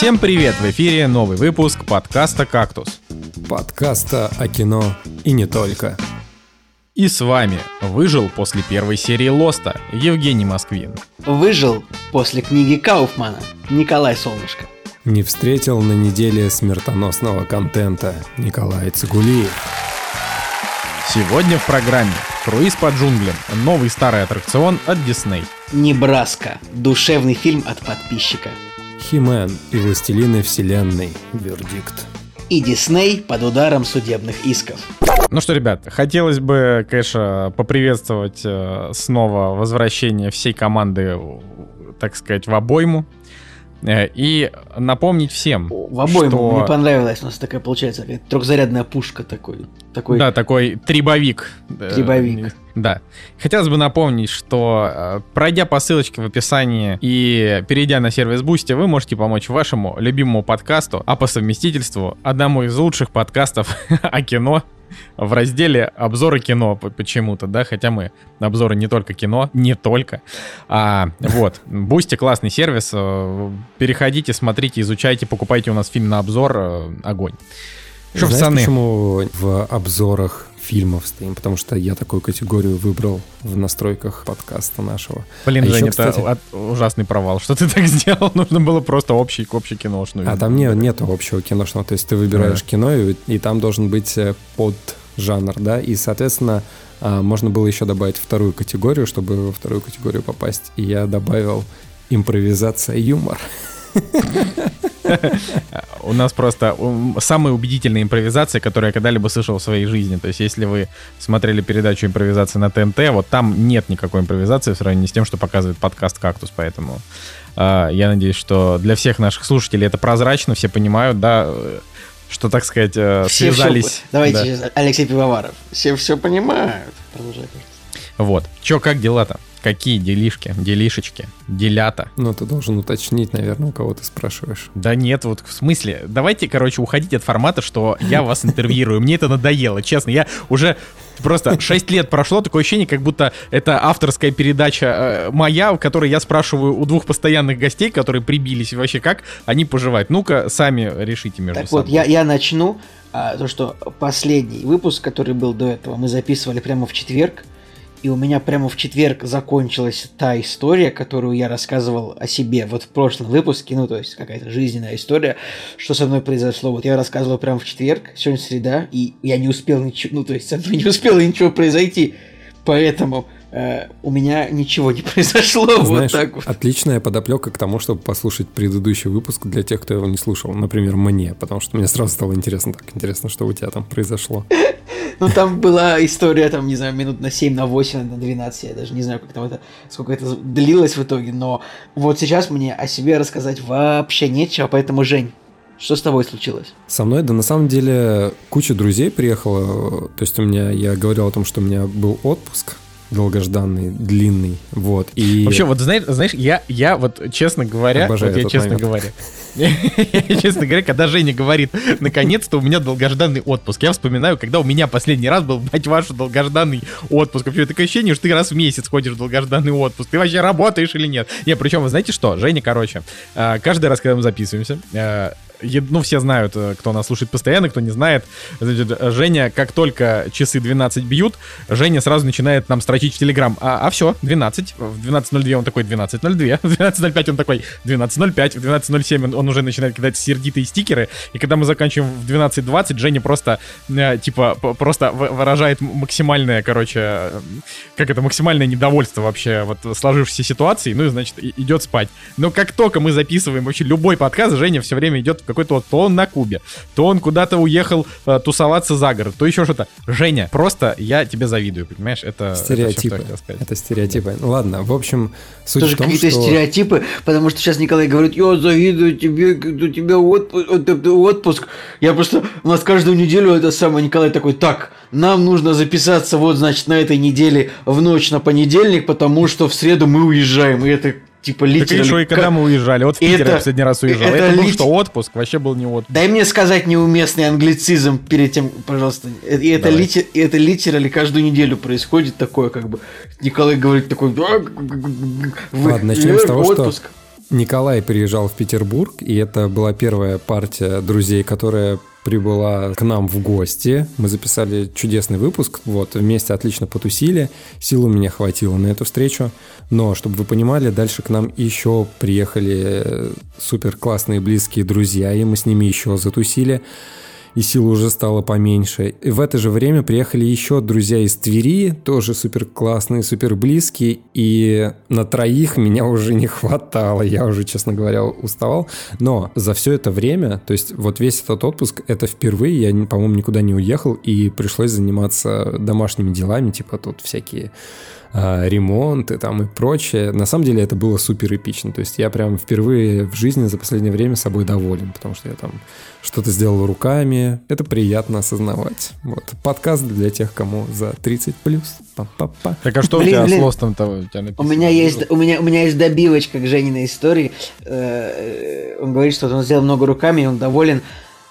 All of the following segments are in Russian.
Всем привет! В эфире новый выпуск подкаста «Кактус». Подкаста о кино и не только. И с вами выжил после первой серии «Лоста» Евгений Москвин. Выжил после книги Кауфмана Николай Солнышко. Не встретил на неделе смертоносного контента Николай Цигулиев. Сегодня в программе «Круиз по джунглям», новый старый аттракцион от Disney. Небраска. Душевный фильм от подписчика. Хи-Мэн и Властелины Вселенной. Вердикт. И Дисней под ударом судебных исков. Ну что, ребят, хотелось бы, конечно, поприветствовать снова возвращение всей команды, так сказать, в обойму. И напомнить всем, в обойму что... мне понравилось. У нас такая, получается, трехзарядная пушка такой. Да, такой трибовик. Трибовик. Да. Хотелось бы напомнить, что пройдя по ссылочке в описании и перейдя на сервис Boosty, вы можете помочь вашему любимому подкасту, а по совместительству одному из лучших подкастов о кино, в разделе «Обзоры кино» почему-то, да, хотя мы обзоры не только кино, не только. Вот, Boosty классный сервис, переходите, смотрите, изучайте, покупайте у нас фильм на обзор, огонь. Что, знаешь, почему в обзорах фильмов стоим? Потому что я такую категорию выбрал в настройках подкаста нашего. Блин, Женя, это ужасный провал. Что ты так сделал? Нужно было просто общий киношную. А там нету общего киношного. То есть ты выбираешь кино, и там должен быть поджанр, да? И, соответственно, можно было еще добавить вторую категорию, чтобы во вторую категорию попасть. И я добавил импровизация, юмор. У нас просто самая убедительная импровизация, которую я когда-либо слышал в своей жизни. То есть, если вы смотрели передачу «Импровизация» на ТНТ, вот там нет никакой импровизации в сравнении с тем, что показывает подкаст «Кактус». Поэтому я надеюсь, что для всех наших слушателей это прозрачно, все понимают, да, что, так сказать, связались... Давайте сейчас Алексей Пивоваров. Все понимают. Продолжай, пожалуйста. Вот. Чё, как дела-то? Какие делишечки, делята? Ну, ты должен уточнить, наверное, у кого ты спрашиваешь. Да нет, вот в смысле, давайте, уходить от формата, что я вас интервьюирую. Мне это надоело, честно. Я уже просто 6 лет прошло, такое ощущение, как будто это авторская передача моя, в которой я спрашиваю у двух постоянных гостей, которые прибились, вообще как они поживают. Ну-ка, сами решите между собой. Так вот, я начну. То, что последний выпуск, который был до этого, мы записывали прямо в четверг. И у меня прямо в четверг закончилась та история, которую я рассказывал о себе вот в прошлом выпуске, ну, то есть какая-то жизненная история, что со мной произошло. Вот я рассказывал прямо в четверг, сегодня среда, и я не успел ничего, ну, то есть со мной не успело ничего произойти, поэтому у меня ничего не произошло. Знаешь, вот так вот. Отличная подоплека к тому, чтобы послушать предыдущий выпуск для тех, кто его не слушал, например, мне, потому что мне сразу стало интересно, что у тебя там произошло. Ну, там была история, там, не знаю, минут на 7, на 8, на 12, я даже не знаю, сколько это длилось в итоге, но вот сейчас мне о себе рассказать вообще нечего, поэтому, Жень, что с тобой случилось? Со мной, да, на самом деле, куча друзей приехала, то есть я говорил о том, что у меня был отпуск долгожданный, длинный, вот, и... Вообще, вот знаешь, я вот, честно говоря, честно говоря, когда Женя говорит, наконец-то у меня долгожданный отпуск, я вспоминаю, когда у меня последний раз был, блядь, ваш долгожданный отпуск. Вообще, такое ощущение, что ты раз в месяц ходишь в долгожданный отпуск. Ты вообще работаешь или нет? Не, причем, вы знаете что? Женя, каждый раз, когда мы записываемся, ну, все знают, кто нас слушает постоянно, кто не знает. Значит, Женя, как только часы 12 бьют, Женя сразу начинает нам строчить в Телеграм. А все, 12. В 12.02 он такой 12.02. В 12.05 он такой 12.05. В 12.07 он уже начинает кидать сердитые стикеры. И когда мы заканчиваем в 12.20, Женя просто, просто выражает максимальное, максимальное недовольство вообще вот сложившейся ситуации. Ну и, значит, идет спать. Но как только мы записываем вообще любой подкаст, Женя все время идет в какой-то вот, то он на Кубе, то он куда-то уехал тусоваться за город, то еще что-то. Женя, просто я тебе завидую, понимаешь? Это стереотипы. Это стереотипы. Да. Ладно, в общем, суть тоже в том, какие-то стереотипы, потому что сейчас Николай говорит, я завидую тебе, у тебя отпуск. Я просто, у нас каждую неделю Николай такой, так, нам нужно записаться вот, значит, на этой неделе в ночь на понедельник, потому что в среду мы уезжаем, и это... Типа литерально. Так и когда мы уезжали? Вот в Питер я последний раз уезжал. Это был что, отпуск? Вообще был не отпуск. Дай мне сказать неуместный англицизм перед тем, пожалуйста. И это литерально каждую неделю происходит такое, как бы. Николай говорит такой... Ладно, начнем с того, отпуск. Николай приезжал в Петербург, и это была первая партия друзей, которая прибыла к нам в гости. Мы записали чудесный выпуск, вот, вместе отлично потусили. Сил у меня хватило на эту встречу. Но, чтобы вы понимали, дальше к нам еще приехали супер классные близкие друзья, и мы с ними еще затусили. И сил уже стало поменьше. И в это же время приехали еще друзья из Твери, тоже супер классные, супер близкие, и на троих меня уже не хватало, я уже, честно говоря, уставал. Но за все это время, то есть вот весь этот отпуск, это впервые, я, по-моему, никуда не уехал, и пришлось заниматься домашними делами, типа тут всякие ремонты там и прочее. На самом деле это было супер эпично. То есть я прям впервые в жизни за последнее время собой доволен, потому что я там что-то сделал руками. Это приятно осознавать. Вот. Подкаст для тех, кому за 30+. Па-па-па. Так а что у тебя с Лостом-то? У меня есть добивочка к Жениной истории. Он говорит, что он сделал много руками, и он доволен.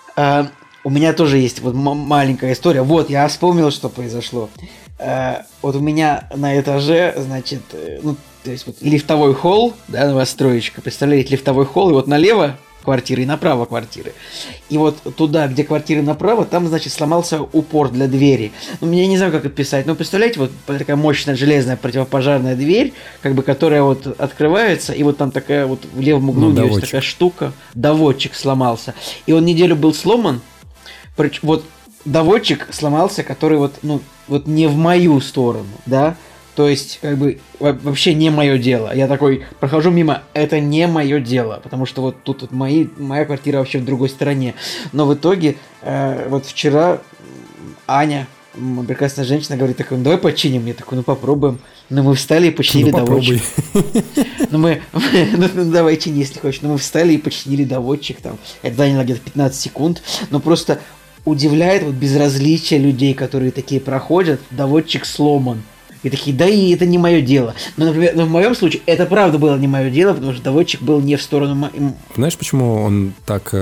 У меня тоже есть вот маленькая история. Вот, я вспомнил, что произошло. Вот у меня на этаже, значит, ну, то есть вот лифтовой холл, да, новостроечка, представляете, лифтовой холл, и вот налево квартиры и направо квартиры. И вот туда, где квартиры направо, там, значит, сломался упор для двери. Ну, я не знаю, как описать, но представляете, вот такая мощная железная противопожарная дверь, как бы, которая вот открывается, и вот там такая вот в левом углу есть такая штука, доводчик сломался. И он неделю был сломан, вот доводчик сломался, который вот, ну, вот не в мою сторону, да, то есть, как бы, вообще не мое дело. Я такой, прохожу мимо, это не мое дело, потому что вот тут вот моя квартира вообще в другой стороне. Но в итоге, вот вчера Аня, прекрасная женщина, говорит, такой, ну давай починим. Я такой, ну попробуем. Ну мы встали и починили доводчик. Ну давай чини, если хочешь. Ну мы встали и починили доводчик, там, это заняло где-то 15 секунд, но просто удивляет вот безразличие людей, которые такие проходят, доводчик сломан. И такие, да и это не мое дело. Но, например, в моем случае это правда было не мое дело, потому что доводчик был не в сторону... Знаешь, почему он так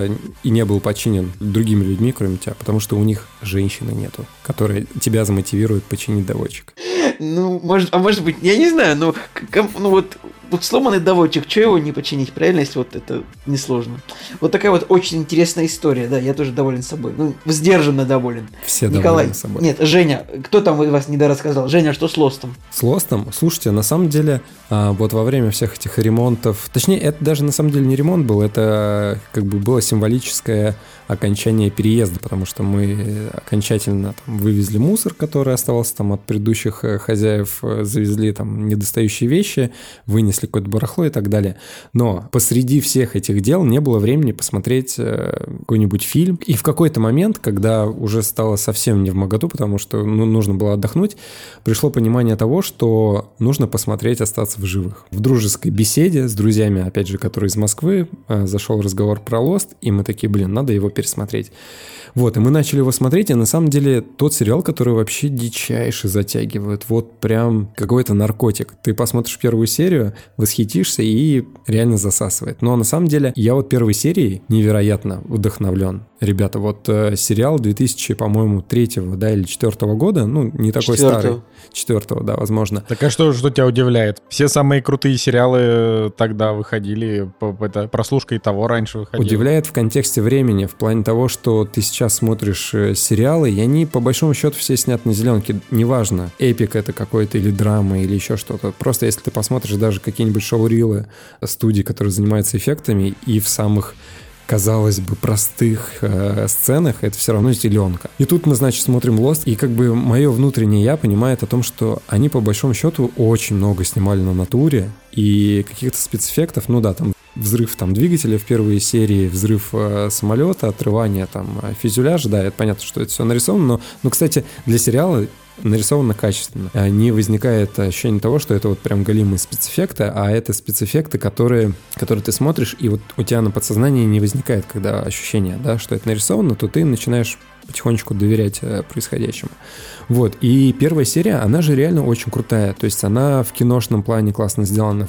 и не был починен другими людьми, кроме тебя? Потому что у них женщины нету, которая тебя замотивирует починить доводчик. Ну, может быть, я не знаю, но вот сломанный доводчик, что его не починить, правильно, если вот это несложно. Вот такая вот очень интересная история, да, я тоже доволен собой. Ну, сдержанно доволен. Все Николай, довольны собой. Нет, Женя, кто там вас недорассказал? Женя, что с Лостом? С Лостом? Слушайте, на самом деле, вот во время всех этих ремонтов, точнее, это даже на самом деле не ремонт был, это как бы было символическое окончание переезда, потому что мы окончательно там вывезли мусор, который оставался там от предыдущих хозяев, завезли там недостающие вещи, вынесли какое-то барахло и так далее. Но посреди всех этих дел не было времени посмотреть какой-нибудь фильм. И в какой-то момент, когда уже стало совсем не вмоготу, потому что нужно было отдохнуть, пришло понимание того, что нужно посмотреть «Остаться в живых». В дружеской беседе с друзьями, опять же, которые из Москвы, зашел разговор про «Лост», и мы такие, надо его пересмотреть. Вот, и мы начали его смотреть, и на самом деле тот сериал, который вообще дичайше затягивает. Вот прям какой-то наркотик. Ты посмотришь первую серию, восхитишься и реально засасывает. Но на самом деле я вот первой серией невероятно вдохновлен. Ребята, вот сериал 2000, по-моему, 3-го, да, или 4-го года, ну, не такой старый. 4-го, да, возможно. Так а что тебя удивляет? Все самые крутые сериалы тогда выходили, прослушка и того раньше выходила. Удивляет в контексте времени, в плане того, что ты сейчас смотришь сериалы, и они, по большому счету, все сняты на зеленке. Неважно, эпик это какой-то, или драма, или еще что-то. Просто если ты посмотришь даже какие-нибудь шоу-рилы студии, которые занимаются эффектами, и в самых, казалось бы, простых сценах, это все равно зеленка. И тут мы, значит, смотрим Lost, и как бы мое внутреннее я понимает о том, что они, по большому счету, очень много снимали на натуре, и каких-то спецэффектов, ну да, там взрыв там двигателя в первой серии, взрыв самолета, отрывание там фюзеляжа, да, это понятно, что это все нарисовано, но, кстати, для сериала нарисовано качественно. Не возникает ощущение того, что это вот прям голимые спецэффекты, а это спецэффекты, которые ты смотришь, и вот у тебя на подсознании не возникает, когда ощущение, да, что это нарисовано, то ты начинаешь потихонечку доверять происходящему. Вот, и первая серия, она же реально очень крутая, то есть она в киношном плане классно сделана,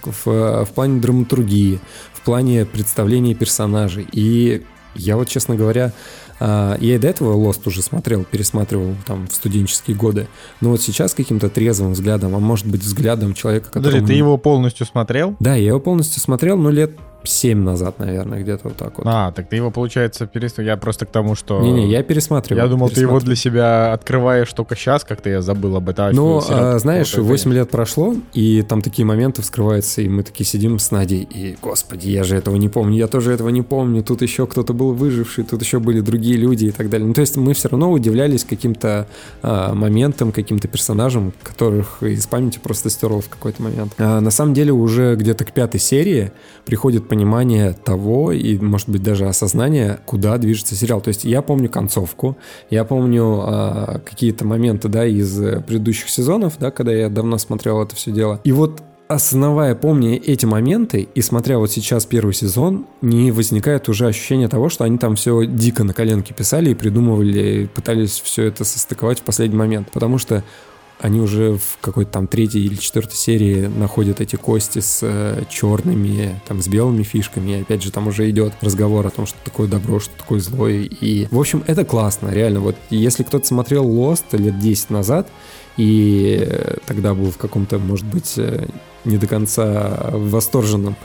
в плане драматургии, в плане представления персонажей, и я вот, честно говоря, Я и до этого Lost уже смотрел, пересматривал там в студенческие годы. Но вот сейчас каким-то трезвым взглядом, а может быть взглядом человека, который... Подожди, ты его полностью смотрел? Да, я его полностью смотрел, но лет 7 назад, наверное, где-то вот так вот. Так ты его, получается, пересмотрел. Я просто к тому, что... Не-не, я пересматривал. Я думал, ты его для себя открываешь только сейчас, как-то я забыл об этом. Ну, знаешь, 8 лет прошло, и там такие моменты вскрываются, и мы такие сидим с Надей, и, господи, я же этого не помню, я тоже этого не помню, тут еще кто-то был выживший, тут еще были другие люди и так далее. Ну, то есть мы все равно удивлялись каким-то моментам, каким-то персонажам, которых из памяти просто стерло в какой-то момент. На самом деле уже где-то к 5-й серии приходит понимание того и, может быть, даже осознание, куда движется сериал. То есть я помню концовку, я помню какие-то моменты, да, из предыдущих сезонов, да, когда я давно смотрел это все дело. И вот осознавая, помня эти моменты и смотря вот сейчас первый сезон, не возникает уже ощущение того, что они там все дико на коленке писали и придумывали, и пытались все это состыковать в последний момент. Потому что они уже в какой-то там 3-й или 4-й серии находят эти кости с черными, там, с белыми фишками. И опять же, там уже идет разговор о том, что такое добро, что такое зло. И, в общем, это классно, реально. Вот если кто-то смотрел Lost лет 10 назад, и тогда был в каком-то, может быть, не до конца восторженных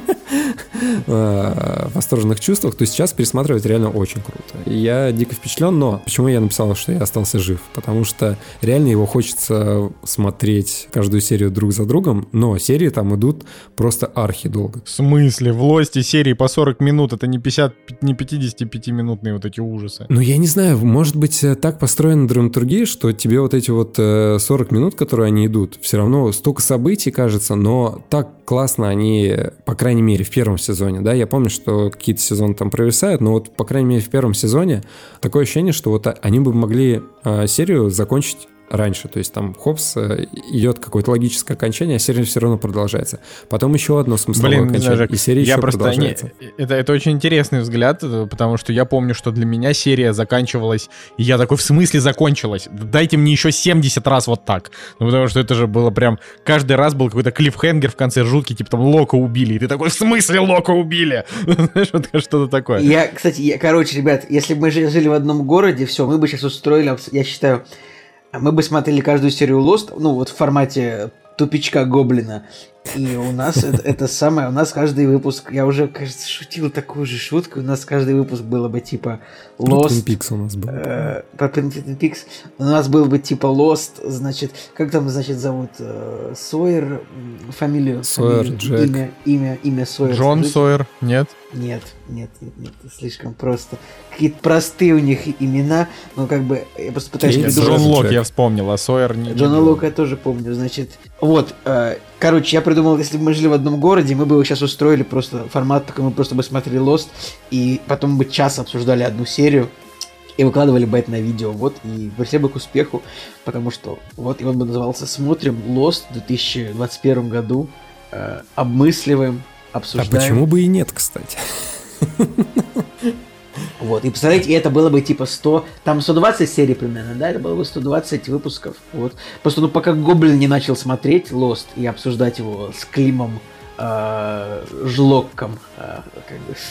чувствах, то сейчас пересматривать реально очень круто. Я дико впечатлен, но почему я написал, что я остался жив? Потому что реально его хочется смотреть каждую серию друг за другом, но серии там идут просто архидолго. В смысле? В Лосте серии по 40 минут, это не 55-минутные вот эти ужасы. Ну, я не знаю, может быть, так построена драматургия, что тебе вот эти вот 40 минут, которые они идут, все равно столько событий, кажется, но так классно они, по крайней мере, в первом сезоне, да, я помню, что какие-то сезоны там провисают, но вот, по крайней мере, в первом сезоне такое ощущение, что вот они бы могли серию закончить раньше, то есть там хопс, идет какое-то логическое окончание, а серия все равно продолжается. Потом еще одно смысловое окончание, и серия еще продолжается. Это очень интересный взгляд, потому что я помню, что для меня серия заканчивалась, и я такой, в смысле закончилась? Дайте мне еще 70 раз вот так. Ну, потому что это же было прям, каждый раз был какой-то клиффхенгер в конце жуткий, типа там Лока убили, и ты такой, в смысле Лока убили? Знаешь, вот что-то такое. Короче, ребят, если бы мы жили в одном городе, все, мы бы сейчас устроили, я считаю, мы бы смотрели каждую серию Lost, ну вот в формате тупичка Гоблина. И у нас это самое, у нас каждый выпуск, я уже, кажется, шутил такую же шутку, у нас каждый выпуск было бы типа Lost. Twin Peaks у нас был. Про Twin Peaks. У нас был бы типа Lost, значит, как там, значит, зовут Сойер, фамилию? Сойер, Джек. Имя Сойер. Джон Сойер, нет? Нет, слишком просто. Какие-то простые у них имена, но как бы я просто пытаюсь придумать. Джон Лок я вспомнил, а Сойер не. Джона Лока я тоже помню, значит. Вот, короче, я придумал, если бы мы жили в одном городе, мы бы сейчас устроили просто формат, такой мы просто бы смотрели Lost, и потом бы час обсуждали одну серию, и выкладывали бы это на видео, вот, и пришли бы к успеху, потому что, вот, и он бы назывался «Смотрим Lost» в 2021 году, обмысливаем, обсуждаем. А почему бы и нет, кстати? Вот, и представляете, это было бы типа 100, там 120 серий примерно, да, это было бы 120 выпусков, вот. Просто, пока Гоблин не начал смотреть Lost и обсуждать его с Климом Жлокком, как бы...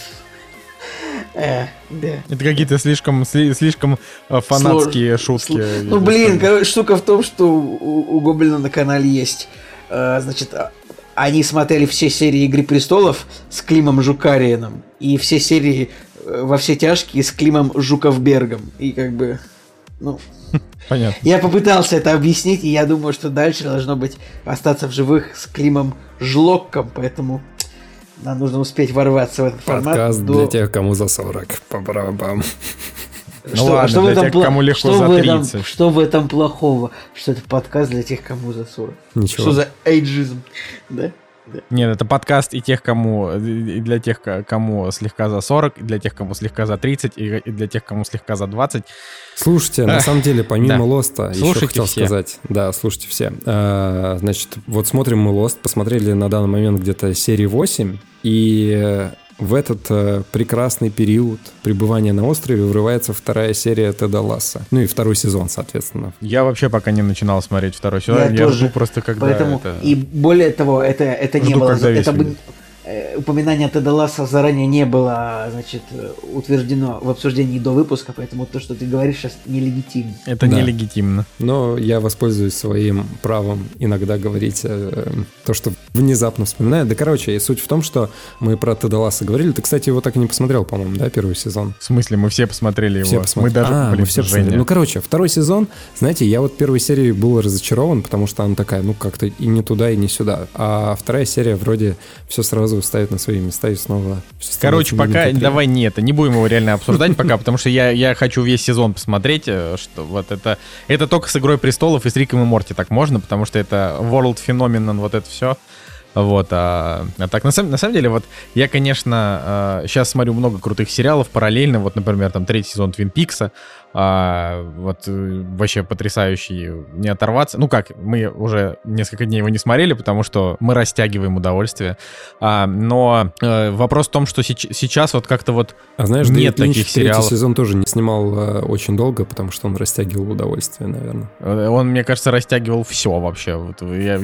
Да. Это какие-то слишком фанатские шутки. Ну, блин, короче, штука в том, что у Гоблина на канале есть, значит, они смотрели все серии «Игры престолов» с Климом Жукариеном и все серии «Во все тяжкие» с Климом Жуковбергом. И как бы, ну... Понятно. Я попытался это объяснить, и я думаю, что дальше должно быть остаться в живых с Климом Жлокком, поэтому нам нужно успеть ворваться в этот формат. Подкаст для тех, кому за 40. Па-ба-бам. Ну ладно, для тех, кому легко за 30. Что в этом плохого? Что это подкаст для тех, кому за 40? Ничего. Что за эйджизм? Да? Нет, это подкаст и для тех, кому слегка за 40, и для тех, кому слегка за 30, и для тех, кому слегка за 20. Слушайте, на самом деле, помимо Лоста, еще хотел все. сказать. Да, слушайте все. Значит, вот смотрим мы Lost, посмотрели на данный момент где-то серии 8, и в этот прекрасный период пребывания на острове врывается вторая серия Теда Ласса. Ну и второй сезон, соответственно. Я вообще пока не начинал смотреть второй сезон. Я тоже. жду просто, когда Поэтому, это... И более того, это не было... упоминание Теда Лассо заранее не было, значит, утверждено в обсуждении до выпуска, поэтому то, что ты говоришь, сейчас нелегитимно. Это нелегитимно. Но я воспользуюсь своим правом иногда говорить то, что внезапно вспоминаю. Да, короче, и суть в том, что мы про Теда Лассо говорили. Ты, кстати, его так и не посмотрел, по-моему, да, первый сезон? В смысле, мы все посмотрели его? Мы даже, мы все посмотрели. Ну, короче, второй сезон, знаете, я вот первой серии был разочарован, потому что она такая, ну, как-то и не туда, и не сюда. А вторая серия вроде все сразу ставит на свои места и снова... Короче, пока давай не будем его реально обсуждать пока, потому что я хочу весь сезон посмотреть, что вот это только с «Игрой престолов» и с «Риком и Морти» так можно, потому что это World Phenomenon, вот это все. Вот, а так, на самом деле, вот, я, конечно, сейчас смотрю много крутых сериалов параллельно, вот, например, там, 3-й сезон Твин Пикса, вот, вообще потрясающий, не оторваться. Ну как, мы уже несколько дней его не смотрели, потому что мы растягиваем удовольствие, но вопрос в том, что сейчас вот как-то вот знаешь, нет таких сериалов. Третий сезон тоже не снимал очень долго, потому что он растягивал удовольствие, наверное. Он, мне кажется, растягивал все вообще. Вот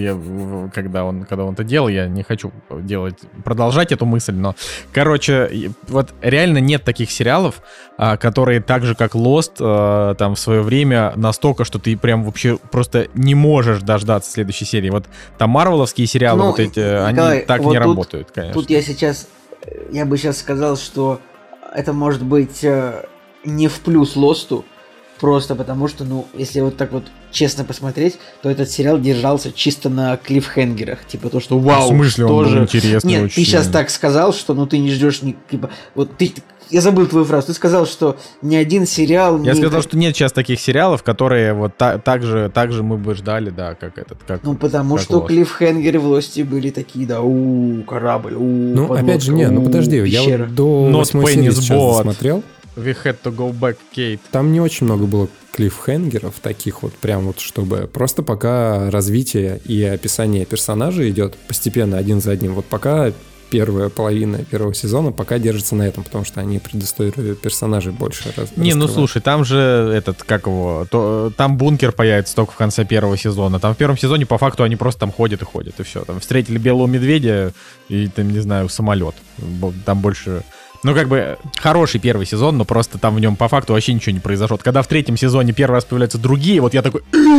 когда он это делал, я не хочу продолжать эту мысль, но, короче, вот реально нет таких сериалов, которые так же, как Lost, там в свое время настолько, что ты прям вообще просто не можешь дождаться следующей серии. Вот там марвеловские сериалы, вот эти, Николай, они так вот не работают, конечно. Тут я бы сейчас сказал, что это может быть не в плюс Лосту, просто потому что, ну, если вот так вот честно посмотреть, то этот сериал держался чисто на клиффхенгерах. Типа то, что вау, в смысле, он был интересный. Нет, очень. Ты сейчас так сказал, что ну ты не ждешь типа. Вот я забыл твою фразу. Ты сказал, что ни один сериал... Я сказал, что нет сейчас таких сериалов, которые вот так же мы бы ждали, да, как этот... Ну, потому что клиффхенгеры в Лосте были такие, да, корабль, ну, подлодка, опять же, подожди, пещера. Я вот до 8 серии сейчас досмотрел. We had to go back, Kate. Там не очень много было клиффхенгеров таких вот, прям вот, чтобы... Просто пока развитие и описание персонажей идет постепенно один за одним. Вот пока... Первая половина первого сезона пока держится на этом, потому что они предысторию персонажей больше Не, ну слушай, там же там бункер появится только в конце первого сезона. Там в первом сезоне по факту они просто там ходят, и все. Там встретили белого медведя и, там, не знаю, самолет. Там больше... Ну, как бы, хороший первый сезон, но просто там в нем по факту вообще ничего не произошло. Когда в третьем сезоне первый раз появляются другие, вот я такой...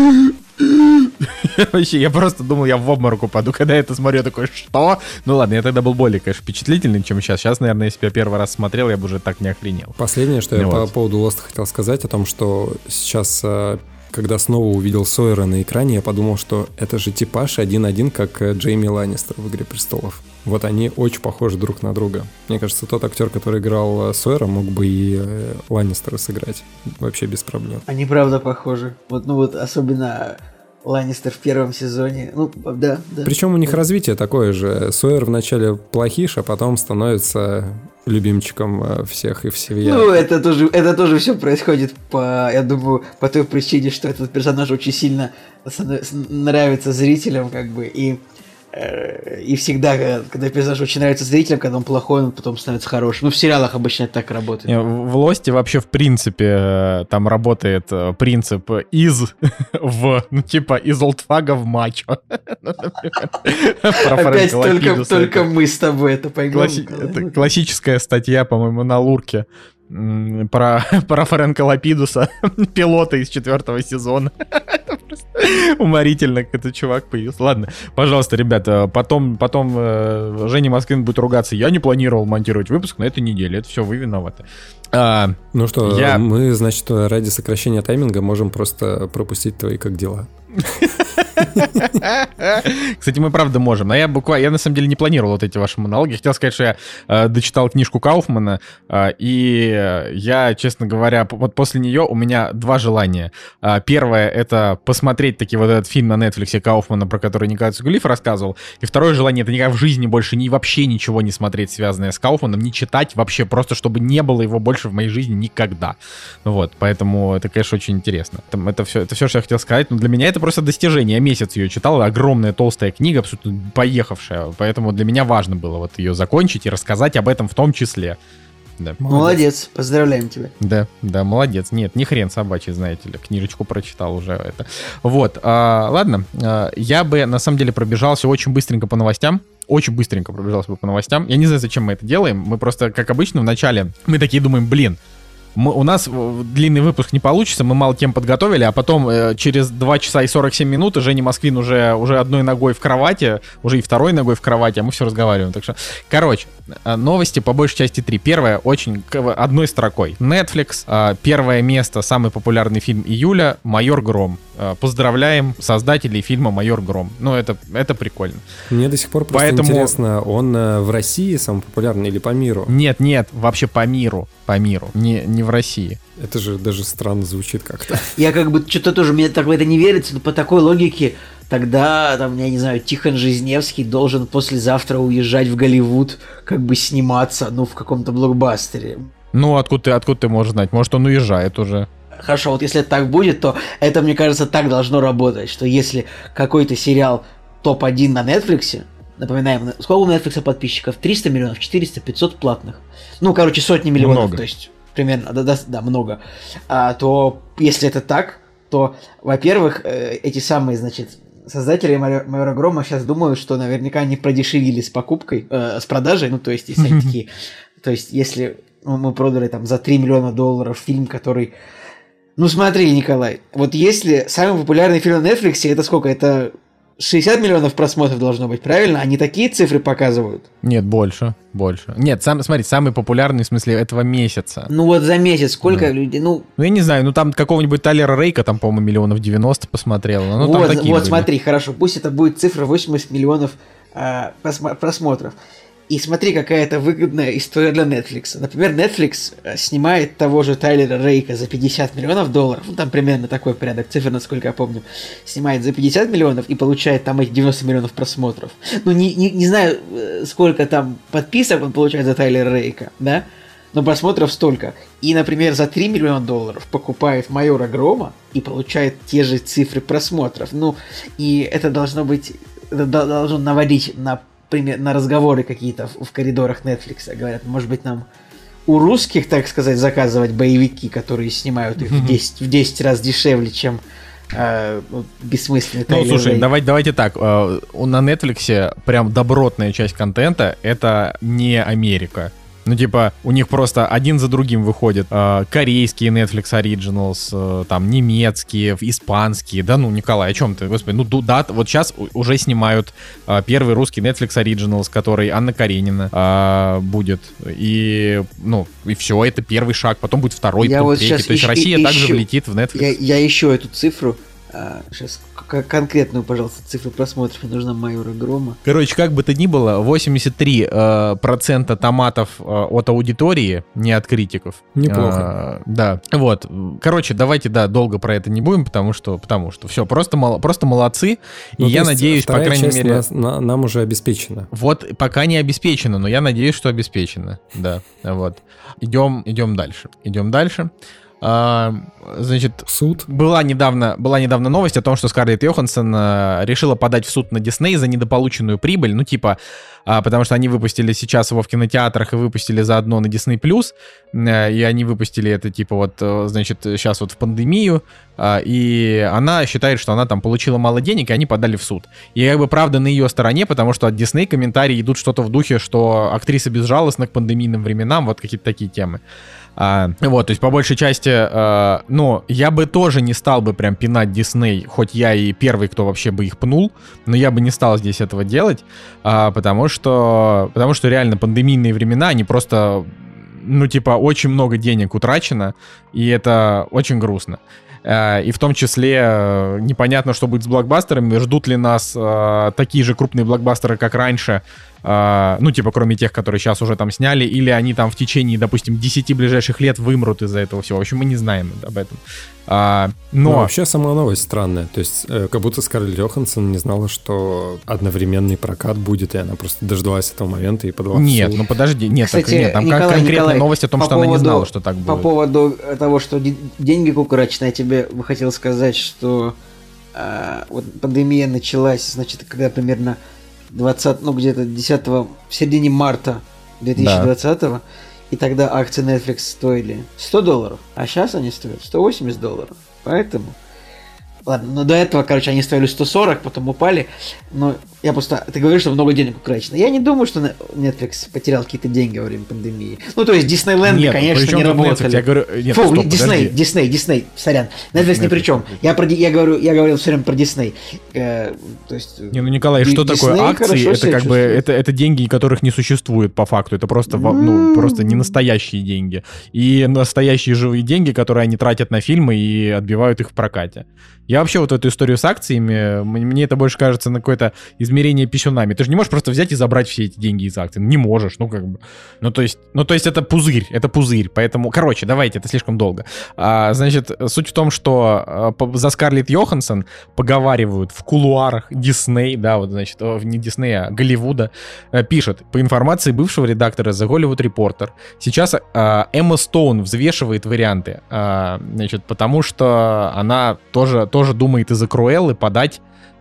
Вообще, я просто думал, я в обморок упаду, когда я это смотрю, я такой, что? Ну ладно, я тогда был более, конечно, впечатлительный, чем сейчас. Сейчас, наверное, если бы я первый раз смотрел, я бы уже так не охренел. Последнее, что я по поводу Lost хотел сказать, о том, что сейчас, когда снова увидел Сойера на экране, я подумал, что это же типаж 1-1, как Джейми Ланнистер в «Игре престолов». Вот они очень похожи друг на друга. Мне кажется, тот актер, который играл Сойера, мог бы и Ланнистера сыграть вообще без проблем. Они правда похожи. Вот особенно... Ланнистер в первом сезоне. Ну, да. Причем у них развитие такое же. Сойер вначале плохиш, а потом становится любимчиком всех и всея. Ну, это тоже все происходит я думаю, по той причине, что этот персонаж очень сильно нравится зрителям, как бы, и всегда, когда персонаж очень нравится зрителям, когда он плохой, он потом становится хорошим. Ну, в сериалах обычно это так работает. В Лосте вообще, в принципе, там работает принцип из олдфага в мачо. Опять только мы с тобой это поймем. Это классическая статья, по-моему, на Лурке. Про Фрэнка Лапидуса, пилота из 4-го сезона. Уморительно, как этот чувак появился. Ладно, пожалуйста, ребята, потом Женя Москвин будет ругаться. Я не планировал монтировать выпуск на этой неделе. Это все вы виноваты. Ну что, мы, значит, ради сокращения тайминга можем просто пропустить твои «Как дела?». Кстати, мы правда можем. Но я на самом деле не планировал вот эти ваши монологи. Хотел сказать, что я дочитал книжку Кауфмана, и я, честно говоря, вот после нее у меня два желания. Первое — это посмотреть таки вот этот фильм на Netflix Кауфмана, про который Николай Цугулиев рассказывал. И второе желание — это никогда в жизни больше вообще ничего не смотреть, связанное с Кауфманом, не читать вообще, просто чтобы не было его больше в моей жизни никогда. Вот, поэтому это, конечно, очень интересно. Это все, что я хотел сказать. Но для меня это просто достижение. Я месяц ее читал, огромная толстая книга, абсолютно поехавшая, поэтому для меня важно было вот ее закончить и рассказать об этом в том числе. Да. Молодец, поздравляем тебя. Да, молодец. Нет, не хрен собачий, знаете ли, книжечку прочитал уже это. Вот, ладно, я бы на самом деле пробежался очень быстренько по новостям. очень быстренько пробежался бы по новостям. Я не знаю, зачем мы это делаем. Мы просто, как обычно, в начале, мы такие думаем, блин, у нас длинный выпуск не получится, мы мало тем подготовили, а потом через 2 часа и 47 минут Женя Москвин уже одной ногой в кровати, уже и второй ногой в кровати, а мы все разговариваем. Так что, короче, новости по большей части 3. Первая очень одной строкой. Netflix, первое место, самый популярный фильм июля, «Майор Гром». Поздравляем создателей фильма «Майор Гром». Ну, это прикольно. Мне до сих пор просто интересно, он в России самый популярный или по миру? Нет, вообще по миру, не в России. Это же даже странно звучит как-то. Я как бы что-то тоже, мне так в это не верится, но по такой логике тогда, там, я не знаю, Тихон Жизневский должен послезавтра уезжать в Голливуд, как бы сниматься, ну, в каком-то блокбастере. Ну, откуда ты можешь знать? Может, он уезжает уже. Хорошо, вот если это так будет, то это, мне кажется, так должно работать, что если какой-то сериал топ-1 на Netflix, напоминаем, сколько у Netflix подписчиков? 300 миллионов, 400, 500 платных. Ну, короче, сотни миллионов, много. То есть примерно, да, много. То если это так, то, во-первых, эти самые, значит, создатели «Майора Грома» сейчас думают, что наверняка они продешевили с покупкой, с продажей, ну, то есть, если они такие, то есть, если мы продали там за $3 миллиона фильм, который... Ну, смотри, Николай, вот если самый популярный фильм на Netflix, это сколько? Это 60 миллионов просмотров должно быть, правильно? Они такие цифры показывают? Нет, больше. Нет, смотри, самый популярный в смысле этого месяца. Ну вот за месяц сколько людей, ну... Ну я не знаю, там какого-нибудь Тайлера Рейка там, по-моему, 90 миллионов посмотрело. Ну, вот, там такие вот были. Смотри, хорошо, пусть это будет цифра 80 миллионов просмотров. И смотри, какая это выгодная история для Netflix. Например, Netflix снимает того же Тайлера Рейка за $50 миллионов, ну там примерно такой порядок цифр, насколько я помню. Снимает за 50 миллионов и получает там эти 90 миллионов просмотров. Ну не знаю, сколько там подписок он получает за Тайлера Рейка, да? Но просмотров столько. И, например, за $3 миллиона покупает «Майора Грома» и получает те же цифры просмотров. Ну, и это должно быть... Это должно наводить на разговоры какие-то в коридорах Netflix. Говорят, может быть, нам у русских, так сказать, заказывать боевики, которые снимают их в 10 раз дешевле, чем бессмысленный Тайлер Ну, слушай, Рейк. давайте так. На Netflix прям добротная часть контента — это не Америка. Ну, типа, у них просто один за другим выходят корейские Netflix Originals, там, немецкие, испанские. Да ну, Николай, о чем ты? Господи, да, вот сейчас уже снимают первый русский Netflix Originals, который Анна Каренина будет. И все, это первый шаг. Потом будет второй, потом третий. То есть Россия также влетит в Netflix. Я ищу эту цифру. Сейчас конкретную, пожалуйста, цифру просмотров. Мне нужна «Майора Грома». Короче, как бы то ни было, 83% томатов от аудитории, не от критиков. Неплохо. Да. Вот. Короче, давайте, долго про это не будем, потому что все, просто молодцы. И я надеюсь, по крайней мере... нам уже обеспечена. Вот, пока не обеспечено, но я надеюсь, что обеспечено. Да, вот. Идем дальше. Значит, суд. Была недавно новость о том, что Скарлетт Йоханссон решила подать в суд на Дисней за недополученную прибыль, потому что они выпустили сейчас его в кинотеатрах и выпустили заодно на Disney+, и они выпустили это сейчас в пандемию, и она считает, что она там получила мало денег, и они подали в суд. И правда на ее стороне, потому что от Disney комментарии идут что-то в духе, что актриса безжалостна к пандемийным временам, вот какие-то такие темы. То есть по большей части, я бы тоже не стал бы прям пинать Дисней, хоть я и первый, кто вообще бы их пнул, но я бы не стал здесь этого делать, потому что реально пандемийные времена, они просто, очень много денег утрачено, и это очень грустно. И в том числе непонятно, что будет с блокбастерами, ждут ли нас такие же крупные блокбастеры, как раньше, кроме тех, которые сейчас уже там сняли, или они там в течение, допустим, 10 ближайших лет вымрут из-за этого всего. В общем, мы не знаем об этом. Но вообще сама новость странная. То есть, как будто Скарлетт Йоханссон не знала, что одновременный прокат будет, и она просто дождалась этого момента и подала в суд. Нет, подожди. Кстати, там Николай, конкретная новость о том, что она не знала, что так будет. По поводу того, что деньги кукурачные, я тебе бы хотел сказать, что вот пандемия началась, значит, когда примерно в середине марта 2020-го, и тогда акции Netflix стоили $100, а сейчас они стоят $180. Поэтому Ладно, но до этого, короче, они стоили 140, потом упали. Но я просто... Ты говоришь, что много денег утрачено. Я не думаю, что Netflix потерял какие-то деньги во время пандемии. Ну, то есть Диснейленд, конечно, не работали. Я говорю... Нет, Фу, стоп, Дисней, сорян. Netflix ни при чем. Я говорил все время про Дисней. То есть... Не, ну, Николай, что такое акции? Это как бы... Это деньги, которых не существует по факту. Это просто, просто не настоящие деньги. И настоящие живые деньги, которые они тратят на фильмы и отбивают их в прокате. Я вообще вот эту историю с акциями, мне это больше кажется на какое-то измерение писюнами. Ты же не можешь просто взять и забрать все эти деньги из акций. Не можешь, ну как бы. Ну то есть это пузырь. Поэтому, короче, давайте, это слишком долго. Значит, суть в том, что за Скарлетт Йоханссон поговаривают в кулуарах Дисней, да, вот, значит, не Диснея, а Голливуда, пишет, по информации бывшего редактора The Hollywood Reporter, сейчас Эмма Стоун взвешивает варианты, значит, потому что она тоже думает из-за Круэллы подать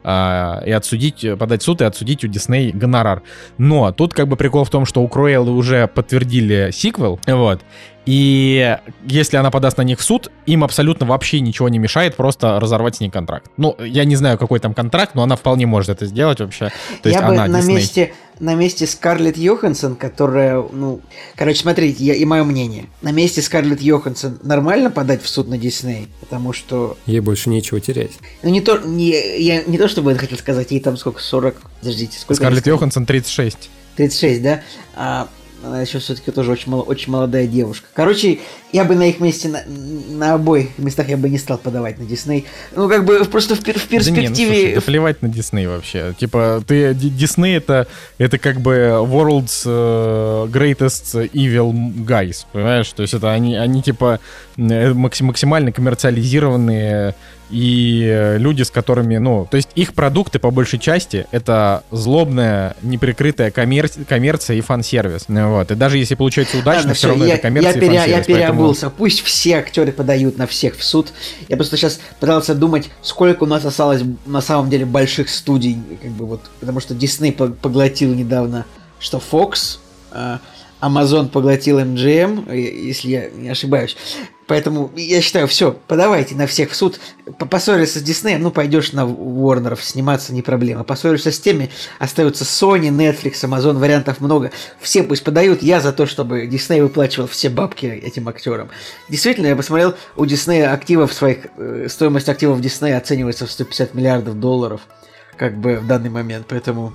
в суд и отсудить у Дисней гонорар. Но тут как бы прикол в том, что у Круэллы уже подтвердили сиквел, вот. И если она подаст на них в суд, им абсолютно вообще ничего не мешает просто разорвать с ней контракт. Ну, я не знаю, какой там контракт, но она вполне может это сделать вообще. То есть я она, бы на месте Скарлетт Йоханссон, которая, короче, смотрите, и мое мнение. На месте Скарлетт Йоханссон нормально подать в суд на Дисней, потому что... Ей больше нечего терять. Ну, я не то, чтобы это хотел сказать, ей там сколько, 40, подождите, сколько? Скарлетт Йоханссон 36. 36, да? Она еще все-таки тоже очень молодая девушка. Короче, я бы на их месте, на обоих местах я бы не стал подавать на Дисней. Ну, как бы просто в перспективе... Да, слушай, да плевать на Дисней вообще. Типа, Дисней это как бы world's greatest evil guys, понимаешь? То есть это они типа максимально коммерциализированные и люди, с которыми, то есть их продукты по большей части это злобная, неприкрытая коммерция и фан-сервис. Вот. И даже если получается удачно, все равно это коммерция и фан-сервис. Я переобулся. Пусть все актеры подают на всех в суд. Я просто сейчас пытался думать, сколько у нас осталось на самом деле больших студий, как бы вот, потому что Disney поглотил недавно, что Fox, Amazon поглотил MGM, если я не ошибаюсь. Поэтому я считаю, все, подавайте на всех в суд. Поссоришься с Диснеем, пойдешь на Warner'ов сниматься, не проблема. Поссоришься с теми, остаются Sony, Netflix, Amazon, вариантов много. Все пусть подают, я за то, чтобы Дисней выплачивал все бабки этим актерам. Действительно, я посмотрел, у Диснея стоимость активов Диснея оценивается в $150 миллиардов, как бы в данный момент. Поэтому,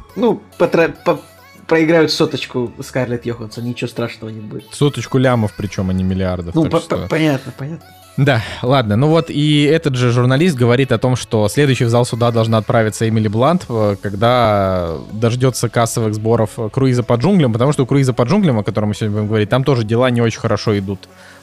проиграют соточку Скарлетт Йоханссон, ничего страшного не будет. Соточку лямов, причем, а не миллиардов. Понятно. Да, ладно. И этот же журналист говорит о том, что следующий в зал суда должна отправиться Эмили Блант, когда дождется кассовых сборов «Круиза по джунглям», потому что у «Круиза по джунглям», о котором мы сегодня будем говорить, там тоже дела не очень хорошо идут.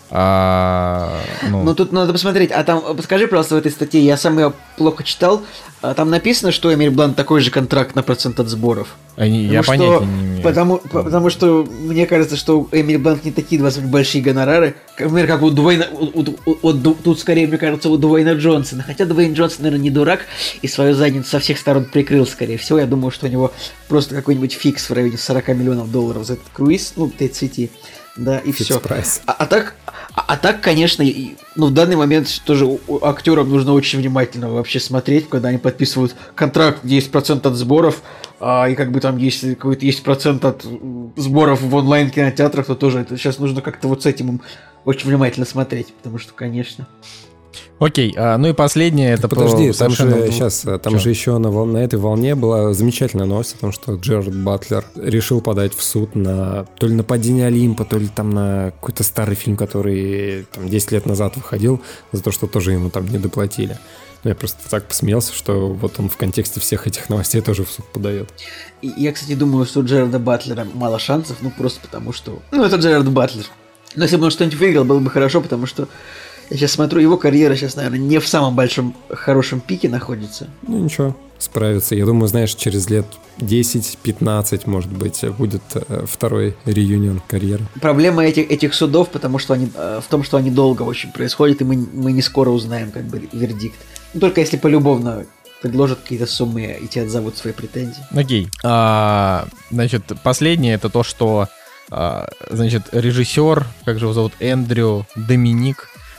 Тут надо посмотреть. А там, скажи, пожалуйста, в этой статье, я сам ее плохо читал, там написано, что Эмили Блант такой же контракт на процент от сборов. Я понятия не имею. Потому что мне кажется, что у Эмили Блант не такие должны быть большие гонорары, например, как у Дуэйна, тут скорее, мне кажется, у Дуэйна Джонсона. Хотя Дуэйн Джонсон, наверное, не дурак и свою задницу со всех сторон прикрыл, скорее всего. Я думаю, что у него просто какой-нибудь фикс в районе $40 миллионов за этот круиз, 30. Да, и все. А так, конечно, в данный момент тоже актерам нужно очень внимательно вообще смотреть, когда они подписывают контракт, где есть процент от сборов, и как бы там есть процент от сборов в онлайн-кинотеатрах, то тоже это сейчас нужно как-то вот с этим очень внимательно смотреть, потому что, конечно... Окей, и последнее это подожди, там же еще на этой волне была замечательная новость о том, что Джерард Батлер решил подать в суд то ли на «Падение Олимпа», то ли там на какой-то старый фильм, который там 10 лет назад выходил, за то, что тоже ему там не доплатили. Я просто так посмеялся, что вот он в контексте всех этих новостей тоже в суд подает. И я, кстати, думаю, что у Джерарда Батлера мало шансов, просто потому что... это Джерард Батлер. Но если бы он что-нибудь выиграл, было бы хорошо, потому что я сейчас смотрю, его карьера сейчас, наверное, не в самом большом хорошем пике находится. Ничего, справится. Я думаю, знаешь, через лет 10-15, может быть, будет второй реюнион карьеры. Проблема этих судов, потому что в том, что они долго очень происходят, и мы не скоро узнаем как бы вердикт. Только если полюбовно предложат какие-то суммы и тебе отзовут свои претензии. Окей. Значит, последнее это то, что режиссер, как же его зовут, Эндрю Доминик,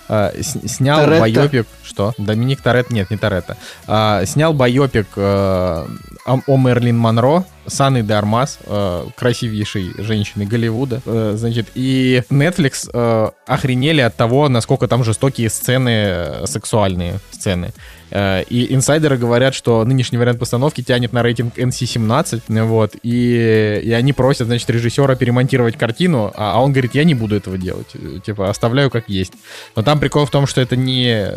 снял Торетто. байопик... Что? Доминик Торетто? Нет, не Торетто. Снял байопик о Мерлин Монро с Анной де Армас, красивейшей женщиной Голливуда. Значит, и Netflix охренели от того, насколько там жестокие сцены, сексуальные сцены. И инсайдеры говорят, что нынешний вариант постановки тянет на рейтинг NC-17, вот, и они просят, значит, режиссера перемонтировать картину, а он говорит, я не буду этого делать, типа, оставляю как есть. Но там прикол в том, что это не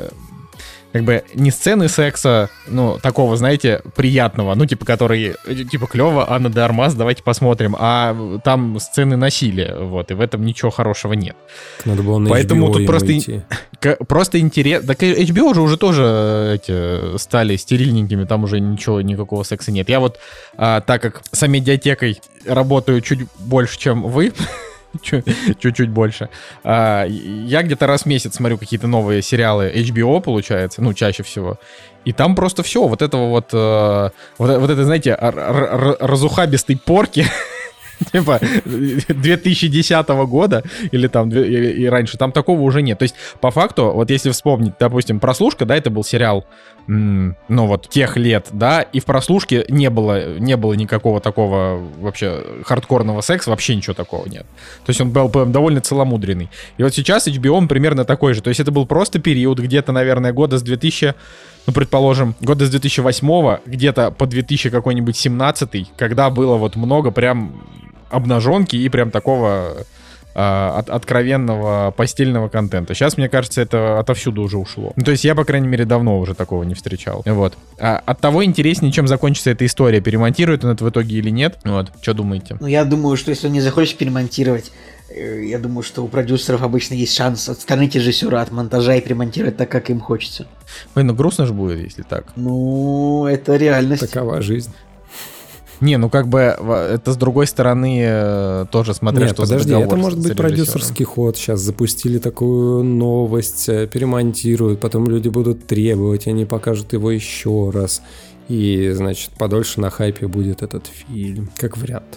сцены секса, ну, такого, знаете, приятного, ну, типа, который, типа, клево, Анна де Армас, давайте посмотрим, а там сцены насилия, вот, и в этом ничего хорошего нет. Надо было на Поэтому HBO тут просто, идти. просто интересно, так HBO же уже тоже стали стерильненькими, там уже ничего, никакого секса нет. Я вот, так как с медиатекой работаю чуть больше, чем вы, чуть-чуть больше. Я где-то раз в месяц смотрю какие-то новые сериалы HBO, получается, ну, чаще всего. И там просто все, вот этого вот это, знаете, разухабистой порки, типа 2010 года или там и раньше, там такого уже нет. То есть, по факту, вот если вспомнить, допустим, «Прослушка», да, это был сериал, ну вот, тех лет, да, и в «Прослушке» не было никакого такого вообще хардкорного секса, вообще ничего такого нет. То есть он был довольно целомудренный. И вот сейчас HBO он примерно такой же. То есть это был просто период где-то, наверное, года с 2000, ну, предположим, года с 2008 где-то по 2000 какой-нибудь 17, когда было вот много прям обнаженки и прям такого откровенного постельного контента. Сейчас, мне кажется, это отовсюду уже ушло. Ну, то есть я, по крайней мере, давно уже такого не встречал. Вот. От того интереснее, чем закончится эта история. Перемонтирует он это в итоге или нет. Вот. Что думаете? Ну, я думаю, что если он не захочет перемонтировать, я думаю, что у продюсеров обычно есть шанс отстранить режиссера от монтажа и перемонтировать так, как им хочется. Ой, ну грустно же будет, если так. Ну, это реальность. Такова жизнь. Не, ну как бы это с другой стороны тоже смотря, Нет, что подожди, за договор это может с быть режиссером. продюсерский ход. Сейчас запустили такую новость, перемонтируют, потом люди будут требовать, они покажут его еще раз. И, значит, подольше на хайпе будет этот фильм, как вариант.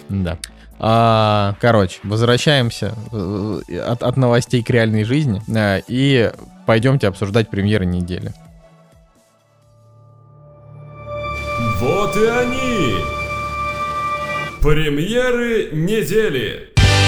Да. Короче, возвращаемся от новостей к реальной жизни и пойдемте обсуждать премьеры недели. Вот и они! Премьеры недели!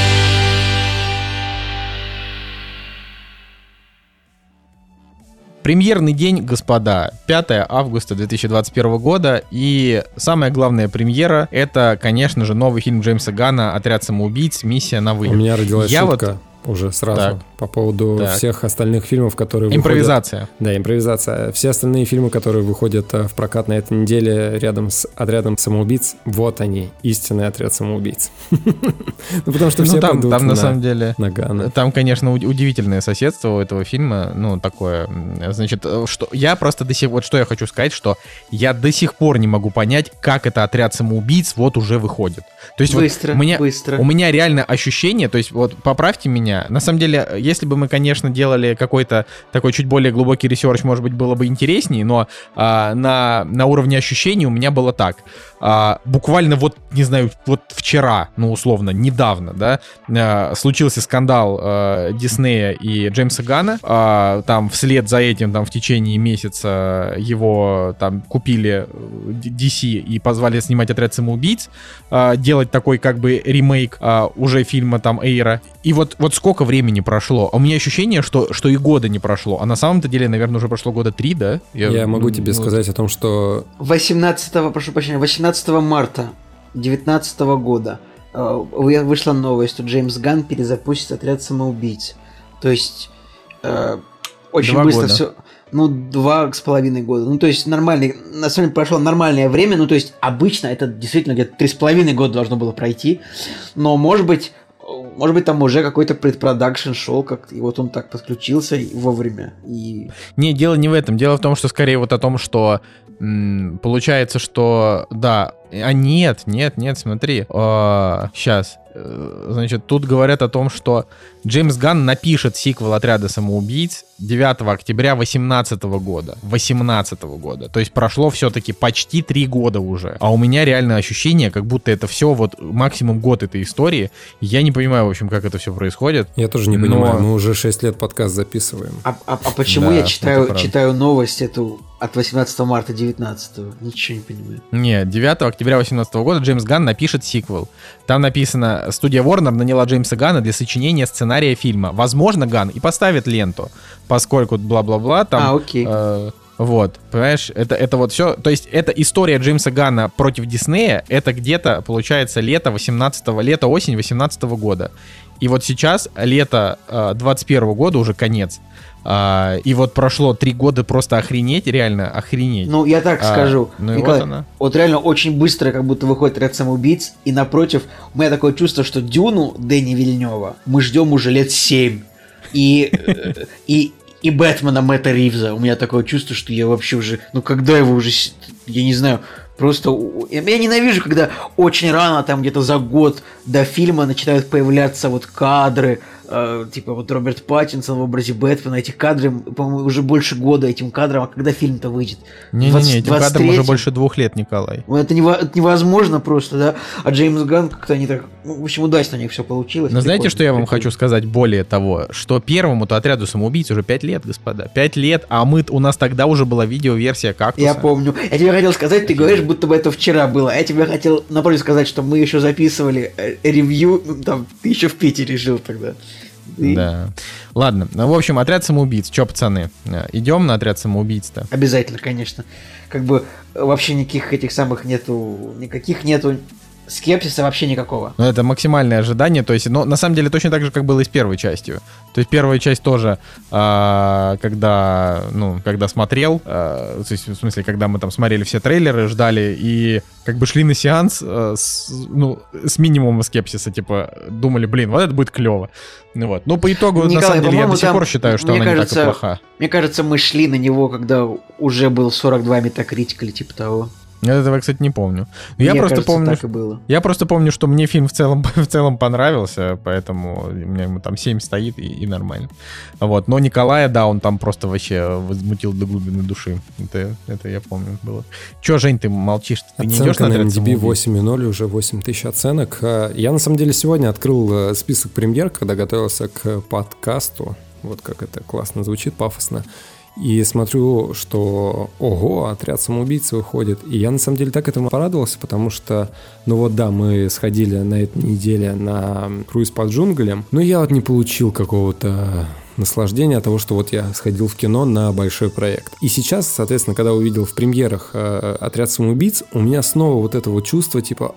Премьерный день, господа, 5 августа 2021 года, и самая главная премьера — это, конечно же, новый фильм Джеймса Ганна «Отряд самоубийц. Миссия на вылет». У меня родилась шутка. Вот... Уже сразу Так. по поводу всех остальных фильмов, которые импровизация. выходят... Да, импровизация. Все остальные фильмы, которые выходят в прокат на этой неделе рядом с «Отрядом самоубийц», вот они, истинный «Отряд самоубийц». Ну, потому что все пойдут там на самом деле, на Ганна. Там, конечно, удивительное соседство у этого фильма, ну, такое. Значит, что я просто вот что я хочу сказать, что я до сих пор не могу понять, как это «Отряд самоубийц» вот уже выходит. То есть быстро. У меня реально ощущение, то есть вот поправьте меня, на самом деле, если бы мы, конечно, делали какой-то такой чуть более глубокий ресерч, может быть, было бы интереснее, но на уровне ощущений у меня было так. Буквально вот, не знаю, вот вчера, ну, условно, недавно, да, случился скандал Диснея и Джеймса Ганна. Там вслед за этим, там, в течение месяца его там купили DC и позвали снимать «Отряд самоубийц», делать такой как бы ремейк уже фильма там Эйра. И вот сколько времени прошло? У меня ощущение, что и года не прошло. А на самом-то деле, наверное, уже прошло года 3, да? Я могу тебе сказать о том, что... 18 марта 2019 года вышла новость, что Джеймс Ганн перезапустит «Отряд самоубийц». То есть очень 2 быстро года. все... Ну, 2,5 года. Ну, то есть нормальный... На самом деле прошло нормальное время. Ну, то есть обычно это действительно где-то 3,5 года должно было пройти. Но, может быть, там уже какой-то предпродакшн шел, как и вот он так подключился вовремя. И... Не, дело не в этом. Дело в том, что скорее вот о том, что получается, что, да, Нет, смотри. Сейчас. Значит, тут говорят о том, что Джеймс Ганн напишет сиквел «Отряда самоубийц» 9 октября 2018 года. 2018 года. То есть прошло все-таки почти 3 года уже. А у меня реально ощущение, как будто это все вот максимум год этой истории. Я не понимаю, в общем, как это все происходит. Я тоже не понимаю. Мы уже 6 лет подкаст записываем. А почему я читаю новость эту от 18 марта 19? Ничего не понимаю. Нет, 9 октября 2018 года Джеймс Ганн напишет сиквел. Там написано: студия Warner наняла Джеймса Ганна для сочинения сценария фильма. Возможно, Ганн и поставит ленту, поскольку бла-бла-бла там... окей. Вот, понимаешь, это вот все. То есть это история Джеймса Ганна против Диснея. Это где-то, получается, лето-осень 18 года. И вот сейчас, лето 21 года, уже конец. И вот прошло 3 года, просто охренеть, реально охренеть. Ну, я так скажу. Ну и Николай, вот она. Вот реально очень быстро как будто выходит «Отряд самоубийц», и напротив, у меня такое чувство, что «Дюну» Дэни Вильнёва мы ждем уже лет 7. И «Бэтмена» Мэтта Ривза. У меня такое чувство, что я вообще уже... Ну, когда его уже... Я не знаю... Просто я ненавижу, когда очень рано, там где-то за год до фильма начинают появляться вот кадры, типа вот Роберт Паттинсон в образе Бэтмена. Эти кадры, по-моему, уже больше года этим кадрам, а когда фильм-то выйдет? Не-не-не, этим кадрам уже больше 2 лет, Николай. Это невозможно просто, да? А Джеймс Ганн как-то они так... Ну, в общем, удачно у них все получилось. Но знаете, что я вам хочу сказать более того? Что первому-то «Отряду самоубийц» уже 5 лет, господа. 5 лет, а у нас тогда уже была видеоверсия «Кактуса». Я помню. Я тебе хотел сказать, ты говоришь, будто бы это вчера было. А я тебе хотел, напротив, сказать, что мы еще записывали ревью, там, ты еще в Питере жил тогда. Да. Ладно, ну, в общем, «Отряд самоубийц». Че, пацаны, идем на «Отряд самоубийц»-то? Обязательно, конечно. Как бы вообще никаких этих самых нету скепсиса вообще никакого. Ну, это максимальное ожидание, то есть, но на самом деле точно так же, как было и с первой частью. То есть первая часть тоже, когда смотрел, то есть, в смысле, когда мы там смотрели все трейлеры, ждали и как бы шли на сеанс с минимумом скепсиса, типа, думали, блин, вот это будет клево. Ну вот. Но по итогу, Николай, на самом деле, я до сих пор считаю, что она не так и плоха. Мне кажется, мы шли на него, когда уже был 42 метакритик или типа того. Я этого, кстати, не помню. Я просто помню, так и было. Я просто помню, что мне фильм в целом понравился, поэтому у меня ему там 7 стоит и нормально. Вот. Но Николая, да, он там просто вообще возмутил до глубины души. Это я помню было. Че, Жень, ты молчишь? Ты оценка не идешь на «Отряд MDB 8.0, уже 8000 оценок. Я, на самом деле, сегодня открыл список премьер, когда готовился к подкасту. Вот как это классно звучит, пафосно. И смотрю, что, ого, «Отряд самоубийц» выходит. И я, на самом деле, так этому порадовался, потому что, ну вот да, мы сходили на этой неделе на круиз по джунглям, но я вот не получил какого-то наслаждения от того, что вот я сходил в кино на большой проект. И сейчас, соответственно, когда увидел в премьерах «Отряд самоубийц», у меня снова вот это вот чувство, типа,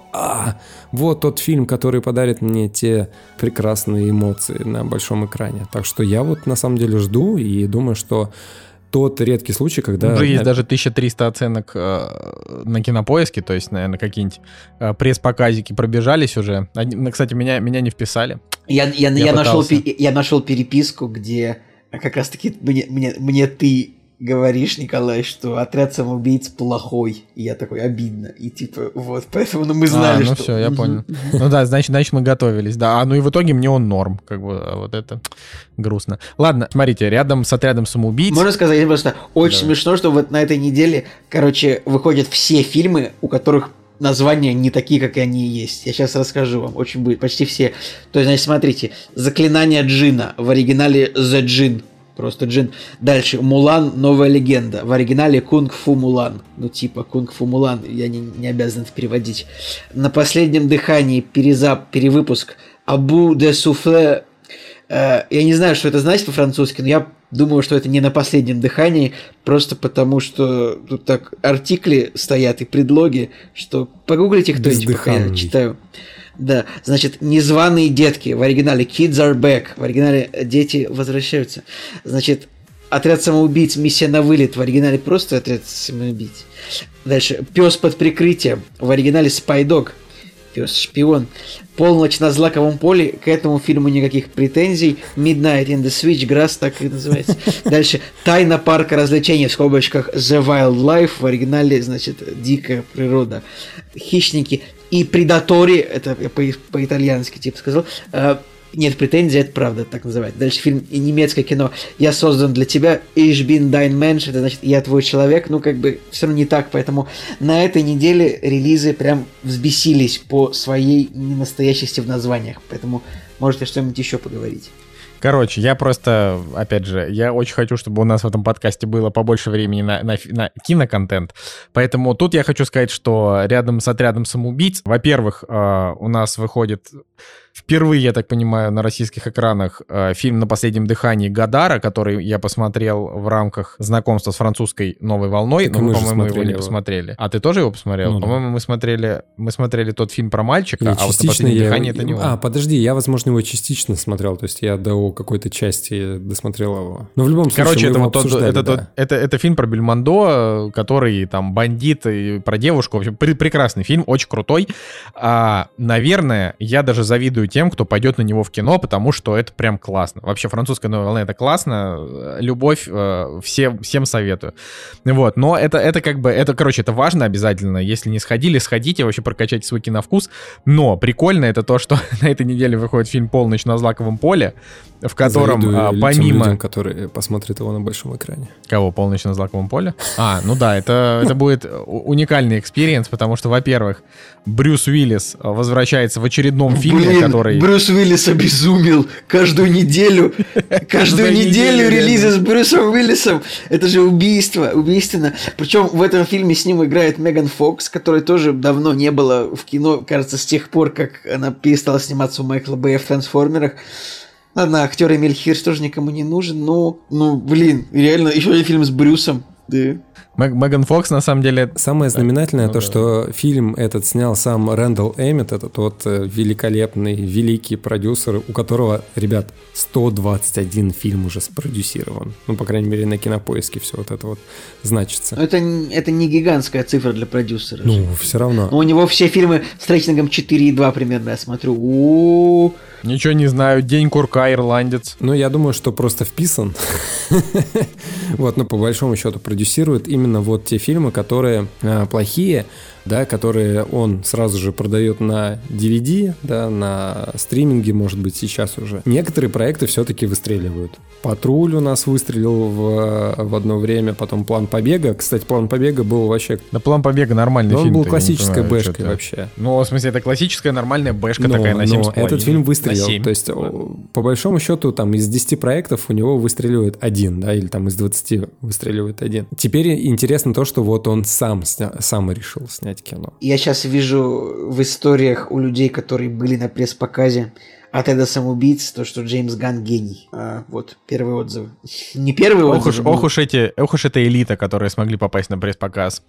вот тот фильм, который подарит мне те прекрасные эмоции на большом экране. Так что я вот на самом деле жду и думаю, что тот редкий случай, когда... Уже есть даже 1300 оценок на Кинопоиске, то есть, наверное, какие-нибудь пресс-показики пробежались уже. Кстати, меня не вписали. Я нашел переписку, где как раз-таки мне ты говоришь, Николай, что «Отряд самоубийц» плохой. И я такой, обидно. И типа, вот, поэтому мы знали, что... Ну все, я понял. Ну да, значит мы готовились. Да, ну и в итоге мне он норм. Как бы вот это грустно. Ладно, смотрите, рядом с «Отрядом самоубийц». Можно сказать, просто очень смешно, что вот на этой неделе, короче, выходят все фильмы, у которых названия не такие, как и они есть. Я сейчас расскажу вам. Очень будет. Почти все. То есть, значит, смотрите. «Заклинание Джина». В оригинале «The Джин». Просто Джин. Дальше. «Мулан. Новая легенда». В оригинале «Кунг-фу Мулан». Ну, типа «Кунг-фу Мулан». Я не обязан это переводить. «На последнем дыхании» перевыпуск «Абу де Суфле». Я не знаю, что это значит по-французски, но я думаю, что это не «На последнем дыхании», просто потому что тут так артикли стоят и предлоги, что погуглите кто-нибудь, пока я читаю. Да, значит, «Незваные детки». В оригинале «Kids are back». В оригинале «Дети возвращаются». Значит, «Отряд самоубийц. Миссия на вылет». В оригинале просто «Отряд самоубийц». Дальше «Пес под прикрытием». В оригинале «Spy Dog». Пес шпион. Полночь на злаковом поле. К этому фильму никаких претензий. Midnight in the Switchgrass, так и называется. Дальше. Тайна парка развлечений в скобочках The Wildlife. В оригинале, значит, дикая природа. Хищники и Предаторы. Это я по-итальянски типа сказал. Нет претензий, это правда, так называют. Дальше фильм и немецкое кино «Я создан для тебя», «Ich bin dein Mensch», это значит «Я твой человек», ну как бы все равно не так, поэтому на этой неделе релизы прям взбесились по своей ненастоящести в названиях, поэтому можете что-нибудь еще поговорить. Короче, я просто, опять же, я очень хочу, чтобы у нас в этом подкасте было побольше времени на киноконтент. Поэтому тут я хочу сказать, что рядом с «Отрядом самоубийц», во-первых, у нас выходит впервые, я так понимаю, на российских экранах фильм «На последнем дыхании» Годара, который я посмотрел в рамках знакомства с французской новой волной. Так но, по-моему, его не посмотрели. А ты тоже его посмотрел? Ну, по-моему, мы смотрели тот фильм про мальчика, Я а вот «На последнем дыхании» это не он. Подожди, я, возможно, его частично смотрел, то есть я до какой-то части досмотрел его. Но в любом случае, короче, мы это его вот обсуждали, это фильм про Бельмондо, который там бандит, и про девушку. В общем, прекрасный фильм, очень крутой. Наверное, я даже завидую тем, кто пойдет на него в кино, потому что это прям классно. Вообще, французская новая волна — это классно. Любовь, всем советую. Вот, но это как бы, короче, это важно обязательно. Если не сходили, сходите, вообще прокачайте свой киновкус. Но прикольно это то, что на этой неделе выходит фильм «Полночь на злаковом поле», в котором помимо... тем людям, которые посмотрят его на большом экране. Кого? «Полночь на злаковом поле»? Ну да, это будет уникальный экспириенс, потому что, во-первых, Брюс Уиллис возвращается в очередном фильме, который... Брюс Уиллис обезумел каждую неделю. Каждую неделю релизы с Брюсом Уиллисом. Это же убийственно. Причем в этом фильме с ним играет Меган Фокс, которой тоже давно не было в кино, кажется, с тех пор, как она перестала сниматься у Майкла Бэя в «Трансформерах». Ладно, актер Эмиль Хирш тоже никому не нужен, но, блин, реально, еще один фильм с Брюсом, да. Меган Фокс, на самом деле... Самое знаменательное что фильм этот снял сам Рэндалл Эммет, это тот великолепный, великий продюсер, у которого, ребят, 121 фильм уже спродюсирован. Ну, по крайней мере, на Кинопоиске все вот это вот значится. Это не гигантская цифра для продюсера. Ну, все равно. Но у него все фильмы с рейтингом 4,2 примерно, я смотрю. Ничего не знаю. «День курка», «Ирландец». Ну, я думаю, что просто вписан. Вот, но по большому счету продюсирует именно вот те фильмы, которые плохие, да, которые он сразу же продает на DVD, да, на стриминге, может быть, сейчас уже. Некоторые проекты все-таки выстреливают. «Патруль» у нас выстрелил в одно время, потом «План побега». Кстати, «План побега» был вообще... Да, «План побега» нормальный фильм. Он был классической бэшкой вообще. Ну, в смысле, это классическая нормальная бэшка такая на 7,5. Но этот фильм выстрелил. То есть, по большому счету, там из 10 проектов у него выстреливает один, да, или там из 20 выстреливает один. Теперь интересно то, что вот он сам решил снять кино. Я сейчас вижу в историях у людей, которые были на пресс-показе «Отряда самоубийц», то, что Джеймс Ганн гений. Вот, первые отзывы. Не первые отзывы. Ох уж эта элита, которые смогли попасть на пресс-показ.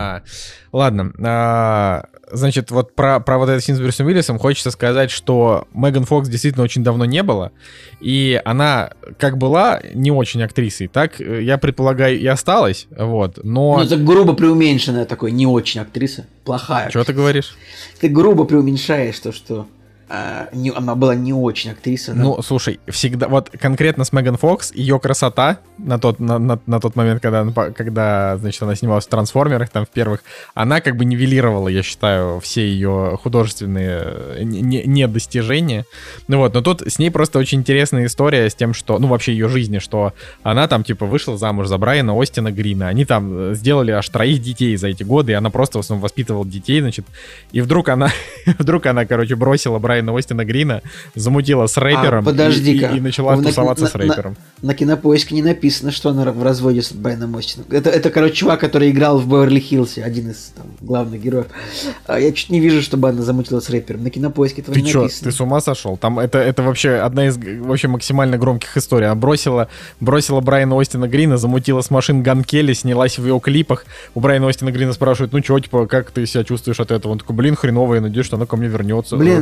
Ладно. Значит, вот про вот этот фильм с Брюсом Уиллисом хочется сказать, что Меган Фокс действительно очень давно не было, и она как была не очень актрисой, так, я предполагаю, и осталась, вот, но... Ну, это грубо преуменьшенная такой не очень актриса, плохая. Чего ты говоришь? Ты грубо преуменьшаешь то, что... она была не очень актриса. Ну, слушай, всегда, вот конкретно с Меган Фокс, ее красота на тот момент, когда, значит, она снималась в «Трансформерах», там, в первых, она как бы нивелировала, я считаю, все ее художественные недостижения. Ну вот, но тут с ней просто очень интересная история с тем, что, ну, вообще ее жизни, что она там, типа, вышла замуж за Брайана Остина Грина. Они там сделали аж 3 детей за эти годы, и она просто в основном воспитывала детей, значит, и вдруг она, короче, бросила Брайана Остина Грина, замутила с рэпером и начала тусоваться с рэпером. На Кинопоиске не написано, что она в разводе с Брайаном Остином. Это, короче, чувак, который играл в Беверли-Хиллзе, один из там главных героев. Я чуть не вижу, чтобы она замутила с рэпером. На Кинопоиске этого не написано. Ты с ума сошел? Там это вообще одна из вообще максимально громких историй. Она бросила Брайана Остина Грина, замутила с машин Ган Келли, снялась в его клипах. У Брайана Остина Грина спрашивают, ну чё, типа, как ты себя чувствуешь от этого? Он такой, блин, хреново, я надеюсь, что она ко мне вернется. Блин, Жень,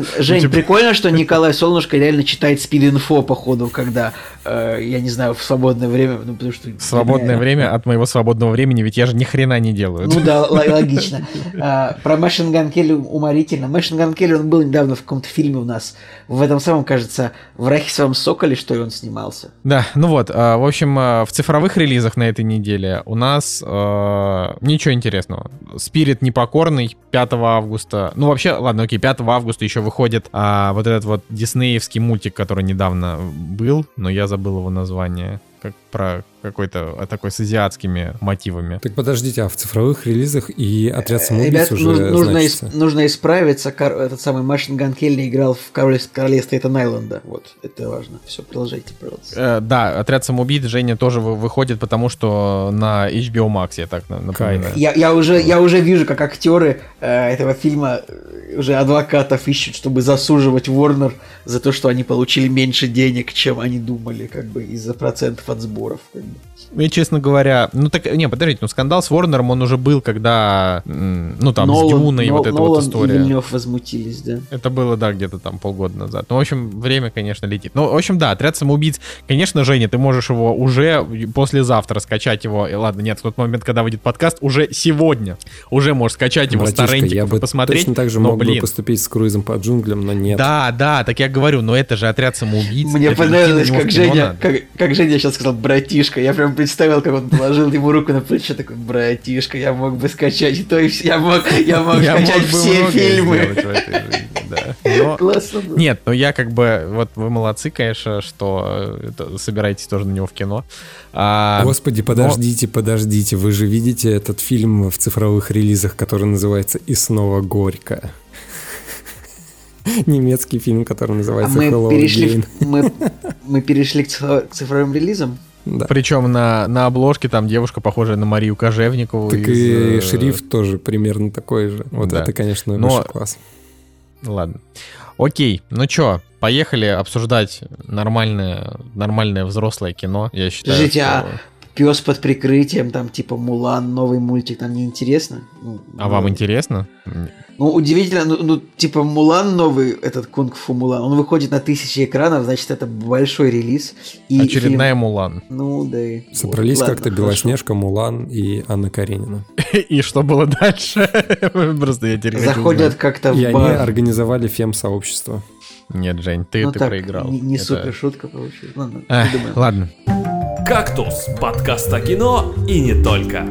прикольно, что Николай Солнышко реально читает спид-инфо, походу, когда, я не знаю, в свободное время, ну, потому что... Свободное время от моего свободного времени, ведь я же ни хрена не делаю. Ну да, логично. Про Мэшин Ган Келли уморительно. Мэшин Ган Келли, он был недавно в каком-то фильме у нас, в этом самом, кажется, в Арахисовом соколе, что ли, он снимался. Да, ну вот, в общем, в цифровых релизах на этой неделе у нас ничего интересного. Спирит Непокорный 5 августа. Ну, вообще, ладно, окей, 5 августа еще выходит вот этот вот диснеевский мультик, который недавно был, но я забыл его название. Как про какой-то такой с азиатскими мотивами. Так подождите, а в цифровых релизах и Отряд самоубийц Ребят, уже нужно исправиться. Этот самый Мэшин Ган Келли играл в Короле Стейтен-Айленда. Вот, это важно. Все, продолжайте, пожалуйста. Да, Отряд самоубийц, Женя, тоже выходит, потому что на HBO Max, я так напоминаю. Я уже вижу, как актеры этого фильма уже адвокатов ищут, чтобы засуживать Warner за то, что они получили меньше денег, чем они думали, как бы из-за процентов от сборов. Как бы. Я, честно говоря, подождите, скандал с Warner'ом, он уже был, когда, там, с Дюной вот эта вот история. Нолан и Вильнёв возмутились, да. Это было, да, где-то там полгода назад. Ну, в общем, время, конечно, летит. Ну, в общем, да, Отряд самоубийц, конечно, Женя, ты можешь его уже послезавтра скачать его, и ладно, нет, в тот момент, когда выйдет подкаст, уже сегодня уже можешь скачать его с торрентиков и посмотреть. Точно так же мог бы поступить с круизом по джунглям, но нет. Да, так я говорю, но это же Отряд самоубийц. Мне понравилось, как Женя сейчас сказал «братишка», я прям представил, как он положил ему руку на плечо, такой «братишка, я мог бы скачать и то, и все, я мог скачать все фильмы». Классно было. Нет, я как бы, вот вы молодцы, конечно, что собираетесь тоже на него в кино. Господи, подождите, вы же видите этот фильм в цифровых релизах, который называется «И снова горько». Немецкий фильм, который называется «Hello Again». Мы перешли к цифровым релизам? Да. Причем на обложке там девушка, похожая на Марию Кожевникову. Так и шрифт тоже примерно такой же. Вот да. Это, конечно, высший класс. Ладно. Окей, ну чё, поехали обсуждать нормальное взрослое кино. Я считаю, Подождите, а «Пёс под прикрытием», там типа «Мулан», новый мультик, там не интересно? Вам интересно? Ну, удивительно, типа «Мулан» новый, этот «Кунг-фу Мулан», он выходит на 1000 экранов, значит, это большой релиз. И очередная «Мулан». Ну, да и... Собрались как-то Белоснежка, Мулан и Анна Каренина. И что было дальше? Просто я теперь заходят как-то в бар. И они организовали фем-сообщество. Нет, Жень, ты проиграл. Не супер шутка получилась. Ладно. «Кактус» — подкаст о кино и не только.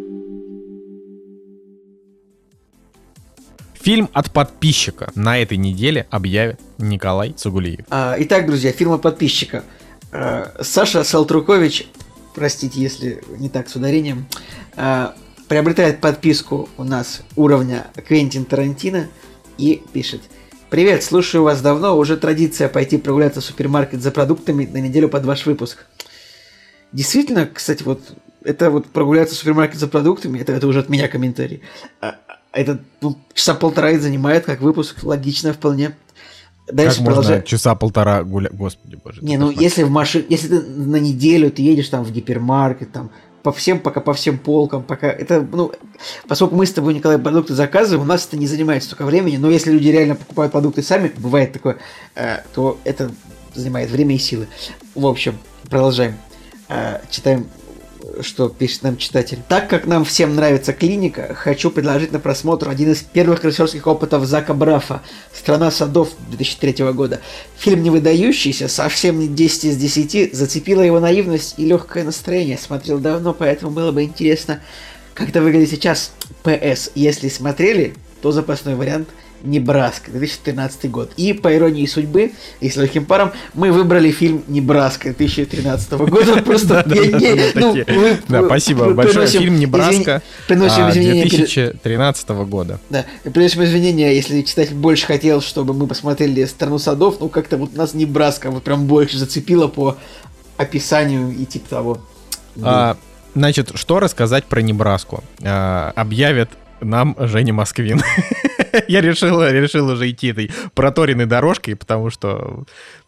Фильм от подписчика на этой неделе объявит Николай Цугулиев. Итак, друзья, фильм от подписчика. Саша Салтрукович, простите, если не так с ударением, приобретает подписку у нас уровня Квентин Тарантино и пишет: «Привет, слушаю вас давно, уже традиция пойти прогуляться в супермаркет за продуктами на неделю под ваш выпуск». Действительно, кстати, вот это вот прогуляться в супермаркет за продуктами, это уже от меня комментарий. Это часа полтора и занимает, как выпуск, логично вполне. Дальше как можно часа полтора гулять? Господи боже. Не, если ты на неделю ты едешь там в гипермаркет, там по всем полкам, пока это, поскольку мы с тобой, Николай, продукты заказываем, у нас это не занимает столько времени, но если люди реально покупают продукты сами, бывает такое, то это занимает время и силы. В общем, продолжаем. Читаем, что пишет нам читатель. Так как нам всем нравится клиника, хочу предложить на просмотр один из первых режиссерских опытов Зака Браффа «Страна садов» 2003 года. Фильм не выдающийся, совсем не 10 из 10, зацепила его наивность и легкое настроение. Смотрел давно, поэтому было бы интересно, как это выглядит сейчас. ПС. Если смотрели, то запасной вариант «Небраска», 2013 год. И, по иронии судьбы, и с легким паром, мы выбрали фильм «Небраска» 2013 года. Просто спасибо большое. Фильм «Небраска» 2013 года. Да, приносим извинения, если читатель больше хотел, чтобы мы посмотрели «Страну садов», как-то вот нас «Небраска» вот прям больше зацепило по описанию и типа того. Значит, что рассказать про «Небраску»? Объявят нам Женя Москвин. Я решил уже идти этой проторенной дорожкой, потому что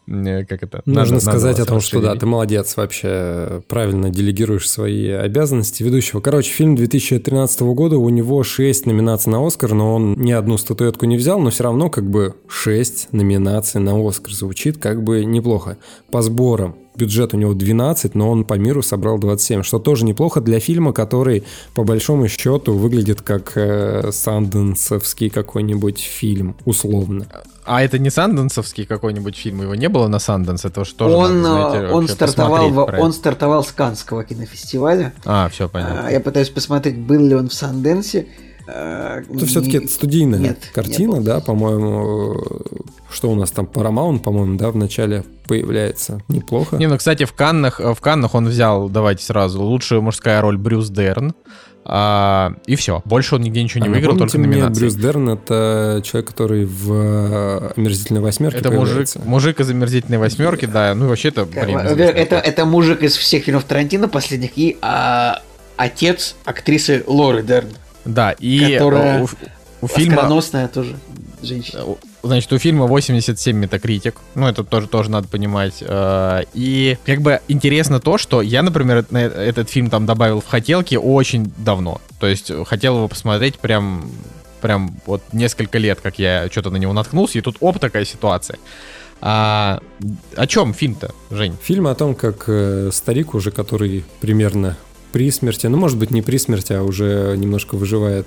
как это? Нужно сказать вас о том, что да, расширить. ты молодец, вообще правильно делегируешь свои обязанности ведущего. Короче, фильм 2013 года, у него 6 номинаций на Оскар, но он ни одну статуэтку не взял, но все равно как бы 6 номинаций на Оскар звучит как бы неплохо. По сборам бюджет у него 12, но он по миру собрал 27, что тоже неплохо для фильма, который по большому счету выглядит как санденсовский какой-нибудь фильм, условно. А это не санденсовский какой-нибудь фильм? Его не было на Санденс? Это же тоже Он, надо, знаете, он, вообще стартовал, посмотреть про это. он стартовал с Каннского кинофестиваля. Все понятно. Я пытаюсь посмотреть, был ли он в Санденсе. Это все-таки студийная картина, да, по-моему. Что у нас там, Paramount, по-моему, да, в начале появляется. Неплохо. Не, ну, кстати, в Каннах он взял, давайте сразу, лучшая мужская роль Брюс Дерн. И все. Больше он нигде ничего не выиграл, только номинации. Брюс Дерн — это человек, который в «Омерзительной восьмерке» Это мужик из «Омерзительной восьмерки», да. Ну, вообще это... Это мужик из всех фильмов Тарантино последних и отец актрисы Лоры Дерн. Да, и которая у фильма... оскароносная тоже женщина. Значит, у фильма 87 метакритик. Ну, это тоже надо понимать. И как бы интересно то, что я, например, этот фильм там добавил в хотелки очень давно. То есть хотел его посмотреть прям вот несколько лет, как я что-то на него наткнулся, и тут такая ситуация. О чем фильм-то, Жень? Фильм о том, как старик уже, который примерно при смерти, ну, может быть, не при смерти, а уже немножко выживает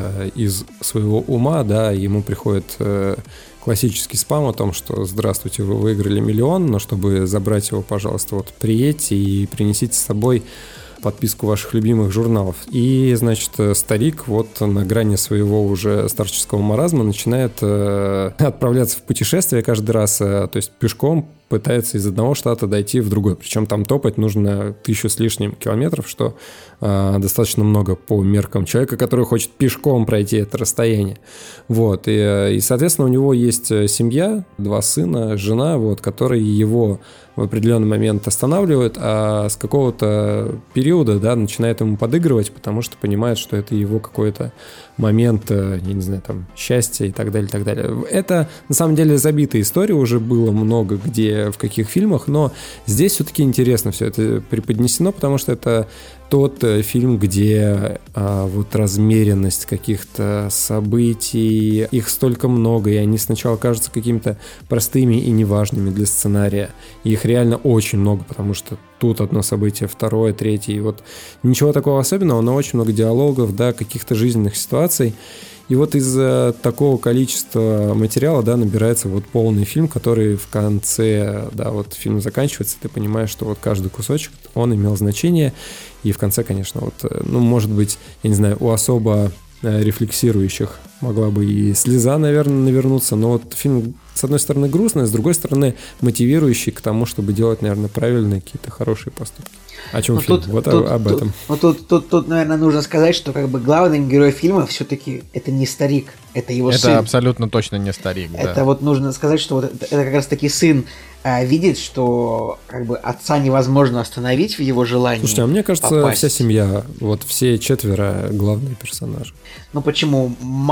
из своего ума, да, ему приходит классический спам о том, что «Здравствуйте, вы выиграли миллион, но чтобы забрать его, пожалуйста, вот приедьте и принесите с собой подписку ваших любимых журналов». И, значит, старик вот на грани своего уже старческого маразма начинает отправляться в путешествие каждый раз, то есть пешком пытается из одного штата дойти в другой. Причем там топать нужно 1000 с лишним километров, что достаточно много по меркам человека, который хочет пешком пройти это расстояние. Вот. И соответственно, у него есть семья, 2 сына, жена, вот, которые его в определенный момент останавливают, а с какого-то периода, да, начинает ему подыгрывать, потому что понимает, что это его какой-то момент, я не знаю, там, счастья и так далее, и так далее. Это, на самом деле, забитая история, уже было много где, в каких фильмах, но здесь все-таки интересно все это преподнесено, потому что это тот фильм, где вот размеренность каких-то событий, их столько много, и они сначала кажутся какими-то простыми и неважными для сценария. И их реально очень много, потому что тут одно событие, второе, третье, и вот ничего такого особенного, но очень много диалогов, да, каких-то жизненных ситуаций. И вот из такого количества материала, да, набирается вот полный фильм, который в конце, да, вот фильм заканчивается, ты понимаешь, что вот каждый кусочек, он имел значение, и в конце, конечно, вот, ну, может быть, я не знаю, у особо рефлексирующих могла бы и слеза, наверное, навернуться, но вот фильм, с одной стороны, грустный, с другой стороны, мотивирующий к тому, чтобы делать, наверное, правильные какие-то хорошие поступки. О чем фильм? Об этом. Тут, наверное, нужно сказать, что как бы главный герой фильма все-таки это не старик, это его сын. Это абсолютно точно не старик, да. Это вот нужно сказать, что вот это как раз-таки сын видит, что как бы отца невозможно остановить в его желании. Слушайте, а мне кажется, попасть. Вся семья, вот все 4 главные персонажи. Ну почему?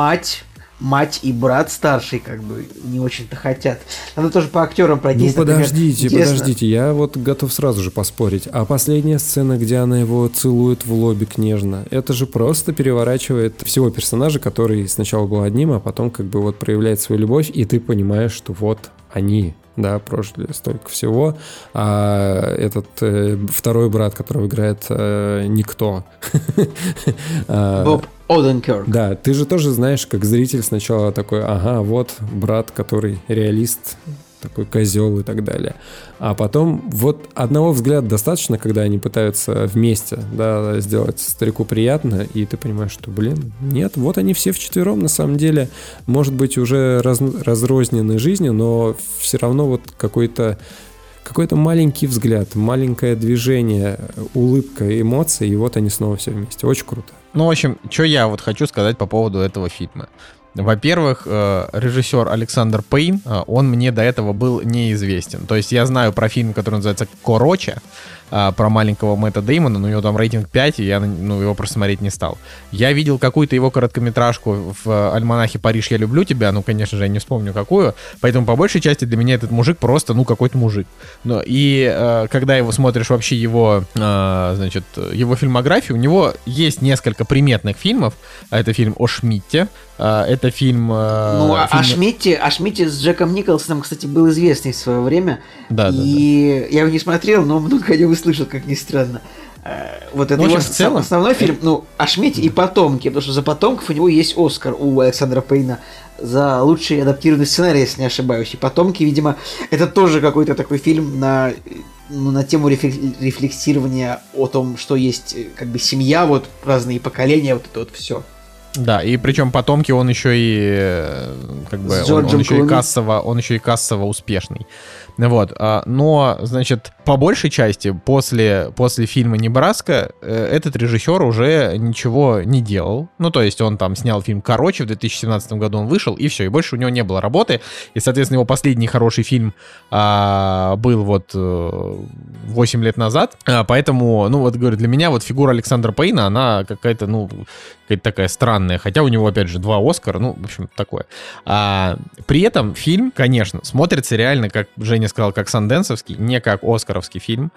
Мать и брат старший как бы не очень-то хотят. Надо тоже по актерам пройтись. Ну подождите, я вот готов сразу же поспорить. А последняя сцена, где она его целует в лобик нежно, это же просто переворачивает всего персонажа, который сначала был одним, а потом как бы вот проявляет свою любовь, и ты понимаешь, что вот они, да, прожили столько всего, а этот второй брат, которого играет никто. Боб Оденкерк. Да, ты же тоже знаешь, как зритель сначала такой, ага, вот брат, который реалист, такой козел и так далее. А потом вот одного взгляда достаточно, когда они пытаются вместе, да, сделать старику приятно, и ты понимаешь, что, блин, нет, вот они все вчетвером на самом деле, может быть, уже разрознены жизнью, но все равно вот какой-то маленький взгляд, маленькое движение, улыбка, эмоции, и вот они снова все вместе. Очень круто. Ну, в общем, что я вот хочу сказать по поводу этого фильма. Во-первых, режиссер Александр Пейн, он мне до этого был неизвестен. То есть я знаю про фильм, который называется «Короче», про маленького Мэтта Дэймона, но у него там рейтинг 5, и я его просто смотреть не стал. Я видел какую-то его короткометражку в альманахе «Париж, я люблю тебя», ну, конечно же, я не вспомню какую, поэтому по большей части для меня этот мужик просто, какой-то мужик. И когда его смотришь вообще его фильмографию, у него есть несколько приметных фильмов. Это фильм о Шмидте, это фильм... О Шмидте с Джеком Николсоном, кстати, был известный в свое время. Да. Я его не смотрел, но много о него слышал, как ни странно. Вот это его основной фильм, о Шмидте и «Потомки», потому что за «Потомков» у него есть Оскар у Александра Пейна за лучший адаптированный сценарий, если не ошибаюсь. И «Потомки», видимо, это тоже какой-то такой фильм на тему рефлексирования о том, что есть как бы семья, вот разные поколения, вот это вот все. Да, и причем «Потомки» он еще и он еще и кассово успешный. Вот. Но, значит, по большей части после фильма «Небраска» этот режиссер уже ничего не делал. Ну, то есть он там снял фильм «Короче», в 2017 году он вышел, и все, и больше у него не было работы. И, соответственно, его последний хороший фильм был вот 8 лет назад. Поэтому, говорю, для меня вот фигура Александра Пейна, она какая-то такая странная. Хотя у него, опять же, 2 Оскара, в общем, такое. При этом фильм, конечно, смотрится реально, как Женя сказал, как санденсовский, не как оскаровский фильм.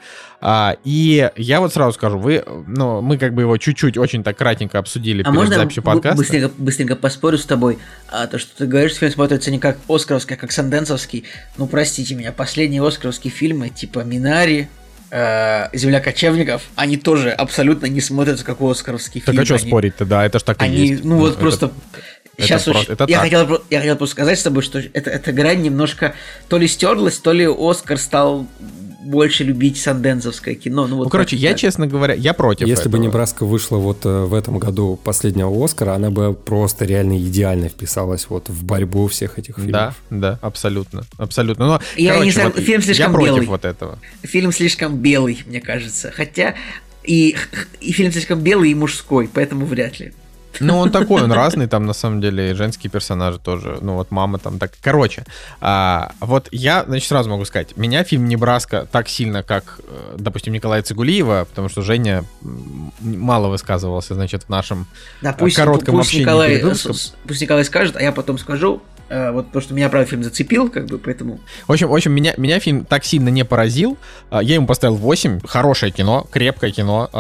И я вот сразу скажу, мы как бы его чуть-чуть очень так кратенько обсудили перед записью подкаста. Быстренько поспорю с тобой. То, что ты говоришь, фильм смотрится не как оскаровский, а как санденсовский. Простите меня, последние оскаровские фильмы, типа «Минари», «Земля кочевников», они тоже абсолютно не смотрятся как оскаровский фильм. Так а что спорить-то, да, это ж так и есть. Просто... Сейчас я хотел просто сказать с тобой, что эта грань немножко то ли стерлась, то ли Оскар стал больше любить санденсовское кино. Я, честно говоря, я против Если этого. бы «Небраска» вышла вот в этом году последнего Оскара, она бы просто реально идеально вписалась вот в борьбу всех этих фильмов. Да, абсолютно. Но, фильм слишком белый. Я против вот этого. Фильм слишком белый, мне кажется. Хотя и фильм слишком белый и мужской, поэтому вряд ли. Он такой, он разный, там на самом деле и женские персонажи тоже, мама там так. Короче, вот я, сразу могу сказать, меня фильм «Небраска» так сильно, как, допустим, Николая Цигулиева, потому что Женя мало высказывался, в нашем коротком общении перед выпуском. Пусть Николай скажет, а я потом скажу. Потому что меня, правда, фильм зацепил, поэтому... В общем, меня фильм так сильно не поразил. Я ему поставил 8. Хорошее кино, крепкое кино.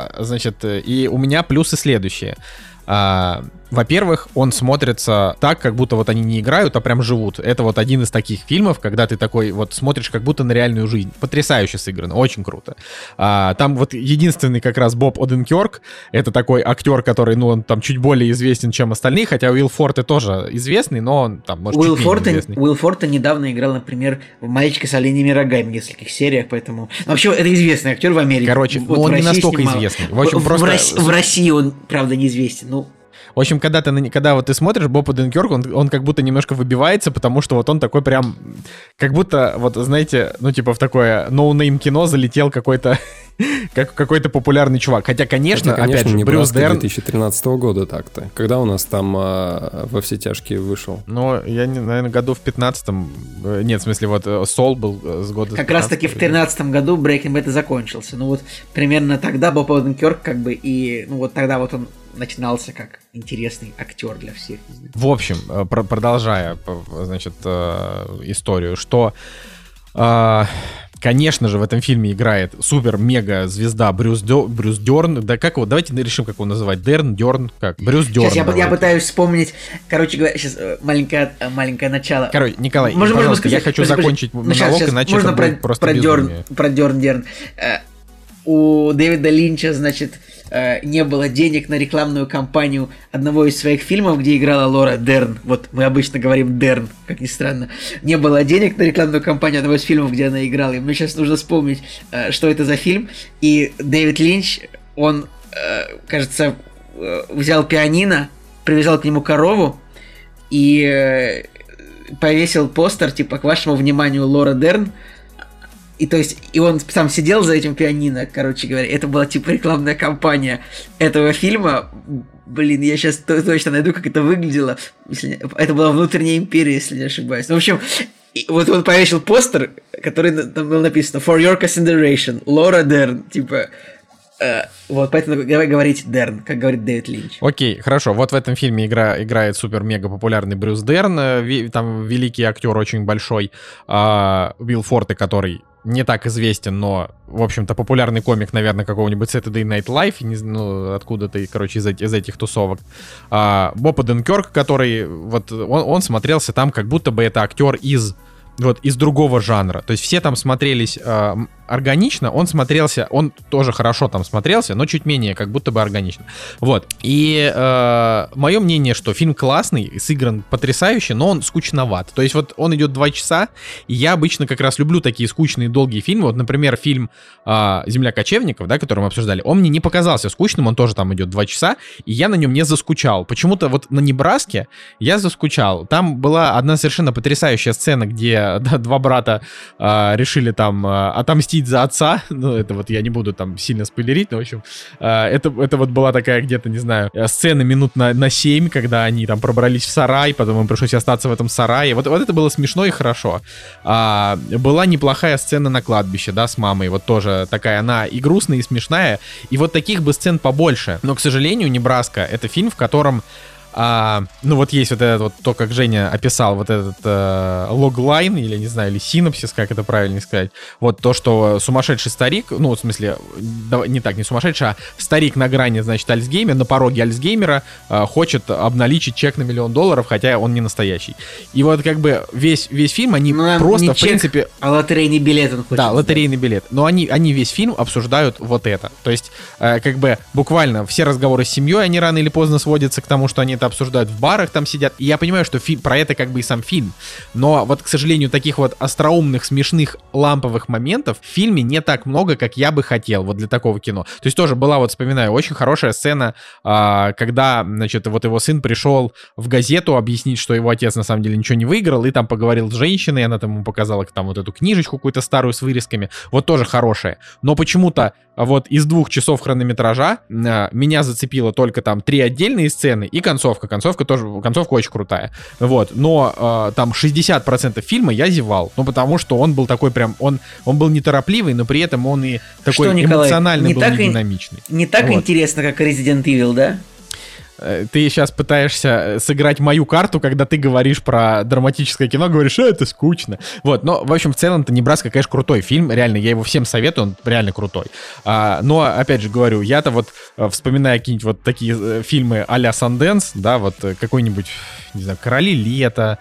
И у меня плюсы следующие. Во-первых, он смотрится так, как будто вот они не играют, а прям живут. Это вот один из таких фильмов, когда ты такой вот смотришь как будто на реальную жизнь. Потрясающе сыграно, очень круто. Там вот единственный как раз Боб Оденкёрк, это такой актер, который, он там чуть более известен, чем остальные, хотя Уилл Форте тоже известный, но он там, может, чуть менее известный. Уилл Форте недавно играл, например, в «Мальчике с оленями рогами» в нескольких сериях, поэтому... Вообще, это известный актер в Америке. Короче, вот он не настолько известный. В общем, в России он, правда, неизвестен, В общем, когда вот ты смотришь Боб Оденкёрк, он как будто немножко выбивается, потому что вот он такой прям, как будто, вот знаете, в такое ноунейм кино залетел какой-то популярный чувак. Хотя, конечно, опять же, Брюс Дерн... 2013 года так-то. Когда у нас там «Во все тяжкие» вышел? Я, наверное, году в 15-м... Нет, в смысле, вот «Сол» был с года... Как раз-таки в 13-м году Breaking Bad и закончился. Примерно тогда Боб Оденкёрк тогда вот он начинался как интересный актер для всех. В общем, продолжая, историю, что, конечно же, в этом фильме играет супер-мега-звезда Брюс Дерн. Да как его? Давайте решим, как его называть. Дерн? Как? Брюс Дерн. Сейчас я пытаюсь вспомнить. Короче говоря, сейчас маленькое начало. Короче, Николай, пожалуйста, я хочу закончить монолог, иначе это будет просто безумие. Про Дерн. У Дэвида Линча, не было денег на рекламную кампанию одного из своих фильмов, где играла Лора Дерн. Вот мы обычно говорим Дерн, как ни странно. Не было денег на рекламную кампанию одного из фильмов, где она играла. И мне сейчас нужно вспомнить, что это за фильм. И Дэвид Линч, он, кажется, взял пианино, привязал к нему корову и повесил постер, к вашему вниманию, Лора Дерн. И то есть, и он сам сидел за этим пианино, короче говоря, это была типа рекламная кампания этого фильма. Блин, я сейчас точно найду, как это выглядело. Это была «Внутренняя империя», если не ошибаюсь. Ну, в общем, вот он повесил постер, который там было написано «For your consideration, Лора Дерн», типа... Вот, поэтому давай говорить Дерн, как говорит Дэвид Линч. Окей, хорошо. Вот в этом фильме играет супер-мега популярный Брюс Дерн, там великий актер, очень большой, Уилл Форте, который не так известен, но, в общем-то, популярный комик, наверное, какого-нибудь Saturday Night Live, ну, откуда-то, короче, из этих тусовок. Боб Оденкерк, который, вот, он смотрелся там, как будто бы это актер из другого жанра. То есть все там смотрелись органично, он тоже хорошо там смотрелся, но чуть менее, как будто бы органично. Вот. И мое мнение, что фильм классный, сыгран потрясающе, но он скучноват. То есть вот он идет 2 часа, и я обычно как раз люблю такие скучные долгие фильмы. Вот, например, фильм «Земля кочевников», да, который мы обсуждали, он мне не показался скучным, он тоже там идет 2 часа, и я на нем не заскучал. Почему-то вот на «Небраске» я заскучал. Там была одна совершенно потрясающая сцена, где 2 брата решили там отомстить за отца. Ну, это вот я не буду там сильно спойлерить, но, в общем, это вот была такая где-то, не знаю, сцена минут на 7, когда они там пробрались в сарай, потом им пришлось остаться в этом сарае. Вот это было смешно и хорошо. Была неплохая сцена на кладбище, да, с мамой. Вот тоже такая она и грустная, и смешная. И вот таких бы сцен побольше. Но, к сожалению, «Небраска» — это фильм, в котором ну вот есть вот этот вот, то, как Женя описал, вот этот логлайн, или не знаю, или синопсис, как это правильно сказать. Вот то, что сумасшедший старик, ну, в смысле, не сумасшедший, а старик на грани, значит, Альцгеймера, на пороге Альцгеймера хочет обналичить чек на $1 миллион, хотя он не настоящий. И вот как бы весь фильм, они просто, в принципе... А лотерейный билет он хочет. Да, лотерейный билет. Но они весь фильм обсуждают вот это. То есть, как бы, буквально все разговоры с семьей, они рано или поздно сводятся к тому, что они это обсуждают в барах, там сидят. И я понимаю, что про это как бы и сам фильм. Но вот, к сожалению, таких вот остроумных, смешных, ламповых моментов в фильме не так много, как я бы хотел вот для такого кино. То есть тоже была, вот вспоминаю, очень хорошая сцена, когда, значит, вот его сын пришел в газету объяснить, что его отец на самом деле ничего не выиграл, и там поговорил с женщиной, она там ему показала там вот эту книжечку какую-то старую с вырезками. Вот тоже хорошая. Но почему-то вот из 2 часов хронометража меня зацепило только там 3 отдельные сцены и концовка. Концовка очень крутая. Вот. Но там 60% фильма я зевал. Ну, потому что он был такой прям... Он был неторопливый, но при этом он и такой что, Николай, эмоциональный был, не динамичный. Не так вот. Интересно, как Resident Evil, да? Ты сейчас пытаешься сыграть мою карту, когда ты говоришь про драматическое кино, говоришь, это скучно. Вот, но, в общем, в целом-то «Небраска», конечно, крутой фильм, реально, я его всем советую, он реально крутой. Но, опять же говорю, я-то вот, вспоминая какие-нибудь вот такие фильмы а-ля «Санденс», да, вот какой-нибудь, не знаю, «Короли лета»,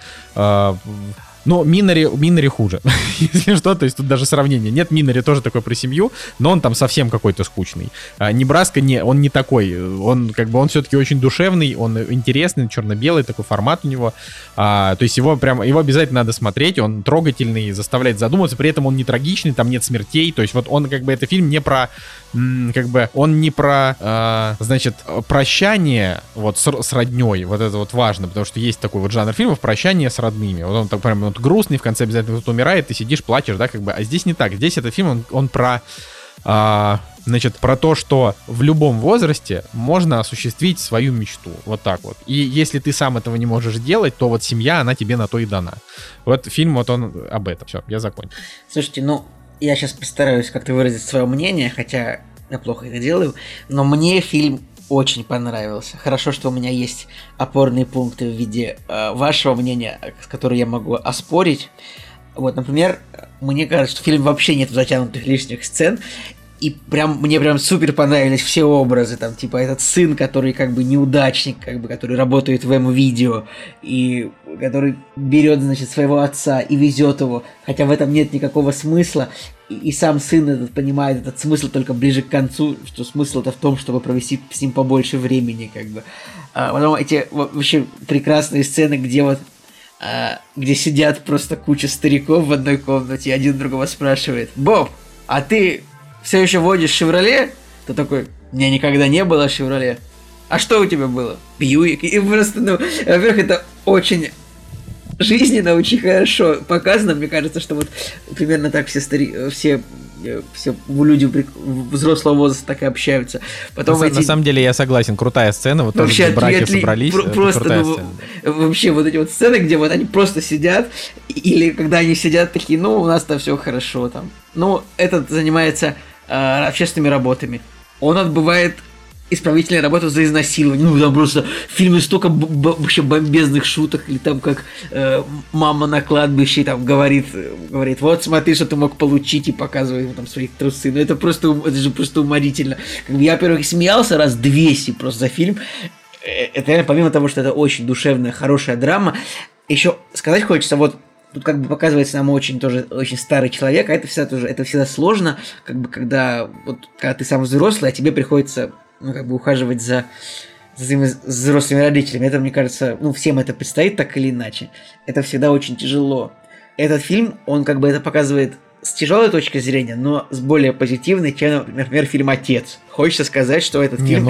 но Минари хуже, если что, то есть тут даже сравнения нет. Минари тоже такой про семью, но он там совсем какой-то скучный. Небраска, он не такой, он как бы, он все-таки очень душевный, он интересный, черно-белый такой формат у него, то есть его обязательно надо смотреть, он трогательный, заставляет задуматься, при этом он не трагичный, там нет смертей, то есть вот он как бы, это фильм не про, как бы, он не про, значит, прощание вот с родней, вот это вот важно, потому что есть такой вот жанр фильмов, прощание с родными, вот он так прям грустный, в конце обязательно кто-то умирает, ты сидишь, плачешь, да, как бы, а здесь не так, здесь этот фильм, он про, значит, про то, что в любом возрасте можно осуществить свою мечту, вот так вот, и если ты сам этого не можешь делать, то вот семья, она тебе на то и дана. Вот фильм, вот он об этом, все, я закончил. Слушайте, ну, я сейчас постараюсь как-то выразить свое мнение, хотя я плохо это делаю, но мне фильм очень понравился. Хорошо, что у меня есть опорные пункты в виде вашего мнения, с которым я могу оспорить. Вот, например, мне кажется, что в фильме вообще нет затянутых лишних сцен, и мне прям супер понравились все образы, там, типа, этот сын, который как бы неудачник, как бы, который работает в М-видео, и который берет, значит, своего отца и везет его, хотя в этом нет никакого смысла, и сам сын этот понимает этот смысл только ближе к концу, что смысл-то в том, чтобы провести с ним побольше времени, как бы. Потом эти вообще прекрасные сцены, где сидят просто куча стариков в одной комнате, и один другого спрашивает: «Боб, а ты все еще водишь «Шевроле»?» Ты такой: «У меня никогда не было «Шевроле». «А что у тебя было?» «Бьюик». И просто, ну, во-первых, это очень жизненно очень хорошо показано. Мне кажется, что вот примерно так все люди взрослого возраста так и общаются. Потом на самом деле я согласен, крутая сцена, вот тоже, где братья собрались, просто, крутая сцена. Вообще вот эти вот сцены, где вот они просто сидят, или когда они сидят такие, ну, у нас-то все хорошо там. Ну, этот занимается общественными работами. Он отбывает исправительная работа за изнасилование. Ну, там просто в фильме столько вообще бомбезных шуток, или там как мама на кладбище там говорит, вот смотри, что ты мог получить, и показывает ему там свои трусы. Ну, это же просто уморительно. Как бы я, во-первых, смеялся раз 200 просто за фильм. Это реально, помимо того, что это очень душевная, хорошая драма, еще сказать хочется, вот тут как бы показывается нам очень старый человек, а это всегда сложно, как бы когда ты сам взрослый, а тебе приходится ухаживать за своими взрослыми родителями. Это, мне кажется, всем это предстоит так или иначе. Это всегда очень тяжело. Этот фильм, он как бы это показывает с тяжелой точки зрения, но с более позитивной, чем, например, фильм «Отец». Хочется сказать, что этот фильм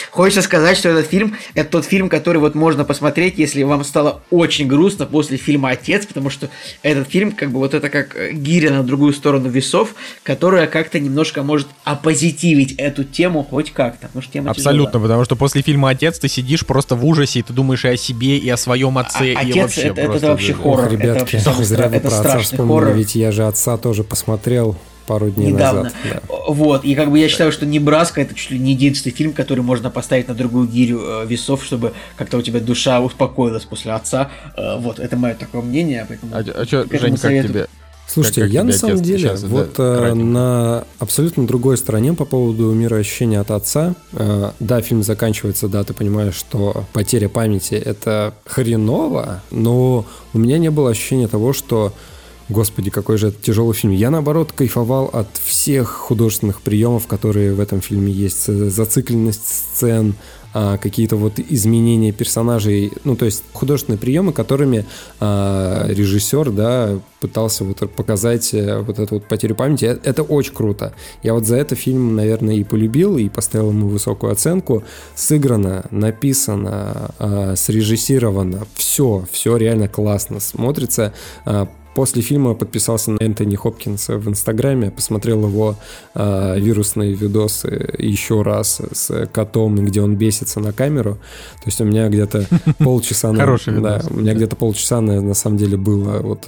это тот фильм, который вот можно посмотреть, если вам стало очень грустно после фильма «Отец», потому что этот фильм, как бы вот это как гиря на другую сторону весов, которая как-то немножко может оппозитивить эту тему хоть как-то, потому что тема абсолютно, тяжелая. Потому что после фильма «Отец» ты сидишь просто в ужасе, и ты думаешь и о себе, и о своем отце, и «Отец» вообще это вообще хоррор. Ох, ребятки, зря вы про отца вспомнили, ведь я же «Отца» тоже посмотрел пару дней недавно. Назад. Да. Вот, и как бы я считаю, что «Небраска» это чуть ли не единственный фильм, который можно поставить на другую гирю весов, чтобы как-то у тебя душа успокоилась после «Отца». Вот, это мое такое мнение. Поэтому что, Жень, как тебе? Слушайте, я на самом деле на абсолютно другой стороне по поводу мироощущения от отца. Да, фильм заканчивается, да, ты понимаешь, что потеря памяти — это хреново, но у меня не было ощущения того, что господи, какой же это тяжелый фильм. Я, наоборот, кайфовал от всех художественных приемов, которые в этом фильме есть. Зацикленность сцен, какие-то вот изменения персонажей. Ну, то есть художественные приемы, которыми режиссер, да, пытался вот показать вот эту вот потерю памяти. Это очень круто. Я вот за это фильм, наверное, и полюбил, и поставил ему высокую оценку. Сыграно, написано, срежиссировано. Все реально классно смотрится. После фильма подписался на Энтони Хопкинса в Инстаграме, посмотрел его вирусные видосы еще раз с котом, где он бесится на камеру. То есть у меня где-то полчаса... Хороший видос. Да, у меня где-то полчаса на самом деле было вот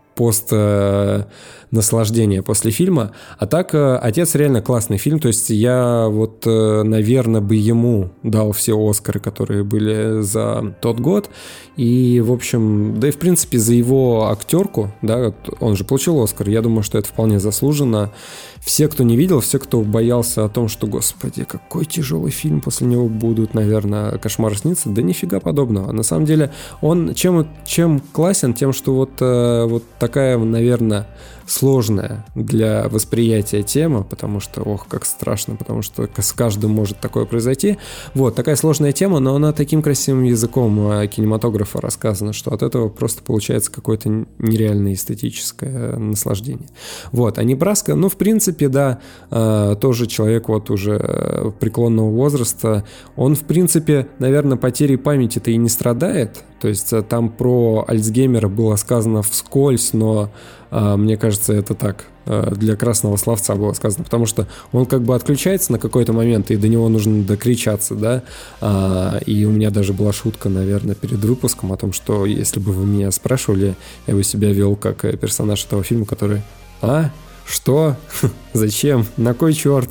наслаждение после фильма. А так, «Отец» реально классный фильм. То есть я вот, наверное, бы ему дал все «Оскары», которые были за тот год. И, в общем, да и в принципе за его актерку, да, он же получил «Оскар». Я думаю, что это вполне заслуженно. Все, кто не видел, все, кто боялся о том, что, господи, какой тяжелый фильм после него будут, наверное, кошмар снится, да нифига подобного. На самом деле он чем классен, тем, что вот такая, наверное, сложная для восприятия тема, потому что, ох, как страшно, потому что с каждым может такое произойти. Вот, такая сложная тема, но она таким красивым языком кинематографа рассказана, что от этого просто получается какое-то нереальное эстетическое наслаждение. Вот, а «Небраска», ну, в принципе, да, тоже человек вот уже преклонного возраста, он, в принципе, наверное, потерей памяти-то и не страдает, то есть там про Альцгеймера было сказано вскользь, но мне кажется, это так, для красного словца было сказано, потому что он как бы отключается на какой-то момент, и до него нужно докричаться, да, и у меня даже была шутка, наверное, перед выпуском о том, что если бы вы меня спрашивали, я бы себя вел как персонаж этого фильма, который что? Зачем? На кой черт?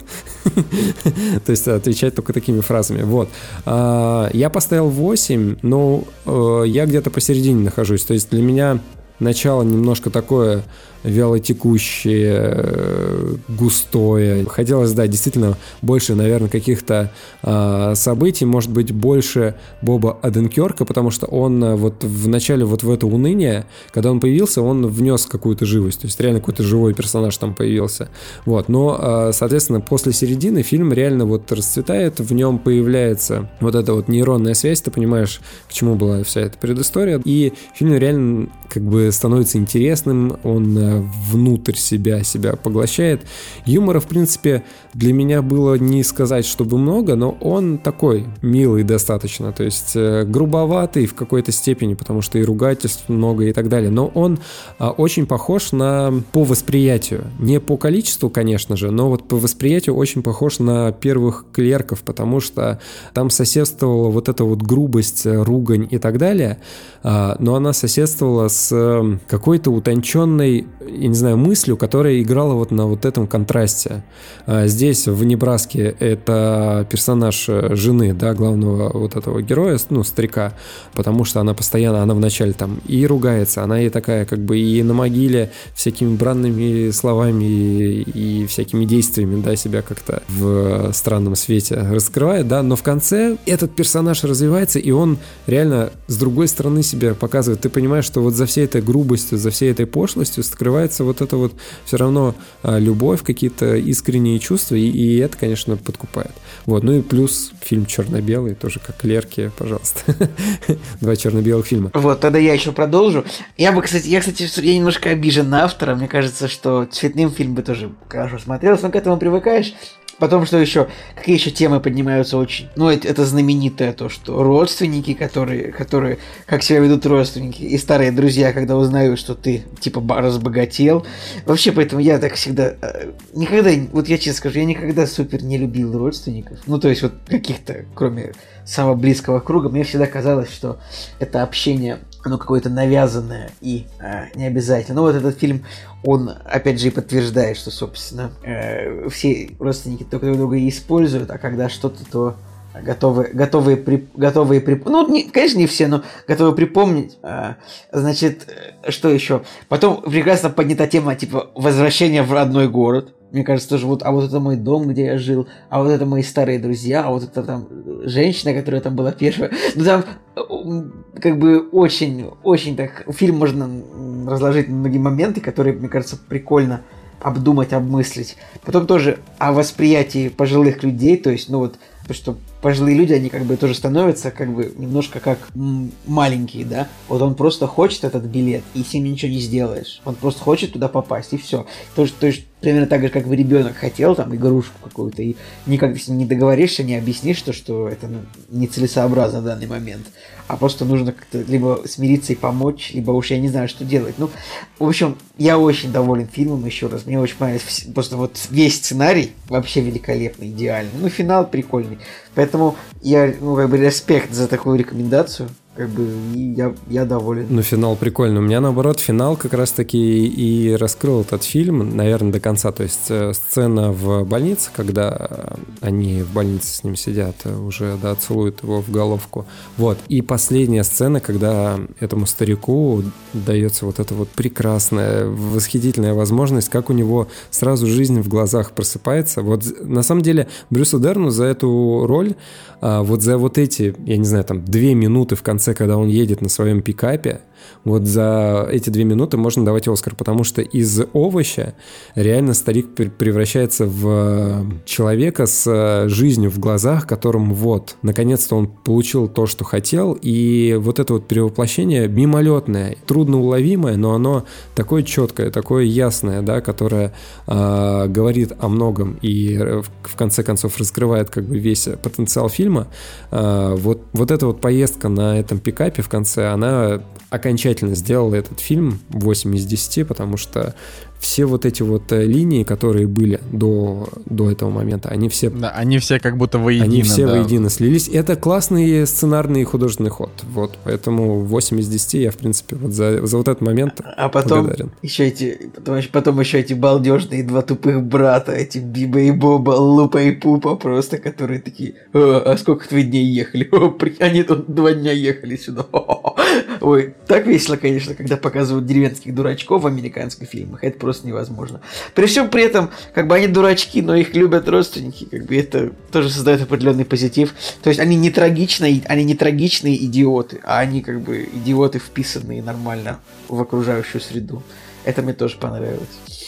То есть отвечать только такими фразами. Вот. Я поставил 8, но я где-то посередине нахожусь. То есть для меня начало немножко такое вялотекущее, густое. Хотелось, да, действительно больше, наверное, каких-то событий, может быть, больше Боба Оденкерка, потому что он вот в начале вот в это уныние, когда он появился, он внес какую-то живость, то есть реально какой-то живой персонаж там появился. Вот, но, соответственно, после середины фильм реально вот расцветает, в нем появляется вот эта вот нейронная связь, ты понимаешь, к чему была вся эта предыстория, и фильм реально как бы становится интересным, он внутрь себя поглощает. Юмора, в принципе, для меня было не сказать, чтобы много, но он такой милый достаточно, то есть грубоватый в какой-то степени, потому что и ругательств много и так далее, но он очень похож по восприятию, не по количеству, конечно же, но вот по восприятию очень похож на «Первых клерков», потому что там соседствовала вот эта вот грубость, ругань и так далее, но она соседствовала с какой-то утонченной, я не знаю, мыслью, которая играла вот на вот этом контрасте. Здесь, в «Небраске», это персонаж жены, да, главного вот этого героя, ну, старика, потому что она постоянно, она вначале там и ругается, она и такая как бы и на могиле всякими бранными словами и всякими действиями, да, себя как-то в странном свете раскрывает, да, но в конце этот персонаж развивается, и он реально с другой стороны себя показывает. Ты понимаешь, что вот за всей этой грубостью, за всей этой пошлостью скрывается вот это вот все равно любовь, какие-то искренние чувства, и это, конечно, подкупает. Вот, ну и плюс фильм черно-белый, тоже как «Клерки», пожалуйста. 2 черно-белых фильма. Вот, тогда я еще продолжу. Я, кстати, я немножко обижен на автора. Мне кажется, что цветным фильм бы тоже хорошо смотрелся, но к этому привыкаешь. Потом, что еще? Какие еще темы поднимаются очень? Ну, это знаменитое то, что родственники, которые как себя ведут родственники, и старые друзья, когда узнают, что ты, типа, разбогател. Вообще, поэтому я так всегда... Никогда, вот я честно скажу, я никогда супер не любил родственников. Ну, то есть, вот каких-то, кроме самого близкого круга, мне всегда казалось, что это общение, оно какое-то навязанное и не обязательно. Но вот этот фильм, он, опять же, и подтверждает, что, собственно, все родственники друг друга используют, а когда что-то, то готовые ну, конечно, не все, но готовы припомнить. Значит, что еще? Потом прекрасно поднята тема, типа, возвращения в родной город. Мне кажется, тоже вот, а вот это мой дом, где я жил, а вот это мои старые друзья, а вот это там женщина, которая там была первая. Ну, там как бы очень так... Фильм можно разложить на многие моменты, которые, мне кажется, прикольно обдумать, обмыслить. Потом тоже о восприятии пожилых людей, то есть, ну вот, то, что пожилые люди, они как бы тоже становятся как бы немножко как маленькие, да. Вот он просто хочет этот билет, и с ним ничего не сделаешь. Он просто хочет туда попасть, и все. То есть примерно так же, как бы ребенок хотел там игрушку какую-то, и никак с ним не договоришься, не объяснишь, что это нецелесообразно в данный момент. А просто нужно как-то либо смириться и помочь, либо уж я не знаю, что делать. Ну, в общем, я очень доволен фильмом, еще раз. Мне очень понравился просто вот весь сценарий вообще великолепный, идеальный. Ну, финал прикольный. Поэтому я, как бы, респект за такую рекомендацию. Как бы я доволен. Ну, финал прикольный. У меня, наоборот, финал как раз-таки и раскрыл этот фильм, наверное, до конца. То есть сцена в больнице, когда они в больнице с ним сидят, уже, да, целуют его в головку. Вот. И последняя сцена, когда этому старику дается вот эта вот прекрасная, восхитительная возможность, как у него сразу жизнь в глазах просыпается. Вот, на самом деле, Брюсу Дерну за эту роль, вот за вот эти, я не знаю, там, 2 минуты в конце, когда он едет на своем пикапе, вот за эти 2 минуты можно давать Оскар, потому что из овоща реально старик превращается в человека с жизнью в глазах, которому вот, наконец-то он получил то, что хотел, и вот это вот перевоплощение мимолетное, трудноуловимое, но оно такое четкое, такое ясное, да, которое говорит о многом и в конце концов раскрывает как бы весь потенциал фильма. Вот эта вот поездка на этом пикапе в конце, она окончательно сделала этот фильм 8 из 10, потому что все вот эти вот линии, которые были до этого момента, они все... Да, они все как будто воедино. Они все воедино слились. Это классный сценарный и художественный ход. Вот, поэтому 8 из 10 я, в принципе, вот за вот этот момент благодарен. Потом еще эти балдежные 2 тупых брата, эти Биба и Боба, Лупа и Пупа просто, которые такие: а сколько вы дней ехали? Они тут 2 дня ехали сюда. Ой, так весело, конечно, когда показывают деревенских дурачков в американских фильмах. Это просто невозможно. При всем при этом, как бы, они дурачки, но их любят родственники, как бы это тоже создает определенный позитив. То есть они не трагичные идиоты, а они как бы идиоты, вписанные нормально в окружающую среду. Это мне тоже понравилось.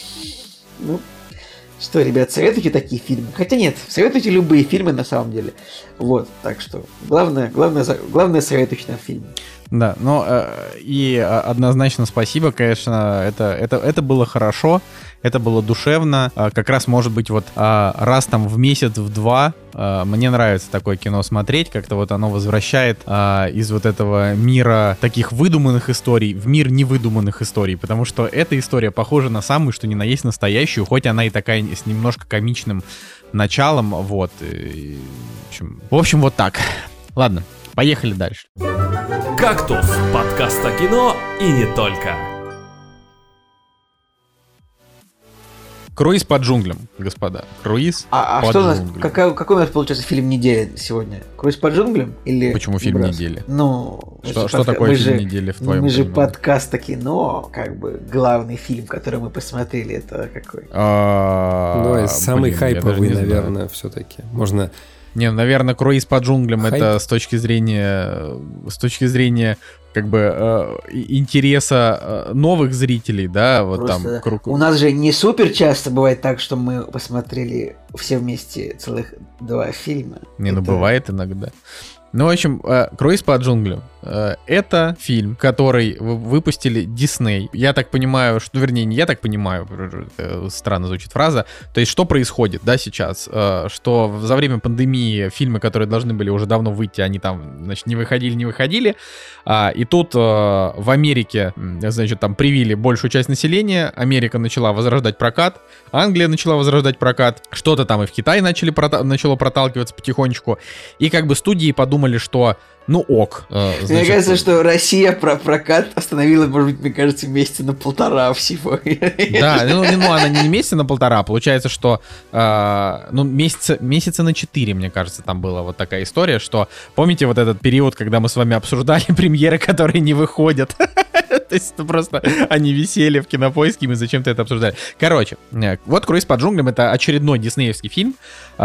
Ну, что, ребят, советуйте такие фильмы? Хотя нет, советуйте любые фильмы на самом деле. Вот, так что главное советуйте нам фильмы. Да, и однозначно спасибо, конечно, это было хорошо, это было душевно, как раз, может быть, вот раз там в месяц, в два, мне нравится такое кино смотреть, как-то вот оно возвращает из вот этого мира таких выдуманных историй в мир невыдуманных историй, потому что эта история похожа на самую, что ни на есть настоящую, хоть она и такая с немножко комичным началом, вот, и, в общем, вот так. Ладно, поехали дальше. «Кактус» — подкаст о кино и не только. Круиз по джунглям, господа. Круиз по что у нас, джунглям. какой у нас получается фильм недели сегодня? Круиз по джунглям? Или Почему фильм «Брас»? недели? Ну, Что такое фильм недели в твоем Мы же понимании? подкаст о кино, как бы главный фильм, который мы посмотрели, это какой? Ну, и самый Блин, я даже хайповый, не знаю. наверное, все-таки. Можно... Не, наверное, круиз по джунглям Хайп. это с точки зрения как бы интереса новых зрителей, да, вот Просто там. у нас же не супер часто бывает так, что мы посмотрели все вместе целых 2 фильма. Не, ну Это- бывает иногда. Ну, в общем, «Круиз по джунглям» — это фильм, который выпустили Disney. Я так понимаю, что, вернее, не я так понимаю, странно звучит фраза. То есть, что происходит, да, сейчас? Что за время пандемии фильмы, которые должны были уже давно выйти, они там, значит, не выходили. И тут в Америке, значит, там привили большую часть населения, Америка начала возрождать прокат, Англия начала возрождать прокат, что-то там и в Китае начало проталкиваться потихонечку. И как бы студии подумали, что ну ок. Мне значит, кажется, что Россия прокат остановила, может быть, мне кажется, месяца на 1,5 всего. Да, ну она не месяца на 1,5, получается, что месяца на 4, мне кажется, там была вот такая история, что помните вот этот период, когда мы с вами обсуждали премьеры, которые не выходят? То есть это просто они висели в Кинопоиске, и мы зачем-то это обсуждали. Короче, вот «Круиз по джунглям» — это очередной диснеевский фильм,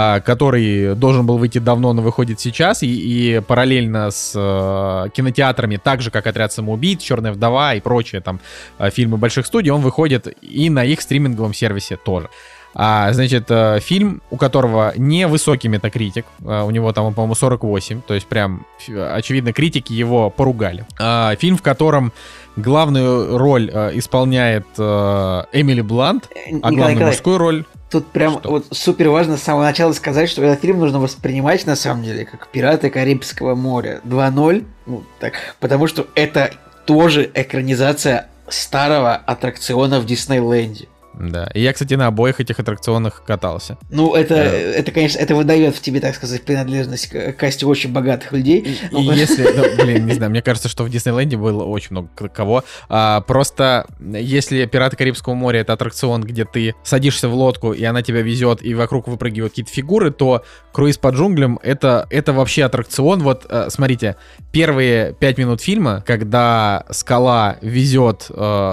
который должен был выйти давно, но выходит сейчас, и параллельно с кинотеатрами, так же, как «Отряд самоубийц», «Черная вдова» и прочие там фильмы больших студий, он выходит и на их стриминговом сервисе тоже. Значит, фильм, у которого невысокий метакритик, у него там, по-моему, 48, то есть прям, очевидно, критики его поругали. Фильм, в котором главную роль исполняет Эмили Блант, а главную мужскую роль... Тут прям Что? вот супер важно с самого начала сказать, что этот фильм нужно воспринимать на самом деле как «Пираты Карибского моря» 2.0, ну, так, потому что это тоже экранизация старого аттракциона в Диснейленде. Да, и я, кстати, на обоих этих аттракционах катался. Ну, это, конечно, это выдает в тебе, так сказать, принадлежность к касте очень богатых людей. И если, не знаю, мне кажется, что в Диснейленде было очень много кого. Просто если «Пираты Карибского моря» — это аттракцион, где ты садишься в лодку, и она тебя везет, и вокруг выпрыгивают какие-то фигуры, то «Круиз по джунглям» — это вообще аттракцион. Вот, смотрите, первые 5 минут фильма, когда Скала везет,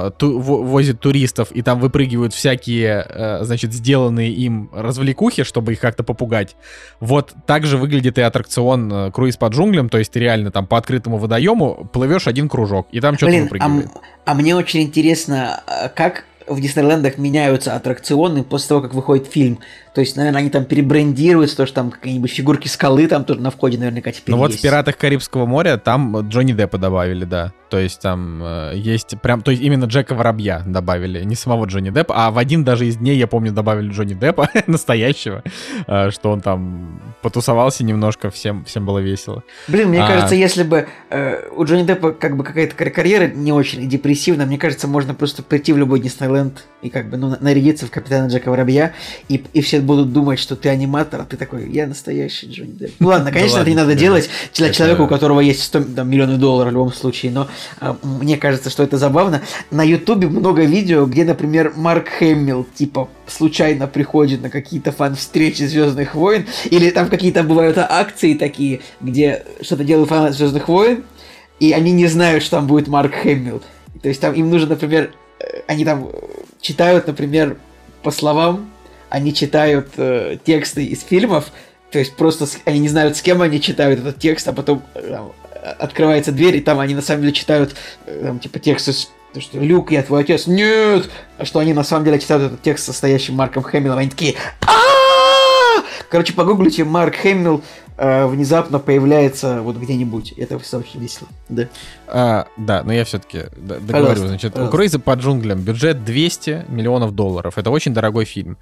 возит туристов, и там выпрыгивают всякие, значит, сделанные им развлекухи, чтобы их как-то попугать. Вот так же выглядит и аттракцион «Круиз по джунглям», то есть ты реально там по открытому водоему плывешь один кружок, и там что-то выпрыгивает. А мне очень интересно, как в Диснейлендах меняются аттракционы после того, как выходит фильм. То есть, наверное, они там перебрендируются, то что там какие-нибудь фигурки Скалы там тоже на входе наверняка теперь Ну вот есть. в «Пиратах Карибского моря» там Джонни Деппа добавили, да. То есть там есть прям... То есть именно Джека Воробья добавили, не самого Джонни Деппа, а в один даже из дней, я помню, добавили Джонни Деппа, настоящего, что он там потусовался немножко, всем было весело. Блин, мне кажется, если бы у Джонни Деппа как бы какая-то карьера не очень депрессивная, мне кажется, можно просто прийти в любой Диснейленд и как бы нарядиться в капитана Джека Воробья, и все будут думать, что ты аниматор, а ты такой, я настоящий Джонни Депп. Ну ладно, конечно, это не надо делать для человека, у которого есть 100 миллионов долларов в любом случае, но мне кажется, что это забавно. На Ютубе много видео, где, например, Марк Хэмилл, типа, случайно приходит на какие-то фан-встречи «Звездных войн», или там какие-то бывают акции такие, где что-то делают фанаты «Звездных войн», и они не знают, что там будет Марк Хэмилл. То есть там им нужно, например, они там читают, например, по словам, они читают тексты из фильмов, то есть просто они не знают, с кем они читают этот текст, а потом там, открывается дверь, и там они на самом деле читают там, типа тексты, что «Люк, я твой отец». Нет! А что они на самом деле читают этот текст с настоящим Марком Хэмиллом, они такие «А-а-а!». Короче, погуглите Марк Хэмилл внезапно появляется вот где-нибудь. Это все очень весело. Да, да, но я все-таки договорю. Значит, у Круиза по джунглям бюджет $200 миллионов. Это очень дорогой фильм.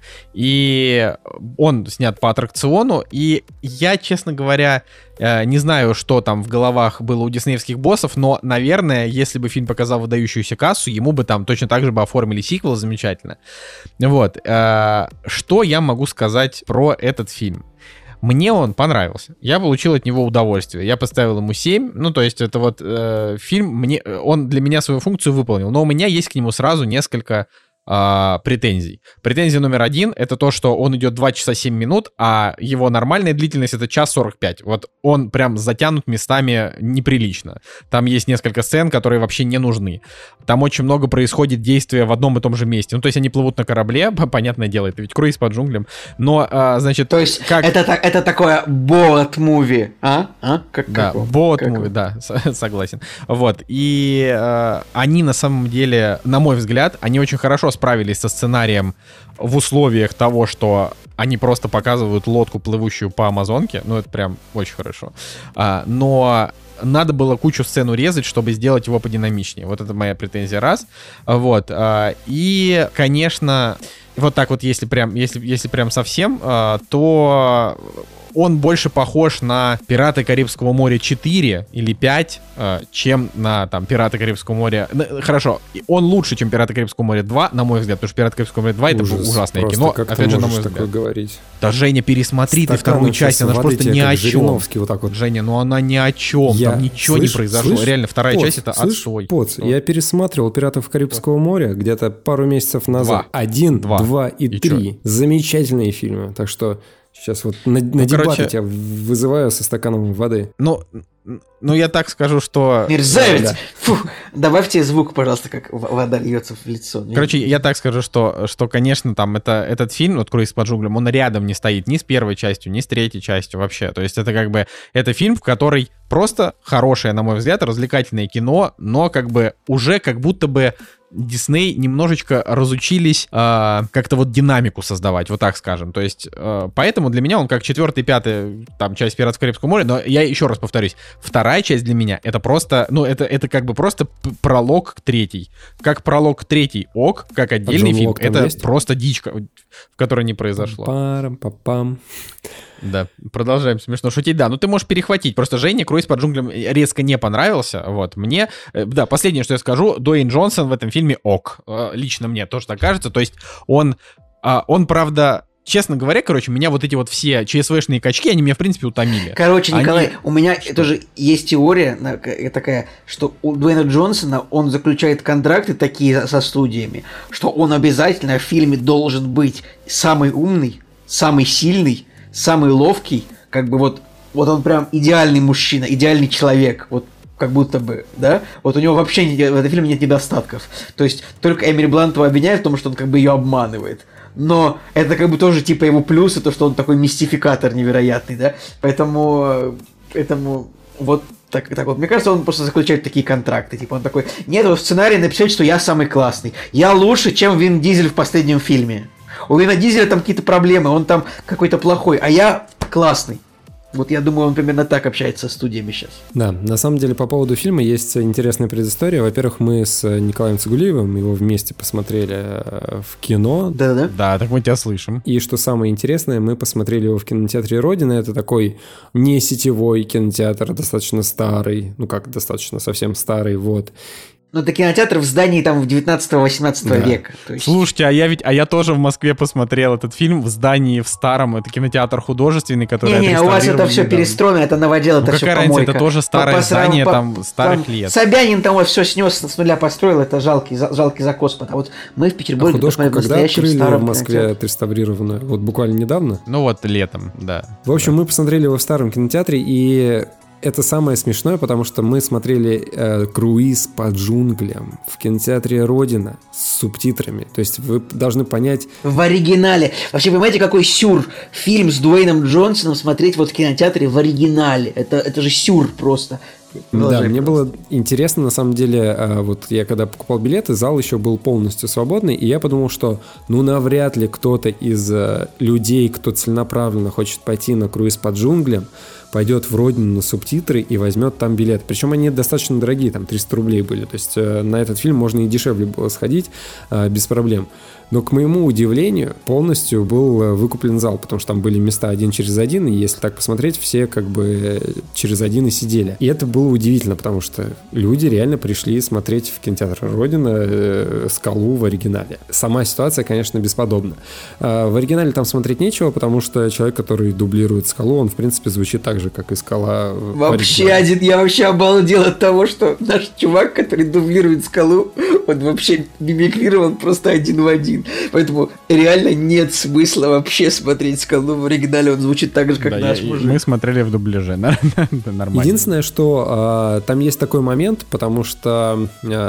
И он снят по аттракциону. И я, честно говоря, не знаю, что там в головах было у диснеевских боссов, но, наверное, если бы фильм показал выдающуюся кассу, ему бы там точно так же бы оформили сиквел замечательно. Вот. Что я могу сказать про этот фильм? Мне он понравился. Я получил от него удовольствие. Я поставил ему 7. Ну, то есть это вот фильм, он для меня свою функцию выполнил. Но у меня есть к нему сразу несколько претензий. Претензия номер 1 — это то, что он идет 2 часа 7 минут, а его нормальная длительность — это 1:45. Вот он прям затянут местами неприлично. Там есть несколько сцен, которые вообще не нужны. Там очень много происходит действия в одном и том же месте. Ну, то есть они плывут на корабле, понятное дело, это ведь круиз по джунглям. Но, значит... То есть это такое боат-муви, да, боат-муви, да, согласен. Вот. И они на самом деле, на мой взгляд, они очень хорошо справились со сценарием в условиях того, что они просто показывают лодку, плывущую по Амазонке. Ну, это прям очень хорошо. Но надо было кучу сцен урезать, чтобы сделать его подинамичнее. Вот это моя претензия раз. Вот. И, конечно, вот так вот, если прям совсем, то он больше похож на «Пираты Карибского моря 4» или 5, чем на там «Пираты Карибского моря». Хорошо, он лучше, чем «Пираты Карибского моря 2», на мой взгляд, потому что «Пираты Карибского моря 2» это ужасное кино, опять же, на мой взгляд. Говорить? Да, Женя, пересмотри ты вторую часть, она же просто ни о чем. Вот. Женя, ну она ни о чем, там ничего не произошло. Реально, вторая часть это отстой. Я пересматривал «Пиратов Карибского моря» где-то пару месяцев назад. 1, 2 и 3. Замечательные фильмы, так что... Сейчас вот на дебаты тебя вызываю со стаканом воды. Ну, я так скажу, что... Мерзавец! Да. Фу, добавьте звук, пожалуйста, как вода льется в лицо. Короче, я так скажу, что конечно, там этот фильм, вот «Круиз по джунглям», он рядом не стоит ни с первой частью, ни с третьей частью вообще. То есть это как бы... Это фильм, в который просто хорошее, на мой взгляд, развлекательное кино, но как бы уже как будто бы Дисней немножечко разучились как-то вот динамику создавать, вот так скажем. То есть, поэтому для меня он как 4-й, 5-й там часть «Пиратов Карибского моря», но я еще раз повторюсь, вторая часть для меня это просто, ну, это как бы просто пролог к 3-й. Как пролог к 3-й ок, как отдельный фильм, это есть? Просто дичка, в которой не произошло. Парам-папам. Да, продолжаем смешно шутить. Да, ну ты можешь перехватить. Просто Жене «Круиз по джунглям» резко не понравился. Вот, мне... Да, последнее, что я скажу. Дуэйн Джонсон в этом фильме ок. Лично мне тоже так кажется. То есть он правда... Честно говоря, меня вот эти вот все ЧСВшные качки, они меня, в принципе, утомили. Короче, Николай, у меня тоже есть теория такая, что у Дуэйна Джонсона он заключает контракты такие со студиями, что он обязательно в фильме должен быть самый умный, самый сильный, самый ловкий, как бы вот он прям идеальный мужчина, идеальный человек, вот как будто бы, да? Вот у него вообще в этом фильме нет недостатков. То есть только Эмили Блант его обвиняет в том, что он как бы ее обманывает. Но это как бы тоже типа его плюсы, то, что он такой мистификатор невероятный, да? Поэтому вот так вот. Мне кажется, он просто заключает такие контракты. Типа он такой, нет, в сценарии написать, что я самый классный. Я лучше, чем Вин Дизель в последнем фильме. У Вина Дизеля там какие-то проблемы, он там какой-то плохой, а я классный. Вот я думаю, он примерно так общается с студиями сейчас. Да, на самом деле по поводу фильма есть интересная предыстория. Во-первых, мы с Николаем Цигулиевым его вместе посмотрели в кино. Да-да-да. Да, так мы тебя слышим. И что самое интересное, мы посмотрели его в кинотеатре «Родина». Это такой не сетевой кинотеатр, достаточно старый. Ну как достаточно, совсем старый, вот. Ну, это кинотеатр в здании там в 19-18 века. То есть... Слушайте, а я тоже в Москве посмотрел этот фильм в здании в старом, это кинотеатр художественный, который Не, у вас это все перестроено, это новодел, это все помойка. Разница, это тоже старое здание там старых лет. Собянин там вот все снес, с нуля построил, это жалкий закос. А вот мы в Петербурге посмотрели в настоящем старом в Москве отреставрированную, вот буквально недавно. Ну вот летом, да. В общем, мы посмотрели его в старом кинотеатре, и... Это самое смешное, потому что мы смотрели «Круиз по джунглям» в кинотеатре «Родина» с субтитрами. То есть вы должны понять... В оригинале. Вообще, понимаете, какой сюр? Фильм с Дуэйном Джонсоном смотреть вот в кинотеатре в оригинале. Это же сюр просто. Да, мне было интересно, на самом деле, вот я когда покупал билеты, зал еще был полностью свободный, и я подумал, что навряд ли кто-то из людей, кто целенаправленно хочет пойти на круиз по джунглям, пойдет в родину на субтитры и возьмет там билет. Причем они достаточно дорогие, там 300 рублей были. То есть на этот фильм можно и дешевле было сходить без проблем. Но, к моему удивлению, полностью был выкуплен зал, потому что там были места 1 через 1, и если так посмотреть, все как бы через 1 и сидели. И это было удивительно, потому что люди реально пришли смотреть в кинотеатр «Родина» «Скалу» в оригинале. Сама ситуация, конечно, бесподобна. В оригинале там смотреть нечего, потому что человек, который дублирует «Скалу», он, в принципе, звучит так же, как и «Скала». Я вообще обалдел от того, что наш чувак, который дублирует «Скалу», он вообще мимикрировал просто 1 в 1. Поэтому реально нет смысла вообще смотреть «Скалу» в оригинале. Он звучит так же, как наш мужик. Мы смотрели в дубляже. Нормально. Единственное, что там есть такой момент, потому что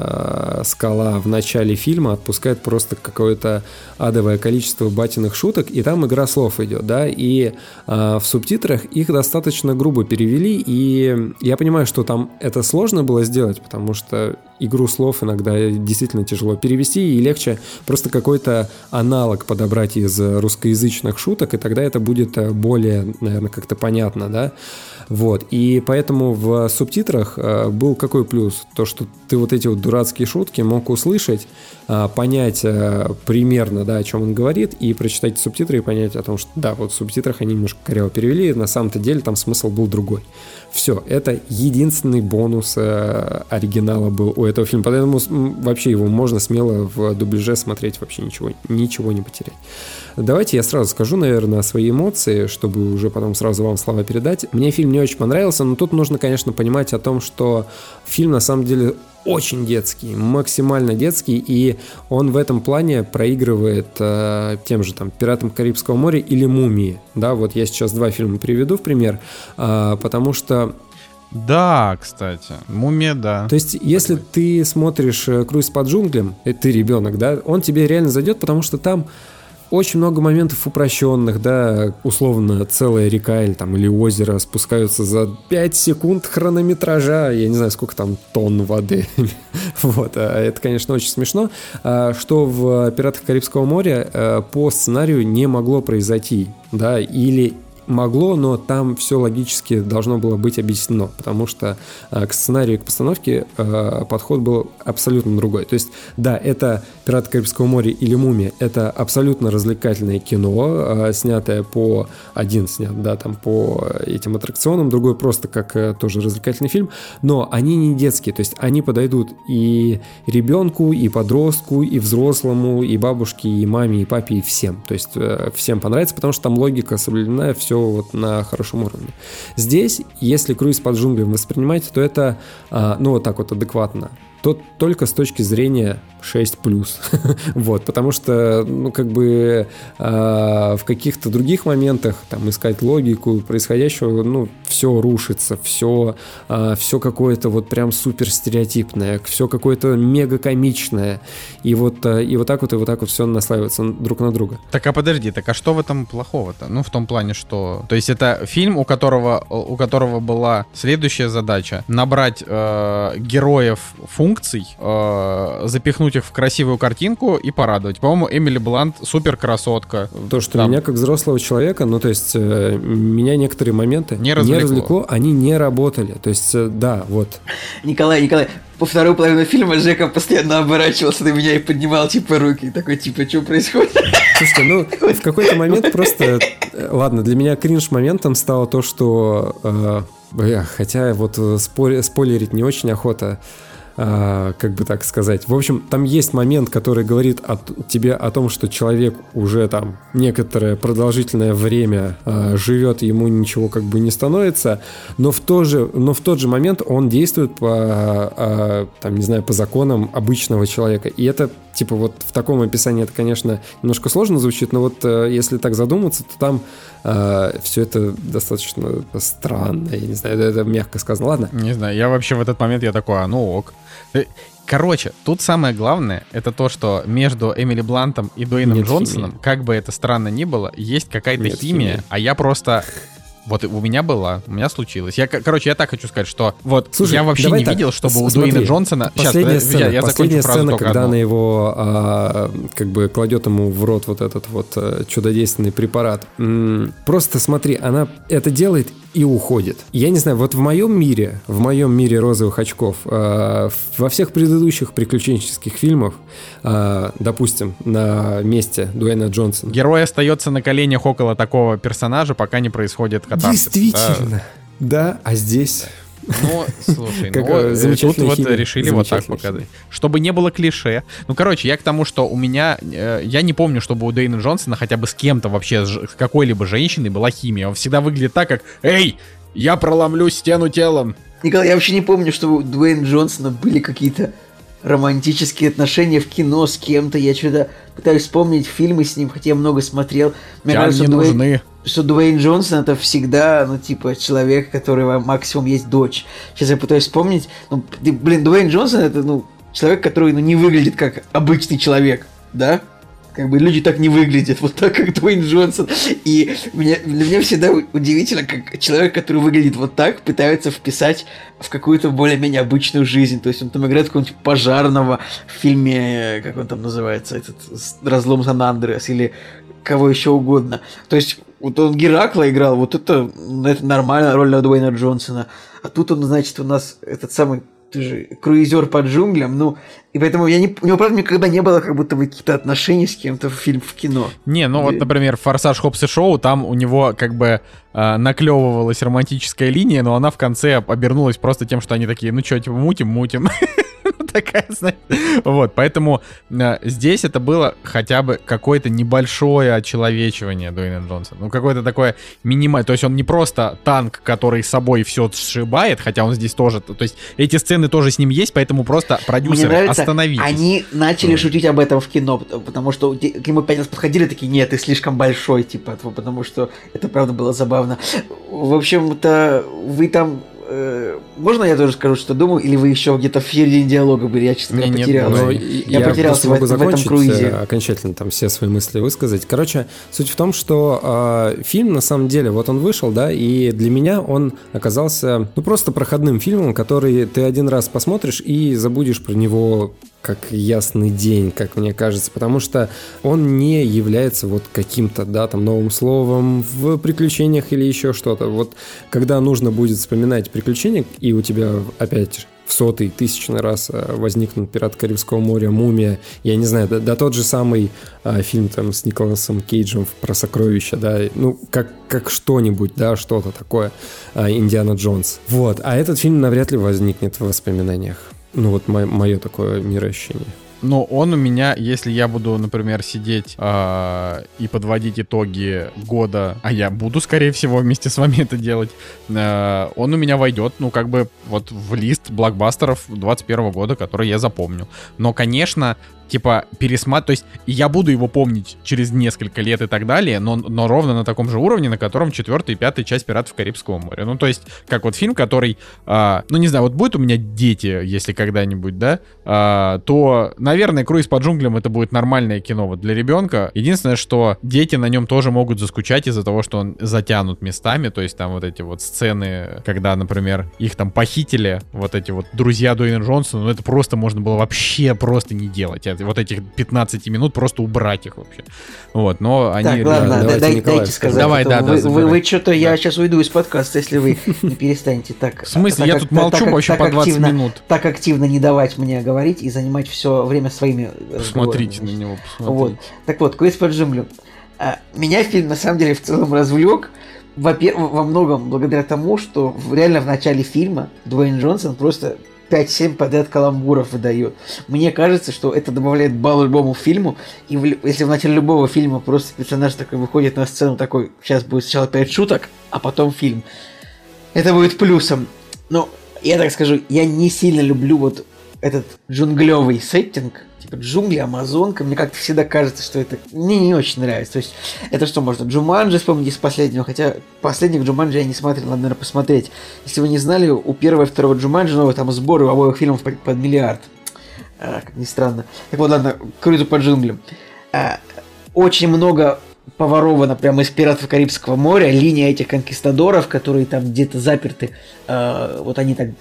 «Скала» в начале фильма отпускает просто какое-то адовое количество батиных шуток, и там игра слов идет, да, и в субтитрах их достаточно грубо перевели, и я понимаю, что там это сложно было сделать, потому что игру слов иногда действительно тяжело перевести, и легче просто какой-то аналог подобрать из русскоязычных шуток, и тогда это будет более, наверное, как-то понятно, да. Вот, и поэтому в субтитрах был какой плюс? То, что ты вот эти вот дурацкие шутки мог услышать, понять примерно, да, о чем он говорит, и прочитать субтитры и понять о том, что да, вот в субтитрах они немножко коряво перевели, на самом-то деле там смысл был другой. Все, это единственный бонус оригинала был у этого фильма, поэтому вообще его можно смело в дубляже смотреть, вообще ничего не потерять. Давайте я сразу скажу, наверное, свои эмоции, чтобы уже потом сразу вам слова передать. Мне фильм не очень понравился, но тут нужно, конечно, понимать о том, что фильм на самом деле очень детский, максимально детский, и он в этом плане проигрывает тем же там «Пиратам Карибского моря» или «Мумии». Да, вот я сейчас 2 фильма приведу в пример, потому что... Да, кстати, «Мумия», да. То есть, если ты смотришь «Круиз по джунглям», и ты ребенок, да, он тебе реально зайдет, потому что там очень много моментов упрощенных, да, условно целая река или озеро спускаются за 5 секунд хронометража, я не знаю, сколько там тонн воды. Вот, это, конечно, очень смешно, что в «Пиратах Карибского моря» по сценарию не могло произойти, да, или могло, но там все логически должно было быть объяснено, потому что к сценарию и к постановке подход был абсолютно другой. То есть, да, это «Пираты Карибского моря» или «Мумия», это абсолютно развлекательное кино, снятое по этим аттракционам, другой просто как тоже развлекательный фильм, но они не детские, то есть они подойдут и ребенку, и подростку, и взрослому, и бабушке, и маме, и папе, и всем. То есть всем понравится, потому что там логика соблюдена, все вот на хорошем уровне. Здесь, если «Круиз по джунглям» воспринимать, то это, вот так вот адекватно, то только с точки зрения 6+. Вот, потому что, в каких-то других моментах там искать логику происходящего, все рушится, все какое-то вот прям супер стереотипное, все какое-то мега комичное, и вот так вот все наслаивается друг на друга. Так, а подожди, а что в этом плохого-то? В том плане, что... То есть это фильм, у которого была следующая задача — набрать героев функций, запихнуть их в красивую картинку и порадовать. По-моему, Эмили Блант супер красотка. То, что меня как взрослого человека, меня некоторые моменты не развлекло, они не работали. То есть, да, вот. Николай, по второй половине фильма Жека постоянно оборачивался на меня и поднимал руки. Такой, что происходит? Слушайте, в какой-то момент просто... Ладно, для меня кринж-моментом стало то, что... хотя вот спойлерить не очень охота, как бы так сказать. В общем, там есть момент, который говорит тебе о том, что человек уже там некоторое продолжительное время живет, ему ничего как бы не становится, но в тот же момент он действует по законам обычного человека. И это, вот в таком описании это, конечно, немножко сложно звучит, но вот если так задуматься, то там все это достаточно странно, я не знаю, это мягко сказано. Ладно? Не знаю, я вообще в этот момент такой, ок. Короче, тут самое главное, это то, что между Эмили Блантом и Дуэйном Джонсоном, как бы это странно ни было, есть какая-то химия, а я просто Вот у меня случилось. Я так хочу сказать, что вот Слушай, я вообще не видел, чтобы у Дуэйна Джонсона... Последняя сцена, я закончу фразу сцена, только когда одну. она его как бы кладет ему в рот вот этот вот чудодейственный препарат. Просто смотри, она это делает и уходит. Я не знаю, вот в моем мире розовых очков, во всех предыдущих приключенческих фильмах, допустим, на месте Дуэйна Джонсона. Герой остается на коленях около такого персонажа, пока не происходит катарсис. Действительно. Да, а здесь... Ну, слушай, Как тут замечательная вот химия. решили вот так Замечательная показать. Чтобы не было клише. Ну, короче, я к тому, что у меня... Я не помню, чтобы у Дуэйна Джонсона хотя бы с кем-то вообще, с какой-либо женщиной была химия. Он всегда выглядит так, как «Эй, я проломлю стену телом». Николай, я вообще не помню, что у Дуэйна Джонсона были какие-то романтические отношения в кино с кем-то. Я что-то пытаюсь вспомнить фильмы с ним, хотя я много смотрел. Мне Тебе не нужны. Что Дуэйн Джонсон это всегда, ну, типа, человек, который максимум есть дочь. Сейчас я пытаюсь вспомнить. Ну, Дуэйн Джонсон это, ну, человек, который, ну, не выглядит как обычный человек, да? Как бы люди так не выглядят, вот так, как Дуэйн Джонсон. И для меня всегда удивительно, как человек, который выглядит вот так, пытается вписать в какую-то более-менее обычную жизнь. То есть он там играет какого-нибудь пожарного в фильме, как он там называется, этот «Разлом Сан-Андреас» или кого еще угодно. То есть вот он Геракла играл, вот это нормальная роль для Дуэйна Джонсона. А тут он, значит, у нас этот самый круизер по джунглям, ну, и поэтому у него, правда, никогда не было как будто бы каких-то отношений с кем-то в кино. Не, ну вот, например, «Форсаж, Хопс и Шоу», там у него как бы наклевывалась романтическая линия, но она в конце обернулась просто тем, что они такие, ну что, типа, мутим. Такая, знаешь. Вот, поэтому здесь это было хотя бы какое-то небольшое очеловечивание Дуэйна Джонсона. Ну, какое-то такое минимальное. То есть он не просто танк, который с собой все сшибает, хотя он здесь тоже... То есть эти сцены тоже с ним есть, поэтому просто продюсеры, остановитесь. Они начали шутить об этом в кино, потому что к нему 5 раз подходили, такие, нет, ты слишком большой, типа, потому что это правда было забавно. В общем-то, вы там... Можно я тоже скажу, что думаю, или вы еще где-то в середине диалога были? Я, честно говоря, потерялся. Я потерялся в этом круизе. Окончательно там все свои мысли высказать. Короче, суть в том, что фильм, на самом деле, вот он вышел, да, и для меня он оказался, ну, просто проходным фильмом, который ты один раз посмотришь и забудешь про него как ясный день, как мне кажется, потому что он не является вот каким-то, да, там, новым словом в приключениях или еще что-то. Вот когда нужно будет вспоминать приключения, и у тебя опять в 100-й, 1000-й раз возникнут «Пираты Карибского моря», «Мумия», я не знаю, да тот же самый фильм там с Николасом Кейджем про сокровища, да, ну, как что-нибудь, да, что-то такое, «Индиана Джонс». Вот, а этот фильм навряд ли возникнет в воспоминаниях. Ну, вот мое такое мироощущение. Но он у меня, если я буду, например, сидеть и подводить итоги года, а я буду, скорее всего, вместе с вами это делать, он у меня войдет, ну, как бы, вот в лист блокбастеров 21 года, который я запомню. Но, конечно, типа, то есть я буду его помнить через несколько лет и так далее, но ровно на таком же уровне, на котором 4-я и 5-я часть «Пиратов Карибского моря». Ну, то есть, как вот фильм, который, ну, не знаю, вот будет у меня дети, если когда-нибудь, да, то, наверное, «Круиз по джунглям» это будет нормальное кино вот для ребенка. Единственное, что дети на нем тоже могут заскучать из-за того, что он затянут местами, то есть там вот эти вот сцены, когда, например, их там похитили, вот эти вот друзья Дуэйна Джонсона, ну, это просто можно было вообще просто не делать. Вот этих 15 минут просто убрать их вообще. Вот, но они... Так, ладно, дайте сказать. Давай, да, вы что-то, я сейчас уйду из подкаста, если вы не перестанете так... В смысле? Я тут молчу вообще по 20 минут. Так активно не давать мне говорить и занимать все время своими Посмотрите на него, посмотрите. Вот. Так вот, «Круиз по джунглям». Меня фильм, на самом деле, в целом развлек. Во многом благодаря тому, что реально в начале фильма Дуэйн Джонсон просто 5-7 подряд каламбуров выдает. Мне кажется, что это добавляет балл любому фильму. И если в начале любого фильма просто персонаж такой выходит на сцену такой, сейчас будет сначала 5 шуток, а потом фильм, это будет плюсом. Но я так скажу, я не сильно люблю вот этот джунглевый сеттинг, типа джунгли, Амазонка. Мне как-то всегда кажется, что это мне не очень нравится. То есть это что, можно Джуманджи вспомнить из последнего, хотя последних Джуманджи я не смотрел, надо, наверное, посмотреть. Если вы не знали, у первого и второго Джуманджи новые там сборы обоих фильмов под $1 миллиард. Как ни странно. Так вот, ладно, «Круизу по джунглям». Очень много поворована прямо из «Пиратов Карибского моря», линия этих конкистадоров, которые там где-то заперты, вот они так,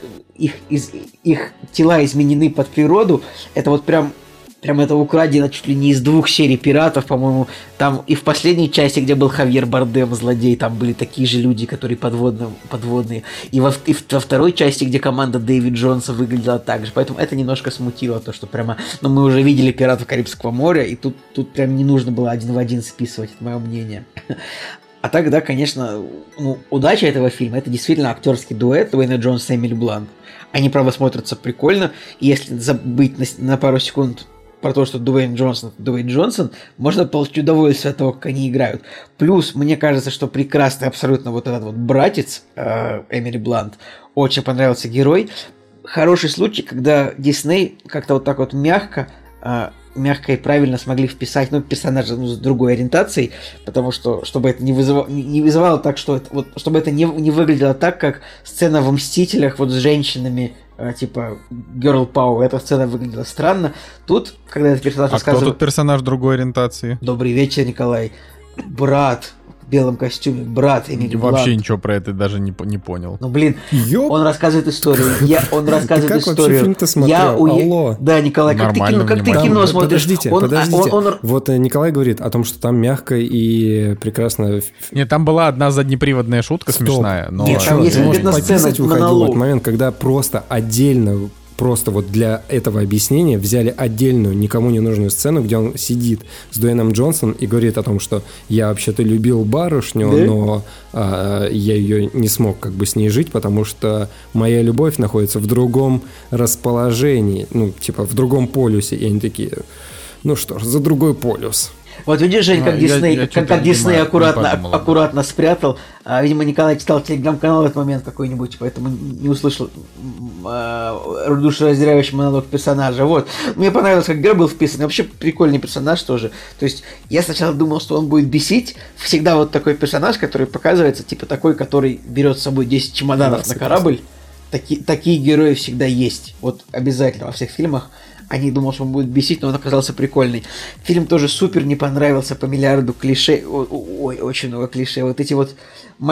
их тела изменены под природу, это вот прям это украдено чуть ли не из 2 серий «Пиратов», по-моему, там и в последней части, где был Хавьер Бардем, злодей, там были такие же люди, которые подводные, и во второй части, где команда Дэвид Джонса выглядела так же, поэтому это немножко смутило, то, что прямо, мы уже видели «Пиратов Карибского моря», и тут прям не нужно было один в один списывать, это мое мнение. А так, да, конечно, удача этого фильма, это действительно актерский дуэт Дуэйна Джонса и Эмили Блант. Они, правда, смотрятся прикольно, и если забыть на пару секунд про то, что Дуэйн Джонсон, можно получить удовольствие от того, как они играют. Плюс, мне кажется, что прекрасный абсолютно вот этот вот братец Эмили Блант, очень понравился герой. Хороший случай, когда Дисней как-то вот так вот мягко и правильно смогли вписать персонажа с другой ориентацией, потому что, чтобы это не вызывало так, что это, вот, чтобы это не выглядело так, как сцена в «Мстителях» вот с женщинами, типа Girl Power, эта сцена выглядела странно. Тут, когда этот персонаж рассказывает... кто тут персонаж другой ориентации? Добрый вечер, Николай. Брат в белом костюме, брат Эмили Блант. Вообще ничего про это даже не понял. Он рассказывает историю. Он рассказывает как историю. Вообще фильм-то смотрел? Алло. Да, Николай, как ты кино смотришь? Подождите. Вот Николай говорит о том, что там мягко и прекрасно... Нет, там была одна заднеприводная шутка смешная. Но... Нет, там есть конкретно сцена, монолог. Вот момент, когда просто отдельно... Просто вот для этого объяснения взяли отдельную, никому не нужную сцену, где он сидит с Дуэйном Джонсоном и говорит о том, что я вообще-то любил барышню, но я ее не смог как бы с ней жить, потому что моя любовь находится в другом расположении, в другом полюсе. И они такие, что ж, за другой полюс. Вот видишь, Жень, как Дисней аккуратно спрятал. Видимо, Николай читал телеграм-канал в этот момент какой-нибудь, поэтому не услышал душераздирающий монолог персонажа. Вот. Мне понравилось, как герой был вписан. Вообще прикольный персонаж тоже. То есть я сначала думал, что он будет бесить. Всегда вот такой персонаж, который показывается, типа такой, который берет с собой 10 чемоданов на корабль. Такие герои всегда есть. Вот обязательно во всех фильмах. Они думал, что он будет бесить, но он оказался прикольный. Фильм тоже супер не понравился по миллиарду клише. Ой, очень много клише. Вот эти вот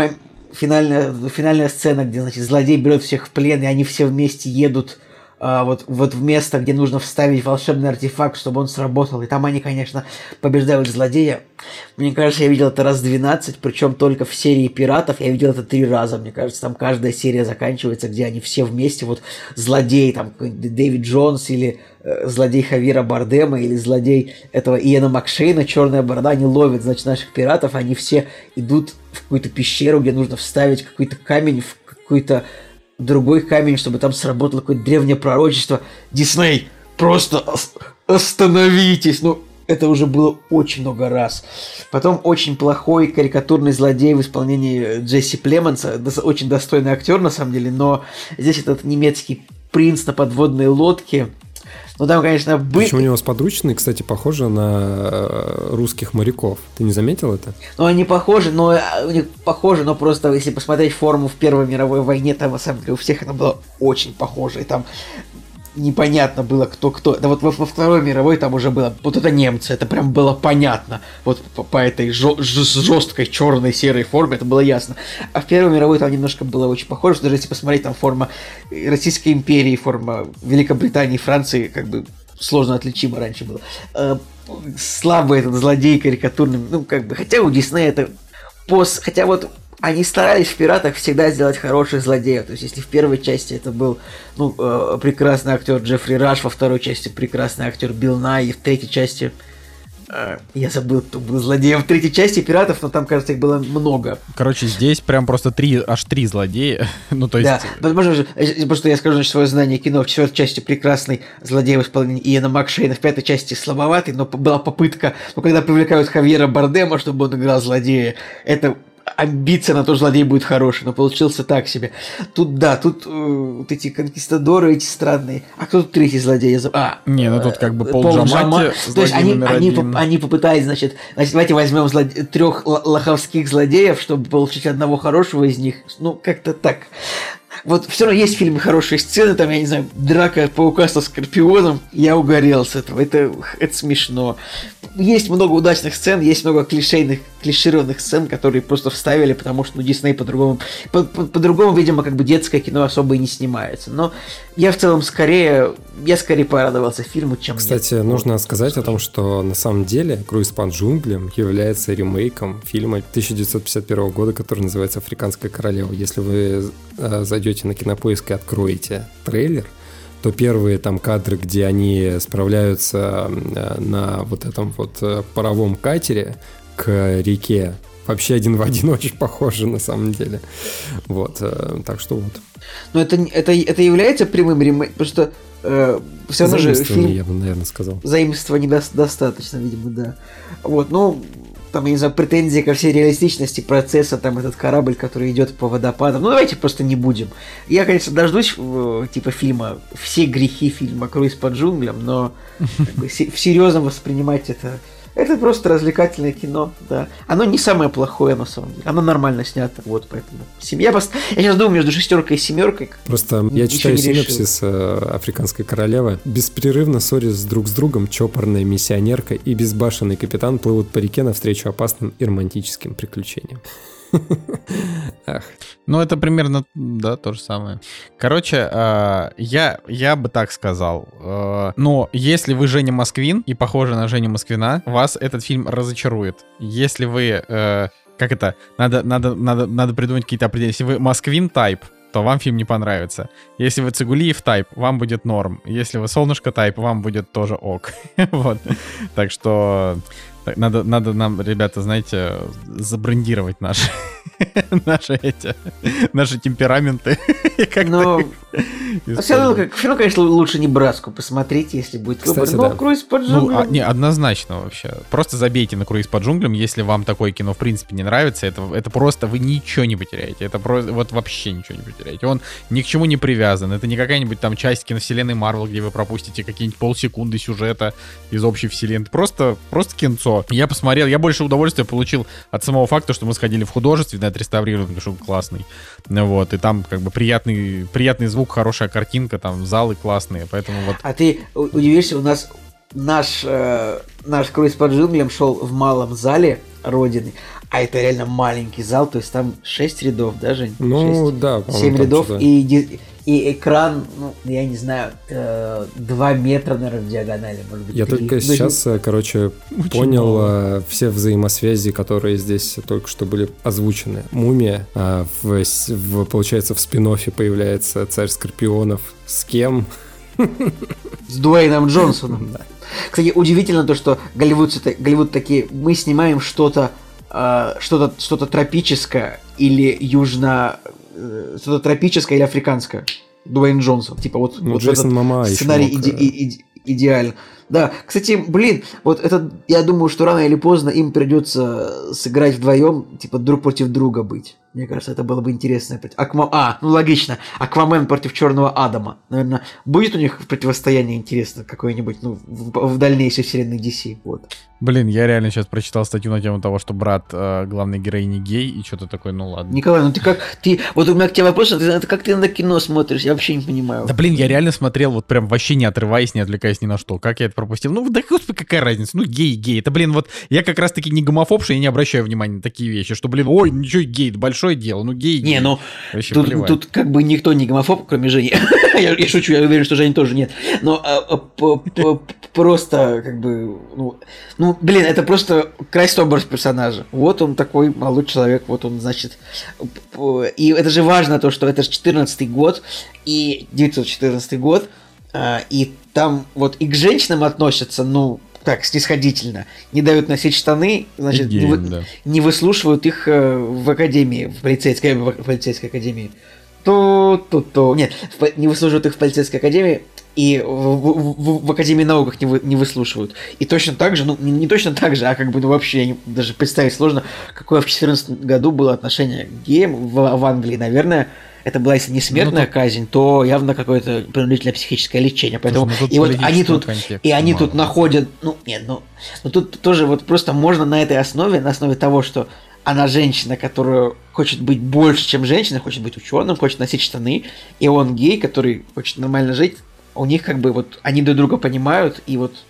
финальная сцена, где, значит, злодей берет всех в плен, и они все вместе едут вот в место, где нужно вставить волшебный артефакт, чтобы он сработал. И там они, конечно, побеждают злодея. Мне кажется, я видел это раз 12, причем только в серии «Пиратов». Я видел это 3 раза. Мне кажется, там каждая серия заканчивается, где они все вместе, вот злодей, там, Дэвид Джонс, или злодей Хавьера Бардема, или злодей этого Иэна Макшейна, черная борода, они ловят, значит, наших пиратов, они все идут в какую-то пещеру, где нужно вставить какой-то камень в какой-то другой камень, чтобы там сработало какое-то древнее пророчество. Дисней, просто остановитесь! Это уже было очень много раз. Потом очень плохой карикатурный злодей в исполнении Джесси Племонса. Очень достойный актер, на самом деле, но здесь этот немецкий принц на подводной лодке. Там, конечно, Причем у него сподручные, кстати, похожи на русских моряков. Ты не заметил это? Они похожи, но просто если посмотреть форму в Первой мировой войне, там, на самом деле, у всех она была очень похожа. И там непонятно было, кто. Да вот во Второй мировой там уже было, вот это немцы, это прям было понятно. Вот по этой жесткой черной серой форме это было ясно. А в Первой мировой там немножко было очень похоже, что даже если посмотреть, там форма Российской империи, форма Великобритании, Франции, как бы сложно отличимо раньше было. Слабый этот злодей карикатурный, хотя у Диснея это хотя вот они старались в «Пиратах» всегда сделать хороших злодеев. То есть, если в первой части это был прекрасный актер Джеффри Раш, во второй части прекрасный актер Билл Най, и в третьей части... я забыл, кто был злодеем в третьей части «Пиратов», но там, кажется, их было много. Короче, здесь прям просто аж три злодея. То есть... Да, просто я скажу, свое знание кино. В 4-й части прекрасный злодей в исполнении Иэна Макшейна, в 5-й части слабоватый, но была попытка, когда привлекают Хавьера Бардема, чтобы он играл злодея, это... амбиция на то, что злодей будет хороший, но получился так себе. Тут вот эти конкистадоры, эти странные. А кто тут третий злодей? тут как бы Пол Джаматти, то есть они попытались, значит, давайте возьмем 3 лоховских злодеев, чтобы получить одного хорошего из них. Как-то так. Вот все равно есть в фильме хорошие сцены, там, я не знаю, драка паука со скорпионом, я угорел с этого, это смешно. есть много удачных сцен, есть много клишированных сцен, которые просто вставили, потому что, Дисней по-другому, видимо, как бы детское кино особо и не снимается. Но я в целом скорее порадовался фильму, чем Кстати, нет. нужно сказать о том, что на самом деле «Круиз по джунглям» является ремейком фильма 1951 года, который называется «Африканская королева». Если вы зайдете на Кинопоиск и откроете трейлер, то первые там кадры, где они справляются на вот этом вот паровом катере к реке, вообще один в один очень похожи на самом деле. Вот, так что вот. Но это является прямым ремейком, потому что все равно же фильм... я бы, наверное, сказал. Заимствования достаточно, видимо, да. Вот, там, я не знаю, претензии ко всей реалистичности процесса, там, этот корабль, который идет по водопадам. давайте просто не будем. Я, конечно, дождусь, фильма, все грехи фильма «Круиз по джунглям», но как бы, всерьез воспринимать это... Это просто развлекательное кино, да. Оно не самое плохое, на самом деле. Оно нормально снято, вот, поэтому... Я сейчас думаю между 6 и 7. Просто я читаю синопсис «Африканской королевы». Беспрерывно ссорясь друг с другом, чопорная миссионерка и безбашенный капитан плывут по реке навстречу опасным и романтическим приключениям. Ах. Это примерно, да, то же самое. Короче, я бы так сказал. Но если вы Женя Москвин и похожи на Женю Москвина, вас этот фильм разочарует. Если вы... Надо придумать какие-то определения. Если вы Москвин тайп, то вам фильм не понравится. Если вы Цигулиев тайп, вам будет норм. Если вы Солнышко тайп, вам будет тоже ок. Вот. Так что... Надо нам, ребята, знаете, забрендировать наши темпераменты. Все равно, конечно, лучше «Небраску» посмотреть, если будет выбор. Кстати, да. «Круиз по джунглям». Однозначно вообще. Просто забейте на «Круиз по джунглям», если вам такое кино в принципе не нравится. Это просто вы ничего не потеряете. Это просто вот вообще ничего не потеряете. Он ни к чему не привязан. Это не какая-нибудь там часть киновселенной Марвел, где вы пропустите какие-нибудь полсекунды сюжета из общей вселенной. Просто кинцо. Я посмотрел, я больше удовольствия получил от самого факта, что мы сходили в художественный, отреставрированный, потому что он классный. Вот, и там как бы приятный звук, хорошая картинка, там залы классные, поэтому вот... А ты удивишься, у нас наш «Круиз по джунглям» шел в малом зале Родины, а это реально маленький зал, то есть там 6 рядов, да, Жень? 6, да, 7 рядов, и экран, я не знаю, 2 метра, наверное, в диагонали, может быть. Я только сейчас, понял все взаимосвязи, которые здесь только что были озвучены. «Мумия», получается, в спин-оффе появляется «Царь Скорпионов». С кем? С Дуэйном Джонсоном. Кстати, удивительно то, что Голливуд такие, мы снимаем что-то тропическое или что-то тропическое или африканское. Дуэйн Джонсон. Типа вот Джейсон Момоа сценарий идеально. Да, кстати, вот это, я думаю, что рано или поздно им придется сыграть вдвоем, типа друг против друга быть. Мне кажется, это было бы интересно. Логично. Аквамен против Черного Адама. Наверное, будет у них противостояние интересно какое-нибудь, в дальнейшей вселенной DC. Вот. Блин, я реально сейчас прочитал статью на тему того, что брат главной героини гей, и что-то такое, ладно. Николай, вот у меня к тебе вопрос, это как ты на кино смотришь? Я вообще не понимаю. Да блин, я реально смотрел, вот прям вообще не отрываясь, не отвлекаясь ни на что. Как я это пропустил? Да господи, какая разница? Гей. Это, блин, вот я как раз-таки не гомофоб, что я не обращаю внимания на такие вещи, что, блин, ой, ничего, гей, это большое дело, гей. Не, тут как бы никто не гомофоб, кроме Жени. Я шучу, я уверен, что Жени тоже нет. Но просто как бы, блин, это просто красивый образ персонажа. Вот он такой молодой человек, вот он, значит... И это же важно, то, что это же 14-й год, и 914 год, и там вот и к женщинам относятся, так, снисходительно. Не дают носить штаны, значит, не выслушивают их в академии, в полицейской академии. Нет, не выслушивают их в полицейской академии, и в Академии науках не выслушивают. И точно так же, не точно так же, а как бы вообще даже представить сложно, какое в 2014 году было отношение к геям в Англии. Наверное, это была, если не смертная казнь, то явно какое-то принудительное психическое лечение. Поэтому и вот они тут находят, тут тоже вот просто можно на этой основе, на основе того, что она женщина, которая хочет быть больше, чем женщина, хочет быть ученым, хочет носить штаны, и он гей, который хочет нормально жить, у них как бы вот они друг друга понимают, и вот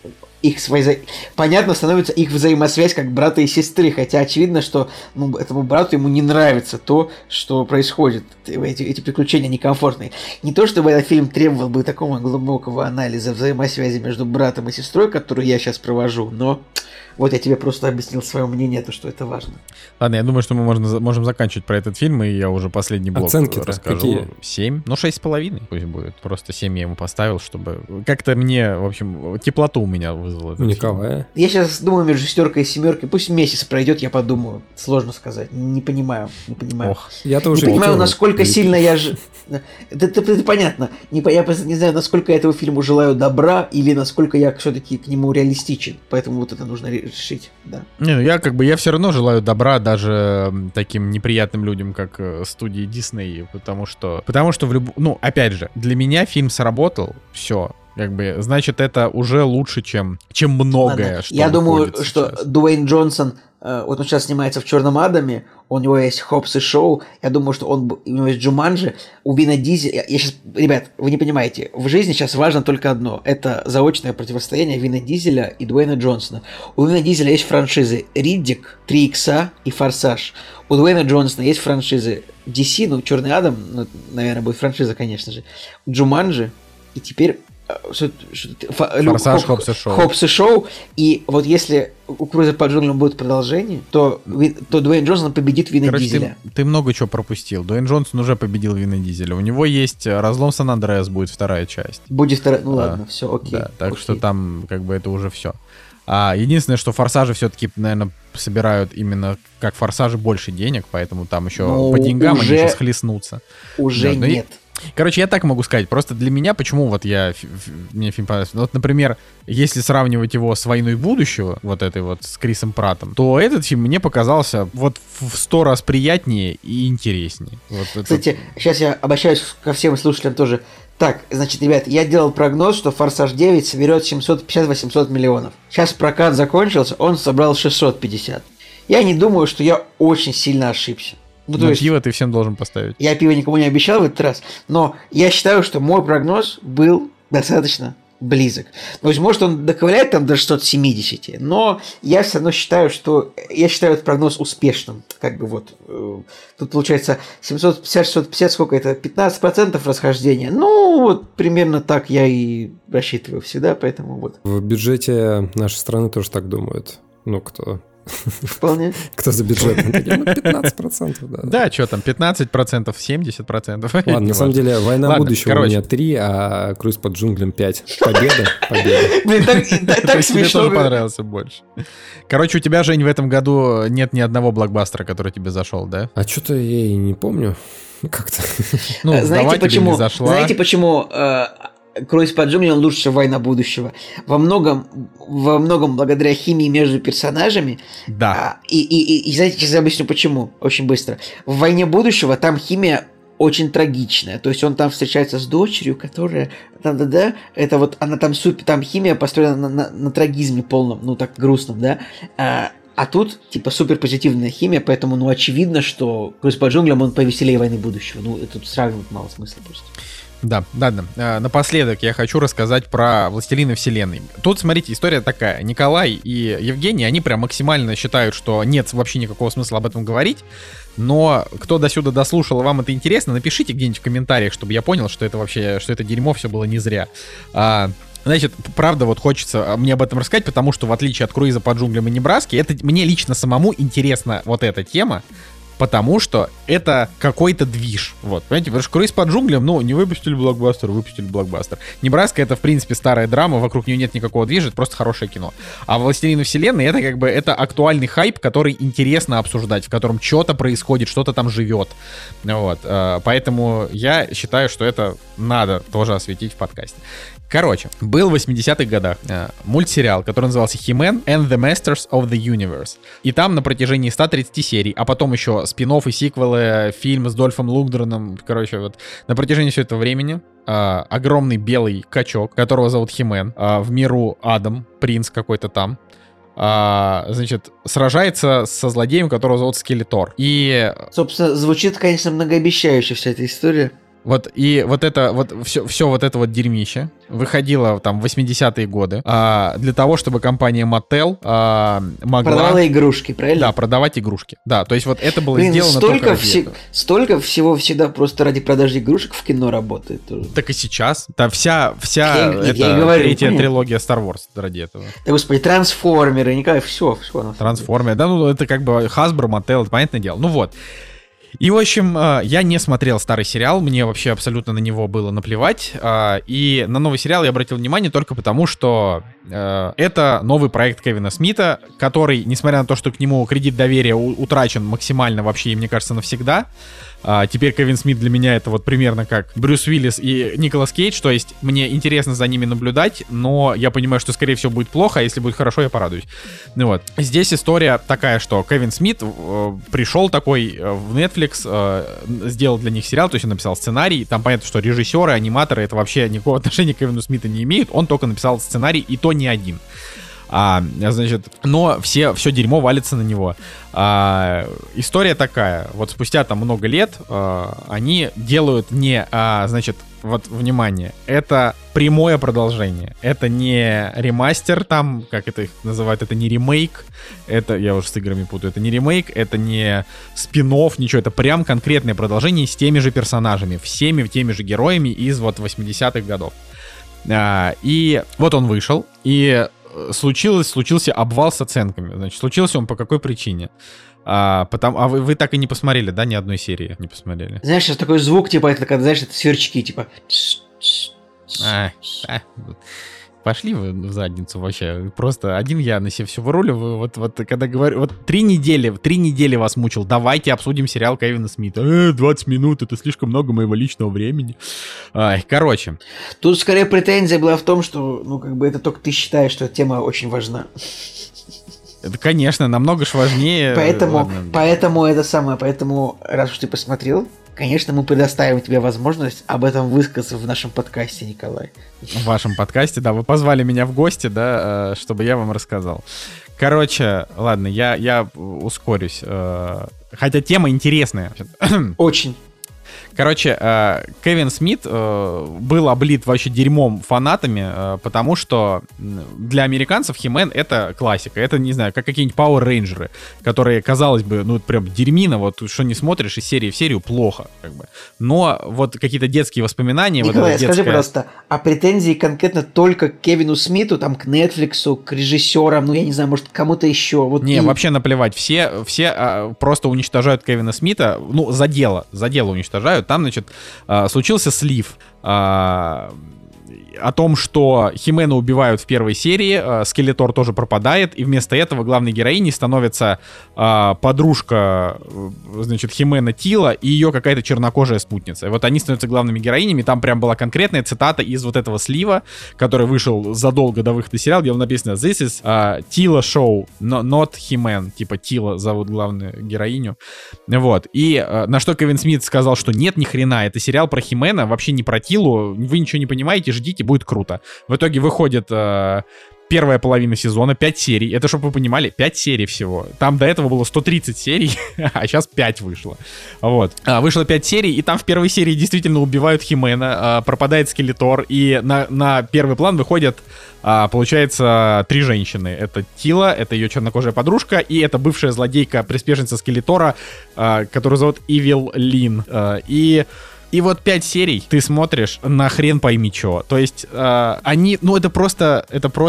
понятно становится их взаимосвязь как брата и сестры, хотя очевидно, что этому брату ему не нравится то, что происходит, эти приключения некомфортные. Не то чтобы этот фильм требовал бы такого глубокого анализа взаимосвязи между братом и сестрой, которую я сейчас провожу, но вот я тебе просто объяснил свое мнение, то, что это важно. Ладно, я думаю, что мы можем заканчивать про этот фильм, и я уже последний блок расскажу. Какие? 7, 6,5 пусть будет. Просто 7 я ему поставил, чтобы... Как-то мне, в общем, теплоту у меня вызвало. Николай. Я сейчас думаю между 6 и 7, пусть месяц пройдет, я подумаю. Сложно сказать. Не понимаю. Ох. Я-то уже не понимаю, насколько сильно я... Это понятно. Я просто не знаю, насколько я этому фильму желаю добра, или насколько я все-таки к нему реалистичен. Поэтому вот это нужно решить, да. Не, я все равно желаю добра даже таким неприятным людям, как студии Disney, потому что опять же, для меня фильм сработал, все. Значит, это уже лучше, чем многое, Ладно. что я думаю, сейчас. что Дуэйн Джонсон, вот он сейчас снимается в «Черном Адаме», у него есть «Хоббс и Шоу», я думаю, что у него есть «Джуманджи», у Вина Дизеля... Ребят, вы не понимаете, в жизни сейчас важно только одно. Это заочное противостояние Вина Дизеля и Дуэйна Джонсона. У Вина Дизеля есть франшизы «Риддик», «3 икса» и «Форсаж». У Дуэйна Джонсона есть франшизы DC, «Черный Адам», наверное, будет франшиза, конечно же, «Джуманджи», и теперь... Форсаж, Хоббс и Шоу. И вот если у Круза по джунглям будет продолжение, то Дуэйн Джонсон победит Вина Дизеля. Ты много чего пропустил. Дуэйн Джонсон уже победил Вина Дизеля. У него есть «Разлом Сан-Андреас», будет вторая часть. Будет вторая, ладно, все, окей. Да, так что там это уже все. Единственное, что «Форсажи» все-таки, наверное, собирают именно как «Форсажи» больше денег, поэтому там еще по деньгам они сейчас хлестнутся. Уже нет. Короче, я так могу сказать. Просто для меня, почему мне фильм понравился. Вот, например, если сравнивать его с «Войной будущего», вот этой вот с Крисом Праттом, то этот фильм мне показался в 100 раз приятнее и интереснее. Кстати, сейчас я обращаюсь ко всем слушателям тоже. Так, значит, ребят, я делал прогноз, что «Форсаж 9» соберет 750-800 миллионов. Сейчас прокат закончился, он собрал 650. Я не думаю, что я очень сильно ошибся. Пиво ты всем должен поставить. Я пиво никому не обещал в этот раз, но я считаю, что мой прогноз был достаточно близок. То есть, может, он доковыляет там до 670, но я все равно считаю, этот прогноз успешным. Тут получается 750-650, сколько это? 15% расхождения. Примерно так я и рассчитываю всегда, поэтому вот. В бюджете нашей страны тоже так думают. Кто... Вполне. Кто за бюджет? 15%, да. Да, что там, 15%, 70%. Ладно, на самом деле, «Война будущего» у меня 3, а «Круиз под джунглям» 5. Победа. Блин, так смешно. Мне тоже понравился больше. Короче, у тебя, Жень, в этом году нет ни одного блокбастера, который тебе зашел, да? А что-то я и не помню. Как-то. Знаете почему «Круиз под джунглями» лучше «Война будущего»? Во многом благодаря химии между персонажами. Да. И знаете, сейчас я объясню почему. Очень быстро. В «Войне будущего» там химия очень трагичная. То есть он там встречается с дочерью, которая... это вот она там супер... Там химия построена на трагизме полном, так грустном, да? А тут, супер позитивная химия, поэтому, очевидно, что «Круиз по джунглям» он повеселее «Войны будущего». Это тут сравнивать мало смысла просто. Да, ладно. Напоследок я хочу рассказать про «Властелина вселенной». Тут, смотрите, история такая. Николай и Евгений, они прям максимально считают, что нет вообще никакого смысла об этом говорить. Но кто до сюда дослушал, и вам это интересно, напишите где-нибудь в комментариях, чтобы я понял, что это дерьмо все было не зря. Значит, правда, хочется мне об этом рассказать, потому что в отличие от «Круиза по джунглям» и «Небраски», мне лично самому интересна вот эта тема. Потому что это какой-то движ. Понимаете, потому что «Круиз по джунглям», не выпустили блокбастер. «Небраска» — это, в принципе, старая драма, вокруг нее нет никакого движа, это просто хорошее кино. А «Властелин вселенной» — это актуальный хайп, который интересно обсуждать, в котором что-то происходит, что-то там живет. Поэтому я считаю, что это надо тоже осветить в подкасте. Короче, был в 80-х годах мультсериал, который назывался «He-Man and the Masters of the Universe». И там на протяжении 130 серий, а потом еще спин-оффы, сиквелы, фильм с Дольфом Лундгреном, на протяжении всего этого времени огромный белый качок, которого зовут He-Man, в миру Адам, принц какой-то там, сражается со злодеем, которого зовут Скелетор. И... Собственно, звучит, конечно, многообещающе вся эта история. Вот и вот это вот все вот это вот дерьмище выходило там в 80-е годы для того, чтобы компания Mattel могла... Продавала игрушки, правильно? Да, продавать игрушки. Да, то есть вот это было сделано только ради этого. Столько всего всегда просто ради продажи игрушек в кино работает. Так и сейчас. Да, вся третья трилогия Star Wars ради этого. Да, господи, трансформеры, Николай, все. Трансформеры, да, ну это как бы Hasbro, Mattel, это понятное дело. Ну вот. И, в общем, я не смотрел старый сериал, мне вообще абсолютно на него было наплевать. И на новый сериал я обратил внимание только потому, что это новый проект Кевина Смита, который, несмотря на то, что к нему кредит доверия утрачен максимально вообще, и мне кажется, навсегда. Теперь Кевин Смит для меня это вот примерно как Брюс Уиллис и Николас Кейдж, то есть мне интересно за ними наблюдать, но я понимаю, что скорее всего будет плохо, а если будет хорошо, я порадуюсь. Ну вот. Здесь история такая, что Кевин Смит пришел такой в Netflix, сделал для них сериал, то есть он написал сценарий, там понятно, что режиссеры, аниматоры это вообще никакого отношения к Кевину Смиту не имеют, он только написал сценарий, и то не один. Значит, но все дерьмо валится на него. История такая. Вот спустя там много лет они делают не, значит, вот, внимание, это прямое продолжение. Это не ремастер там, как это их называют, это не ремейк. Это, я уже с играми путаю, это не ремейк, это не спин-офф, ничего. Это прям конкретное продолжение с теми же персонажами, всеми теми же героями из вот 80-х годов. И вот он вышел, и случился обвал с оценками. Значит, случился он по какой причине? Вы так и не посмотрели, да, ни одной серии не посмотрели? Знаешь, сейчас такой звук, типа, это когда, знаешь, это сверчки, типа... Пошли вы в задницу вообще. Просто один я на себе все выруливаю. Вот когда говорю... Вот 3 недели вас мучил. Давайте обсудим сериал Кевина Смита. 20 минут, это слишком много моего личного времени. Короче. Тут скорее претензия была в том, что, ну, как бы это только ты считаешь, что эта тема очень важна. Это, конечно, намного ж важнее. Поэтому, раз уж ты посмотрел, конечно, мы предоставим тебе возможность об этом высказаться в нашем подкасте, Николай. В вашем подкасте, да. Вы позвали меня в гости, да, чтобы я вам рассказал. Короче, ладно, я ускорюсь. Хотя тема интересная. Очень. Короче, Кевин Смит был облит вообще дерьмом фанатами, потому что для американцев He-Man — это классика. Это, не знаю, как какие-нибудь Power Rangers, которые, казалось бы, ну, прям дерьмина, вот что не смотришь из серии в серию, плохо, как бы. Но вот какие-то детские воспоминания... Николай, вот скажи, пожалуйста, а претензии конкретно только к Кевину Смиту, там, к Netflixу, к режиссерам, ну, я не знаю, может, к кому-то еще? Вот не, вообще наплевать. Все просто уничтожают Кевина Смита, ну, за дело уничтожают. Там, значит, случился слив о том, что Химена убивают в первой серии, Скелетор тоже пропадает, и вместо этого главной героиней становится подружка, значит, Химена Тила и ее какая-то чернокожая спутница. И вот они становятся главными героинями. Там прям была конкретная цитата из вот этого слива, который вышел задолго до выхода сериала, где написано «This is Tila show, not He-Man». Типа Тила зовут главную героиню. Вот. И на что Кевин Смит сказал, что нет, ни хрена, это сериал про He-Man, вообще не про Тилу, вы ничего не понимаете, ждите, будет круто. В итоге выходит первая половина сезона, 5 серий. Это, чтобы вы понимали, 5 серий всего. Там до этого было 130 серий, а сейчас 5 вышло. Вот. Вышло 5 серий, и там в первой серии действительно убивают Химена, пропадает Скелетор, и на первый план выходят, получается, 3 женщины. Это Тила, это ее чернокожая подружка, и это бывшая злодейка, приспешница Скелетора, которую зовут Evil Lynn. И вот 5 серий ты смотришь на хрен пойми чё. То есть они, ну это просто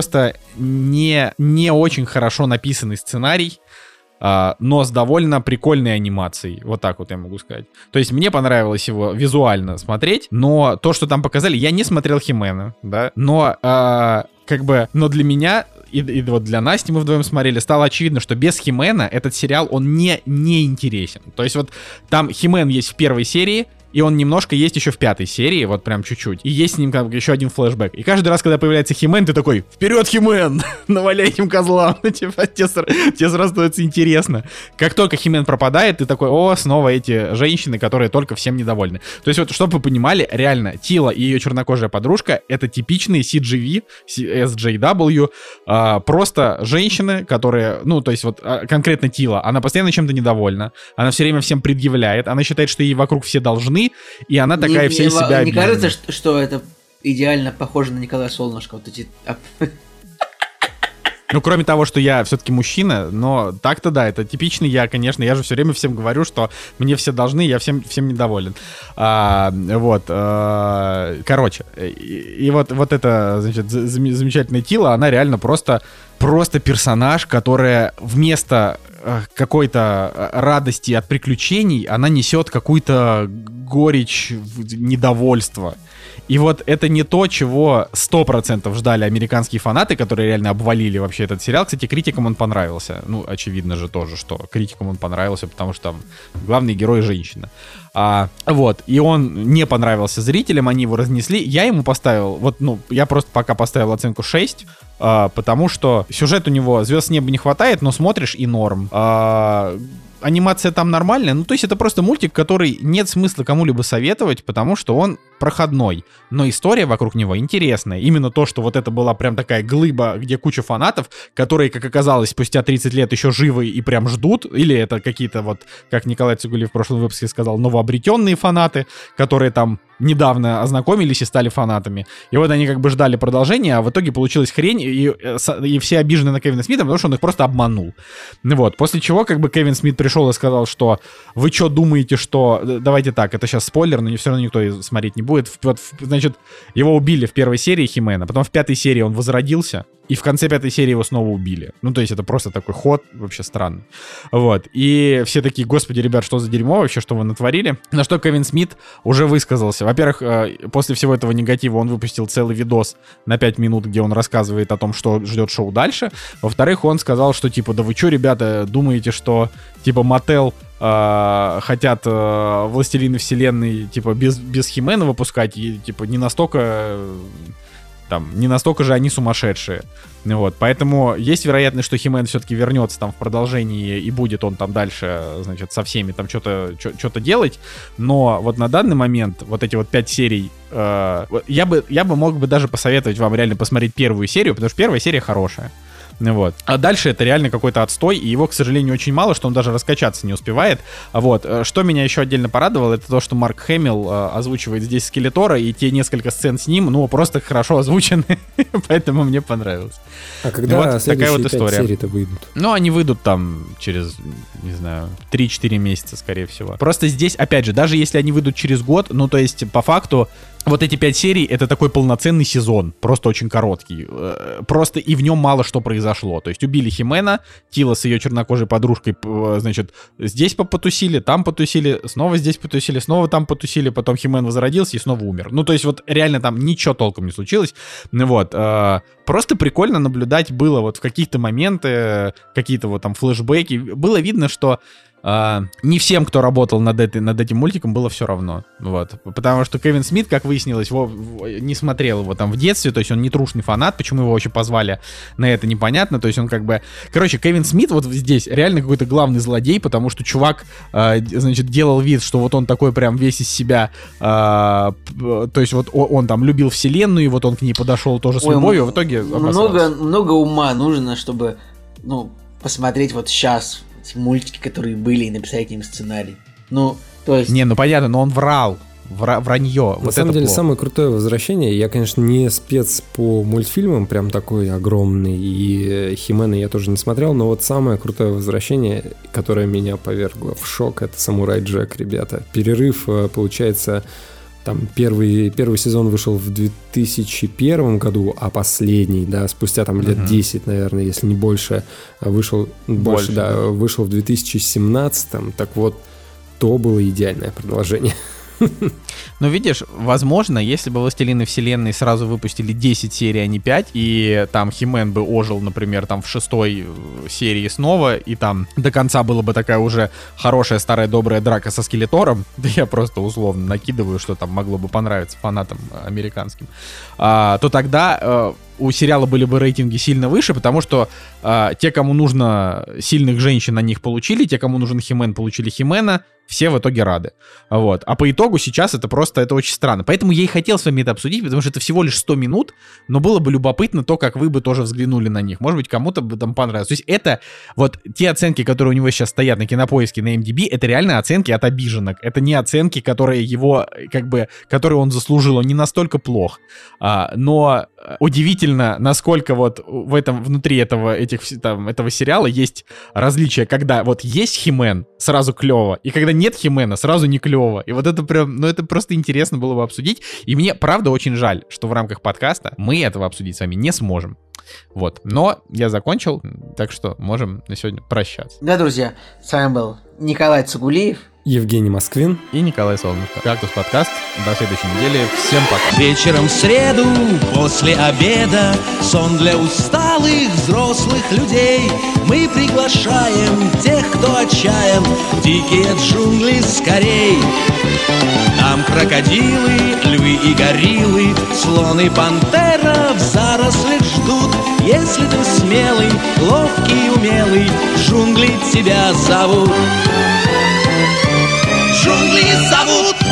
не очень хорошо написанный сценарий, но с довольно прикольной анимацией. Вот так вот я могу сказать. То есть мне понравилось его визуально смотреть, но то, что там показали, я не смотрел Химена, да, но но для меня и вот для Насти мы вдвоем смотрели, стало очевидно, что без Химена этот сериал, он не интересен. То есть вот там Химен есть в первой серии, и он немножко есть еще в 5 серии, вот прям чуть-чуть. И есть с ним как еще один флешбэк. И каждый раз, когда появляется Химен, ты такой: вперед, Химен! Наваляй этим козлам! Типа, тебе сразу становится интересно. Как только Химен пропадает, ты такой: о, снова эти женщины, которые только всем недовольны. То есть вот, чтобы вы понимали, реально, Тила и ее чернокожая подружка — это типичные CGV, SJW, просто женщины, которые, ну, то есть вот конкретно Тила, она постоянно чем-то недовольна, она все время всем предъявляет, она считает, что ей вокруг все должны, войны, и она такая вся из себя Не обиженная. кажется, что это идеально похоже на Николая Солнышко? Вот эти... Ну, кроме того, что я все-таки мужчина, но так-то да, это типичный я, конечно, я же все время всем говорю, что мне все должны, я всем недоволен. Короче, и вот эта, значит, замечательная Тила, она реально просто персонаж, которая вместо какой-то радости от приключений, она несет какую-то горечь, недовольство. И вот это не то, чего 100% ждали американские фанаты, которые реально обвалили вообще этот сериал. Кстати, критикам он понравился. Ну, очевидно же тоже, что критикам он понравился, потому что там главный герой женщина. И он не понравился зрителям, они его разнесли. Я ему поставил, я просто пока поставил оценку 6, потому что сюжет у него звезд с неба не хватает, но смотришь и норм. Анимация там нормальная, то есть это просто мультик, который нет смысла кому-либо советовать, потому что он проходной, но история вокруг него интересная. Именно то, что вот это была прям такая глыба, где куча фанатов, которые, как оказалось, спустя 30 лет еще живы и прям ждут, или это какие-то вот, как Николай Цигулиев в прошлом выпуске сказал, новообретенные фанаты, которые там недавно ознакомились и стали фанатами. И вот они как бы ждали продолжения, а в итоге получилась хрень, и все обижены на Кевина Смита, потому что он их просто обманул. После чего как бы Кевин Смит пришел и сказал, что вы что думаете, что... Давайте так, это сейчас спойлер, но все равно никто смотреть не будет. Значит, его убили в первой серии Хи-Мэна, потом в 5-й серии он возродился, и в конце 5-й серии его снова убили. То есть это просто такой ход вообще странный. И все такие, господи, ребят, что за дерьмо вообще, что вы натворили? На что Кевин Смит уже высказался. Во-первых, после всего этого негатива он выпустил целый видос на 5 минут, где он рассказывает о том, что ждет шоу дальше. Во-вторых, он сказал, что типа, да вы что, ребята, думаете, что типа Mattel хотят Властелины Вселенной типа без Хи-Мэна выпускать, и типа не настолько же они сумасшедшие. Поэтому есть вероятность, что Хи-Мэн все-таки вернется там в продолжении, и будет он там дальше, значит, со всеми там что-то делать. Но вот на данный момент вот эти вот 5 серий, я бы мог бы даже посоветовать вам реально посмотреть первую серию, потому что первая серия хорошая. А дальше это реально какой-то отстой, и его, к сожалению, очень мало, что он даже раскачаться не успевает. Что меня еще отдельно порадовало, это то, что Марк Хэмилл озвучивает здесь Скелетора, и те несколько сцен с ним, просто хорошо озвучены, поэтому мне понравилось. А когда следующие 5 серий-то выйдут? Они выйдут там через, не знаю, 3-4 месяца, скорее всего. Просто здесь, опять же, даже если они выйдут через год, то есть, по факту, вот эти 5 серий — это такой полноценный сезон, просто очень короткий. Просто и в нем мало что произошло. То есть убили Хи-Мэна, Тила с ее чернокожей подружкой, значит, здесь потусили, там потусили, снова здесь потусили, снова там потусили, потом Хи-Мэн возродился и снова умер. То есть вот реально там ничего толком не случилось. Просто прикольно наблюдать было вот в какие-то моменты, какие-то вот там флешбеки. Было видно, что не всем, кто работал над этим мультиком, было все равно. Потому что Кевин Смит, как выяснилось, не смотрел его там в детстве, то есть он не трушный фанат, почему его вообще позвали на это, непонятно. То есть он как бы... Короче, Кевин Смит вот здесь реально какой-то главный злодей, потому что чувак, значит, делал вид, что вот он такой прям весь из себя, то есть вот он там любил вселенную, и вот он к ней подошел тоже с любовью, а в итоге обосрался. Много ума нужно, чтобы, посмотреть вот сейчас мультики, которые были, и написать к ним сценарий. То есть... понятно, но он врал. Вранье. На самом деле, самое крутое возвращение, я, конечно, не спец по мультфильмам, прям такой огромный, и Хи-Мэна я тоже не смотрел, но вот самое крутое возвращение, которое меня повергло в шок, это Самурай Джек, ребята. Перерыв, получается, там первый сезон вышел в 2001 году, а последний, спустя там лет 10, наверное, если не больше, вышел в 2017. Так вот, то было идеальное продолжение. Видишь, возможно, если бы «Властелины Вселенной» сразу выпустили 10 серий, а не 5, и там Хи-Мэн бы ожил, например, там в 6-й серии снова, и там до конца была бы такая уже хорошая старая добрая драка со Скелетором, да я просто условно накидываю, что там могло бы понравиться фанатам американским, то тогда у сериала были бы рейтинги сильно выше, потому что те, кому нужно сильных женщин, они их получили, те, кому нужен Хи-Мэн, получили Хи-Мэна, все в итоге рады. Вот. А по итогу сейчас это очень странно. Поэтому я и хотел с вами это обсудить, потому что это всего лишь 100 минут, но было бы любопытно то, как вы бы тоже взглянули на них. Может быть, кому-то бы там понравилось. То есть это вот те оценки, которые у него сейчас стоят на Кинопоиске, на MDB, это реально оценки от обиженок. Это не оценки, которые его, которые он заслужил. Он не настолько плох. Но удивительно, насколько вот внутри этого сериала есть различия, когда вот есть Хи-Мэн, сразу клево, и когда нет Хи-Мэна, сразу не клево. И вот это прям, это просто интересно было бы обсудить. И мне, правда, очень жаль, что в рамках подкаста мы этого обсудить с вами не сможем. Вот. Но я закончил, так что можем на сегодня прощаться. Да, друзья, с вами был Николай Цугулиев, Евгений Москвин и Николай Солнышко. «Кактус» подкаст. До следующей недели. Всем пока. Вечером в среду, после обеда, сон для усталых взрослых людей. Мы приглашаем тех, кто отчаян, в дикие джунгли скорей. Там крокодилы, львы и гориллы, слон и пантера в зарослях ждут. Если ты смелый, ловкий и умелый, джунгли тебя зовут. Джунгли зовут.